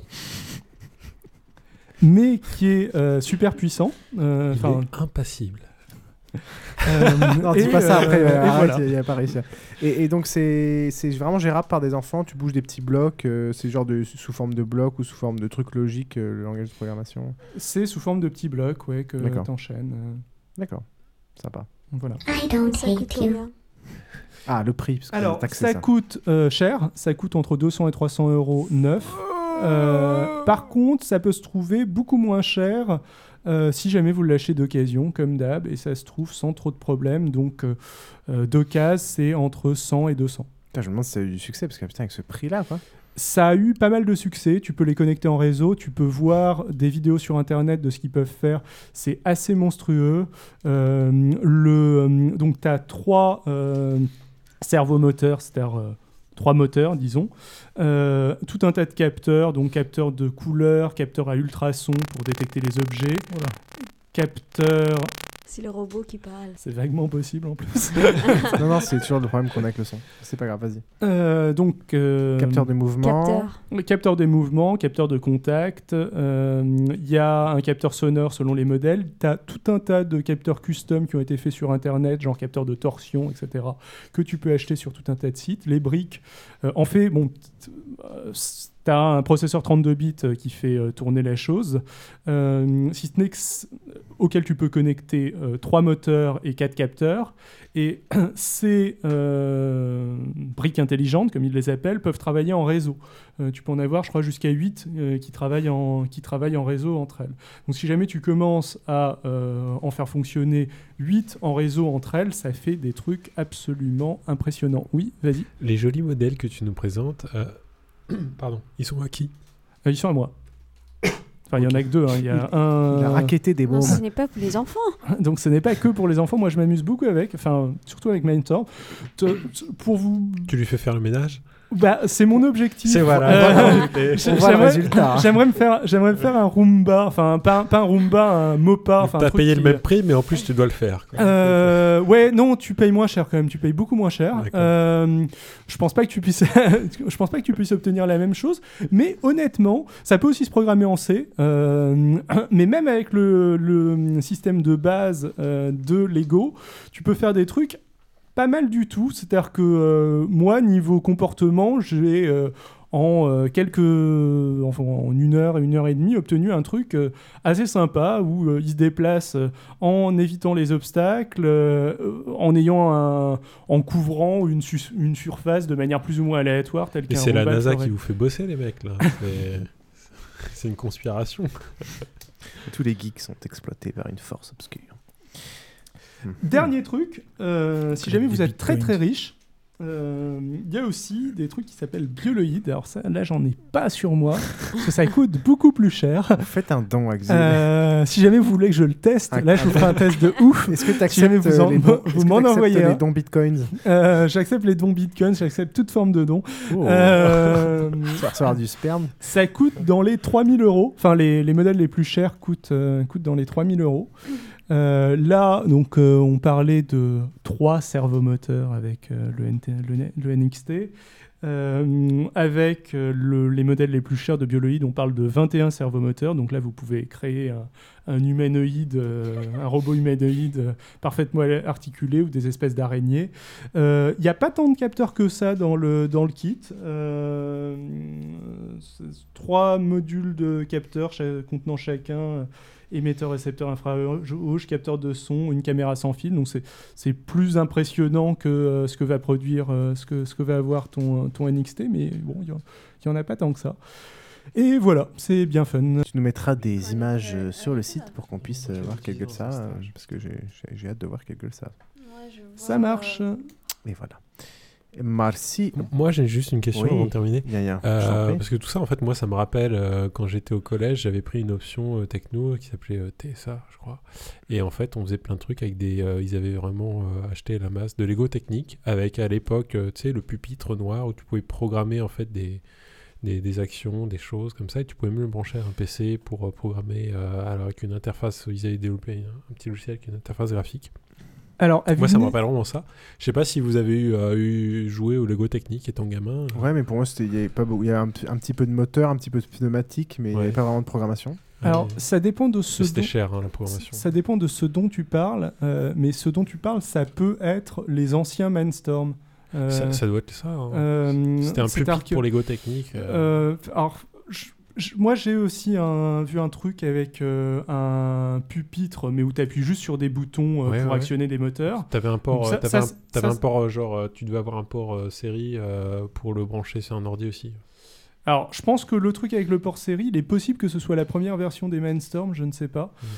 mais qui est euh, super puissant. Euh, Il enfin, est impassible. Euh, Non, dis et, pas ça après. euh, ouais, et arrête, voilà. il y a pas réussi. Et, et donc, c'est c'est vraiment gérable par des enfants. Tu bouges des petits blocs. euh, c'est genre de, sous forme de blocs ou sous forme de trucs logiques, euh, le langage de programmation. C'est sous forme de petits blocs, ouais, que D'accord. t'enchaînes. euh, D'accord. Sympa. Voilà. I don't hate you. Ah, le prix. Parce que Alors, taxé, ça, ça. coûte euh, cher, ça coûte entre deux cents et trois cents euros neuf. Euh, par contre, ça peut se trouver beaucoup moins cher euh, si jamais vous l'achetez d'occasion, comme d'hab, et ça se trouve sans trop de problèmes. Donc, euh, euh, d'occasion, c'est entre cent et deux cents. Putain, je me demande si ça a eu du succès, parce que putain, avec ce prix-là, quoi. Ça a eu pas mal de succès, tu peux les connecter en réseau, tu peux voir des vidéos sur internet de ce qu'ils peuvent faire, c'est assez monstrueux. Euh, le, euh, donc tu as trois euh, servomoteurs, c'est-à-dire euh, trois moteurs, disons, euh, tout un tas de capteurs, donc capteurs de couleur, capteurs à ultrasons pour détecter les objets, capteurs C'est le robot qui parle. C'est vaguement possible en plus. Non, non, c'est toujours le problème qu'on a avec le son. C'est pas grave, vas-y. Euh, donc, euh, Capteur de mouvement. Capteur. Le capteur de mouvement, capteur de contact. Il euh, y a un capteur sonore selon les modèles. Tu as tout un tas de capteurs custom qui ont été faits sur Internet, genre capteur de torsion, et cetera, que tu peux acheter sur tout un tas de sites. Les briques, euh, en fait, bon, tu as un processeur trente-deux bits qui fait euh, tourner la chose, euh, si ce n'est que c- auquel tu peux connecter euh, trois moteurs et quatre capteurs. Et ces euh, briques intelligentes, comme ils les appellent, peuvent travailler en réseau. Euh, tu peux en avoir, je crois, jusqu'à huit euh, qui, travaillent en, qui travaillent en réseau entre elles. Donc si jamais tu commences à euh, en faire fonctionner huit en réseau entre elles, ça fait des trucs absolument impressionnants. Oui, vas-y. Les jolis modèles que tu nous présentes, euh, pardon, ils sont à qui euh, Ils sont à moi. Enfin, il y en a que deux. Hein. Il y a un... Il a racketté des Non, bombes. ce n'est pas pour les enfants. Donc ce n'est pas que pour les enfants. Moi, je m'amuse beaucoup avec, enfin, surtout avec Mindstorm. Te- te- Pour vous... Tu lui fais faire le ménage Bah, c'est mon objectif. C'est voilà. Euh, On voit le j'aimerais- résultat. J'aimerais me faire, j'aimerais me faire un Roomba, enfin pas, un- pas un Roomba, un Mopa, enfin. un T'as truc payé qui- le même prix, mais en plus tu dois le faire. quoi. Euh, ouais, non, tu payes moins cher quand même. Tu payes beaucoup moins cher. D'accord. Euh, je pense pas que tu puisses, je pense pas que tu puisses obtenir la même chose. Mais honnêtement, ça peut aussi se programmer en C. Euh, mais même avec le, le système de base euh, de Lego, tu peux faire des trucs pas mal du tout. C'est-à-dire que euh, moi, niveau comportement, j'ai euh, en euh, quelques, enfin, en une heure et une heure et demie, obtenu un truc euh, assez sympa où euh, il se déplace euh, en évitant les obstacles, euh, en ayant un, en couvrant une, su- une surface de manière plus ou moins aléatoire, telle Mais qu'un c'est la Roomba NASA ferait. qui vous fait bosser, les mecs, là. C'est- C'est une conspiration. Tous les geeks sont exploités vers une force obscure. Dernier truc, euh, si Comme jamais des vous êtes très bitcoins. très riche, euh, il y a aussi des trucs qui s'appellent bioloïdes. Alors ça, là, j'en ai pas sur moi, parce que ça coûte beaucoup plus cher. Faites un don, Axel. Euh, si jamais vous voulez que je le teste, Ah, là, je vous ferai un test de ouf. Est-ce que tu Si jamais acceptes vous, en- les dons, vous est-ce que m'en t'acceptes envoyez les un. dons bitcoins? Euh, j'accepte les dons bitcoin, j'accepte toute forme de don. Oh. Euh, Tu vas recevoir du sperme. ça coûte dans les trois mille euros. Enfin, les, les modèles les plus chers coûtent, euh, coûtent dans les trois mille euros. Euh, là, donc, euh, on parlait de trois servomoteurs avec euh, le, N T le, N- le N X T. Euh, avec euh, le- les modèles les plus chers de Bioloïd, on parle de vingt et un servomoteurs. Donc là, vous pouvez créer un, un humanoïde, euh, un robot humanoïde euh, parfaitement articulé ou des espèces d'araignées. Il n'y a pas tant de capteurs que ça dans le, dans le kit. Euh, c'est trois modules de capteurs cha- contenant chacun euh, émetteur, récepteur infrarouge, capteur de son, une caméra sans fil. Donc c'est, c'est plus impressionnant que euh, ce que va produire, euh, ce, que, ce que va avoir ton, ton N X T, mais bon, il n'y en a pas tant que ça. Et voilà, c'est bien fun. Tu nous mettras des images euh, sur le site pour qu'on puisse euh, voir quelle gueule ça a, euh, parce que j'ai, j'ai, j'ai hâte de voir quelle gueule ça a. Ça marche. Et voilà. Merci. Moi, j'ai juste une question Oui, avant de terminer. y a rien. Euh, Je t'en prie. parce que tout ça, en fait, moi, ça me rappelle euh, quand j'étais au collège, j'avais pris une option euh, techno qui s'appelait euh, T S A, je crois. Et en fait, on faisait plein de trucs avec des. euh, ils avaient vraiment euh, acheté la masse de Lego technique avec à l'époque, euh, tu sais, le pupitre noir où tu pouvais programmer en fait des. Des, des actions, des choses comme ça, et tu pouvais même le brancher à un P C pour euh, programmer euh, alors avec une interface. Ils avaient développé un, un petit logiciel avec une interface graphique. Alors, Moi, ça me avez-vous- rappelle vraiment ça. Je sais pas si vous avez eu, euh, eu joué au Lego Technique étant gamin. Ouais, mais pour moi, c'était- il y avait pas beaucoup. Il y avait un, p- un petit peu de moteur, un petit peu de pneumatique, mais il n'y avait Ouais. pas vraiment de programmation. Alors, ça dépend de ce C'était dont- cher, hein, la programmation. Ça dépend de ce dont tu parles, euh, mais ce dont tu parles, ça peut être les anciens Mindstorm. Euh, Ça- ça doit être ça, hein. euh, C'était un c'est-à-dire pupitre pour Lego Technique, euh. euh, alors, je- je- moi, j'ai aussi un- vu un truc avec euh, un pupitre, mais où tu appuies juste sur des boutons euh, Ouais, pour ouais. actionner des moteurs. T'avais un port, Donc euh, ça- t'avais ça- un, t'avais ça- un port euh, genre, euh, tu devais avoir un port euh, série euh, pour le brancher sur un ordi aussi. Alors, je pense que le truc avec le port série, il est possible que ce soit la première version des Mindstorm, je ne sais pas. Mmh.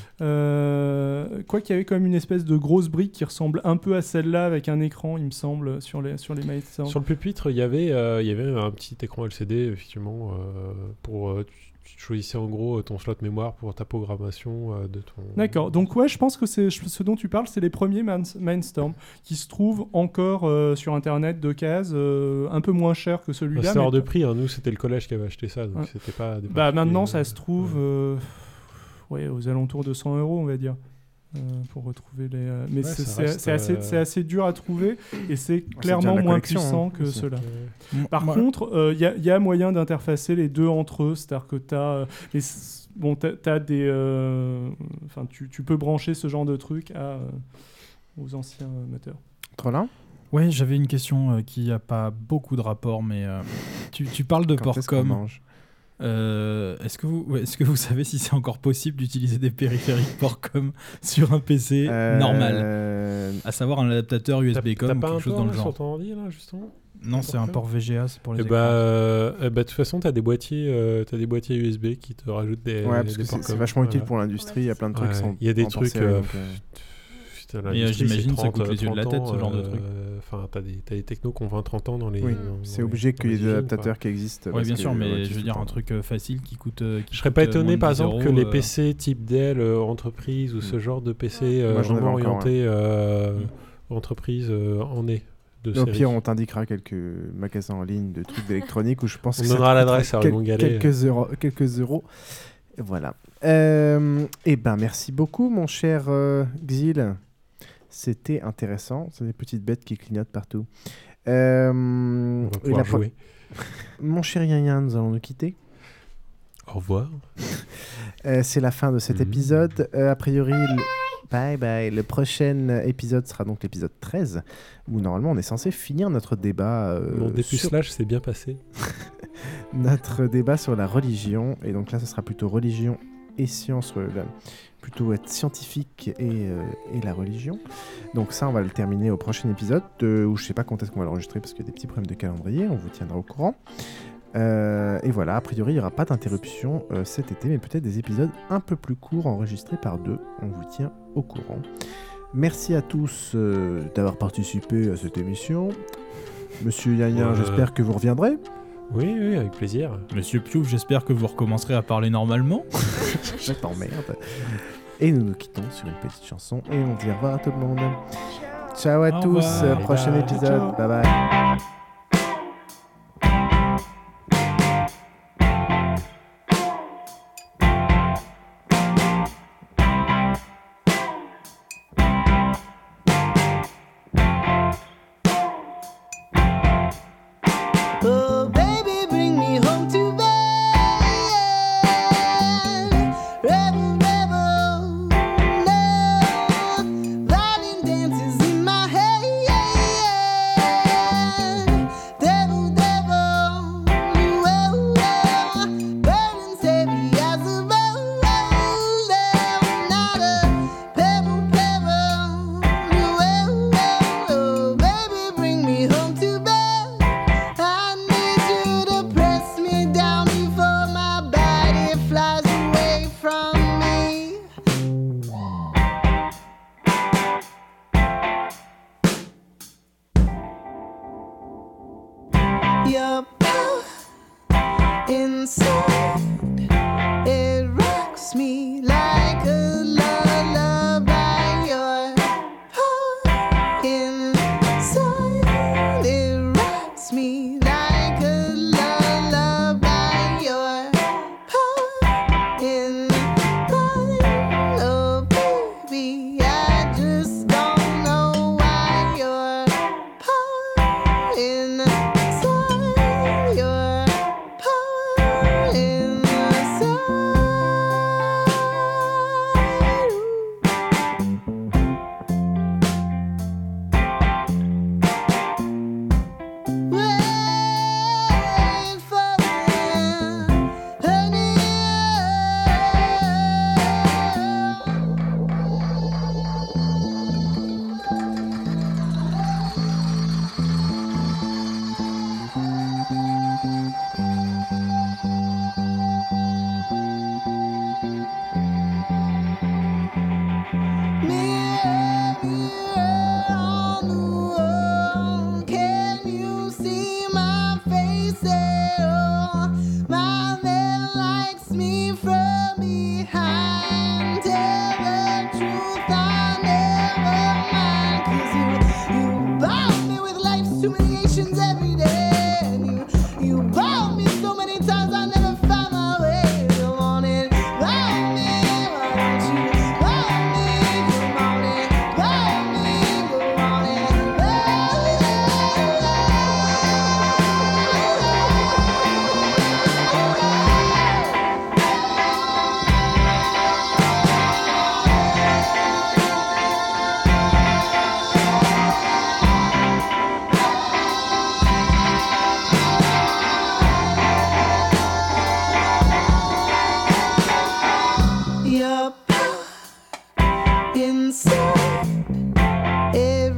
Euh, quoi qu'il y avait quand même une espèce de grosse brique qui ressemble un peu à celle-là avec un écran, il me semble, sur les, sur les Mindstorm. Sur le pupitre, il y avait, euh, il y avait un petit écran L C D, effectivement, euh, pour euh, tu, tu choisissais en gros ton slot mémoire pour ta programmation euh, de ton. D'accord, donc ouais, je pense que c'est ce dont tu parles, c'est les premiers Mins- Mindstorm qui se trouvent encore euh, sur internet de case, euh, un peu moins cher que celui-là. C'était hors mais- de prix, hein. Nous c'était le collège qui avait acheté ça, donc Ouais. c'était pas. des Bah particuliers, maintenant, euh, ça se trouve euh, ouais, aux alentours de cent euros, on va dire. euh, pour retrouver les. euh, Mais Ouais, c'est, ça c'est- reste, c'est assez, euh, c'est assez dur à trouver et c'est déjà clairement de la moins collection, puissant hein, que aussi. cela. Euh, Par moi- contre, il y, y a moyen d'interfacer les deux entre eux, c'est-à-dire que tu as. Bon, t'as, t'as des. Enfin, tu, tu peux brancher ce genre de truc à, euh, aux anciens euh, moteurs. Trollin ? Ouais, j'avais une question euh, qui n'a pas beaucoup de rapport, mais euh, tu, tu parles de Quand est-ce qu'on Portcom. mange Euh, est-ce que vous, ouais, est-ce que vous savez si c'est encore possible d'utiliser des périphériques Portcom sur un P C Euh, normal, à savoir un adaptateur U S B T'as- com t'as ou pas quelque un chose port, dans le là, genre? sur ton ordi, là, justement Non, c'est un port V G A, c'est pour les Et écrans. bah, euh, eh bah, de toute façon, t'as des boîtiers, euh, t'as des boîtiers U S B qui te rajoutent des. Ouais, parce des que c'est, ports c'est com, vachement utile voilà. pour l'industrie. Il y a plein de trucs Ouais, qui sont il y a des en trucs. porcelaine, euh, donc, euh, putain, Mais, euh, l'industrie, j'imagine c'est ça coûte trente, les yeux de la trente tête, ce ans, genre de euh, truc. Enfin, t'as des, t'as des technos qui ont vingt trente ans dans les. Oui, dans- c'est dans obligé les- qu'il y ait dans des les adaptateurs usines, qui existent. Ouais, bien sûr, mais ouais, je veux dire un truc euh, facile qui coûte. euh, qui Je serais pas coûte, euh, étonné, moins par de dix exemple, que euros, les euh, P C type Dell euh, entreprise ou ce genre de P C euh, Moi, j'en avais vraiment encore, orienté euh, entreprise euh, en est de Au série. pire, on t'indiquera quelques magasins en ligne de trucs d'électronique où je pense On que ça donnera te l'adresse coûtera à Raymond quel- Gallet. quelques euros. Quelques euros. Voilà. Euh, eh ben, merci beaucoup, mon cher euh, Xil. C'était intéressant. C'est des petites bêtes qui clignotent partout. Euh, On va et pouvoir la pro- jouer. Mon cher Yann, nous allons nous quitter. Au revoir. Euh, c'est la fin de cet Mhm. épisode. Euh, a priori, le... bye bye. Le prochain épisode sera donc l'épisode treize, où normalement on est censé finir notre débat. euh, Mon sur... dépucelage s'est bien passé. notre débat sur la religion. Et donc là, ce sera plutôt religion et science, euh, la- plutôt être scientifique et, euh, et la religion. Donc ça, on va le terminer au prochain épisode, euh, où je sais pas quand est-ce qu'on va l'enregistrer parce qu'il y a des petits problèmes de calendrier. On vous tiendra au courant. Euh, et voilà, a priori, il n'y aura pas d'interruption euh, cet été, mais peut-être des épisodes un peu plus courts enregistrés par deux. On vous tient au courant. Merci à tous euh, d'avoir participé à cette émission. Monsieur Yann, Euh, j'espère que vous reviendrez. Oui, oui, avec plaisir. Monsieur Piouf, j'espère que vous recommencerez à parler normalement. Je t'emmerde. Et nous nous quittons sur une petite chanson et on dit au revoir à tout le monde. Ciao à Au tous, revoir. prochain Bye. épisode. Ciao. Bye bye. Oh, baby, bring me home to bed. Rebel, rebel, no. Violin dances in my head. Devil, devil, whoa, whoa. Burdens heavy as a roll. Not a pebble, pebble, whoa, whoa. Baby, bring me home to bed. I need you to press me down before my body flies away from me. Your power inside, it rocks me like a lullaby. Your power inside, it rocks me like a lullaby. Your power inside, oh baby, I just don't know why. Your power inside, your power inside. inside.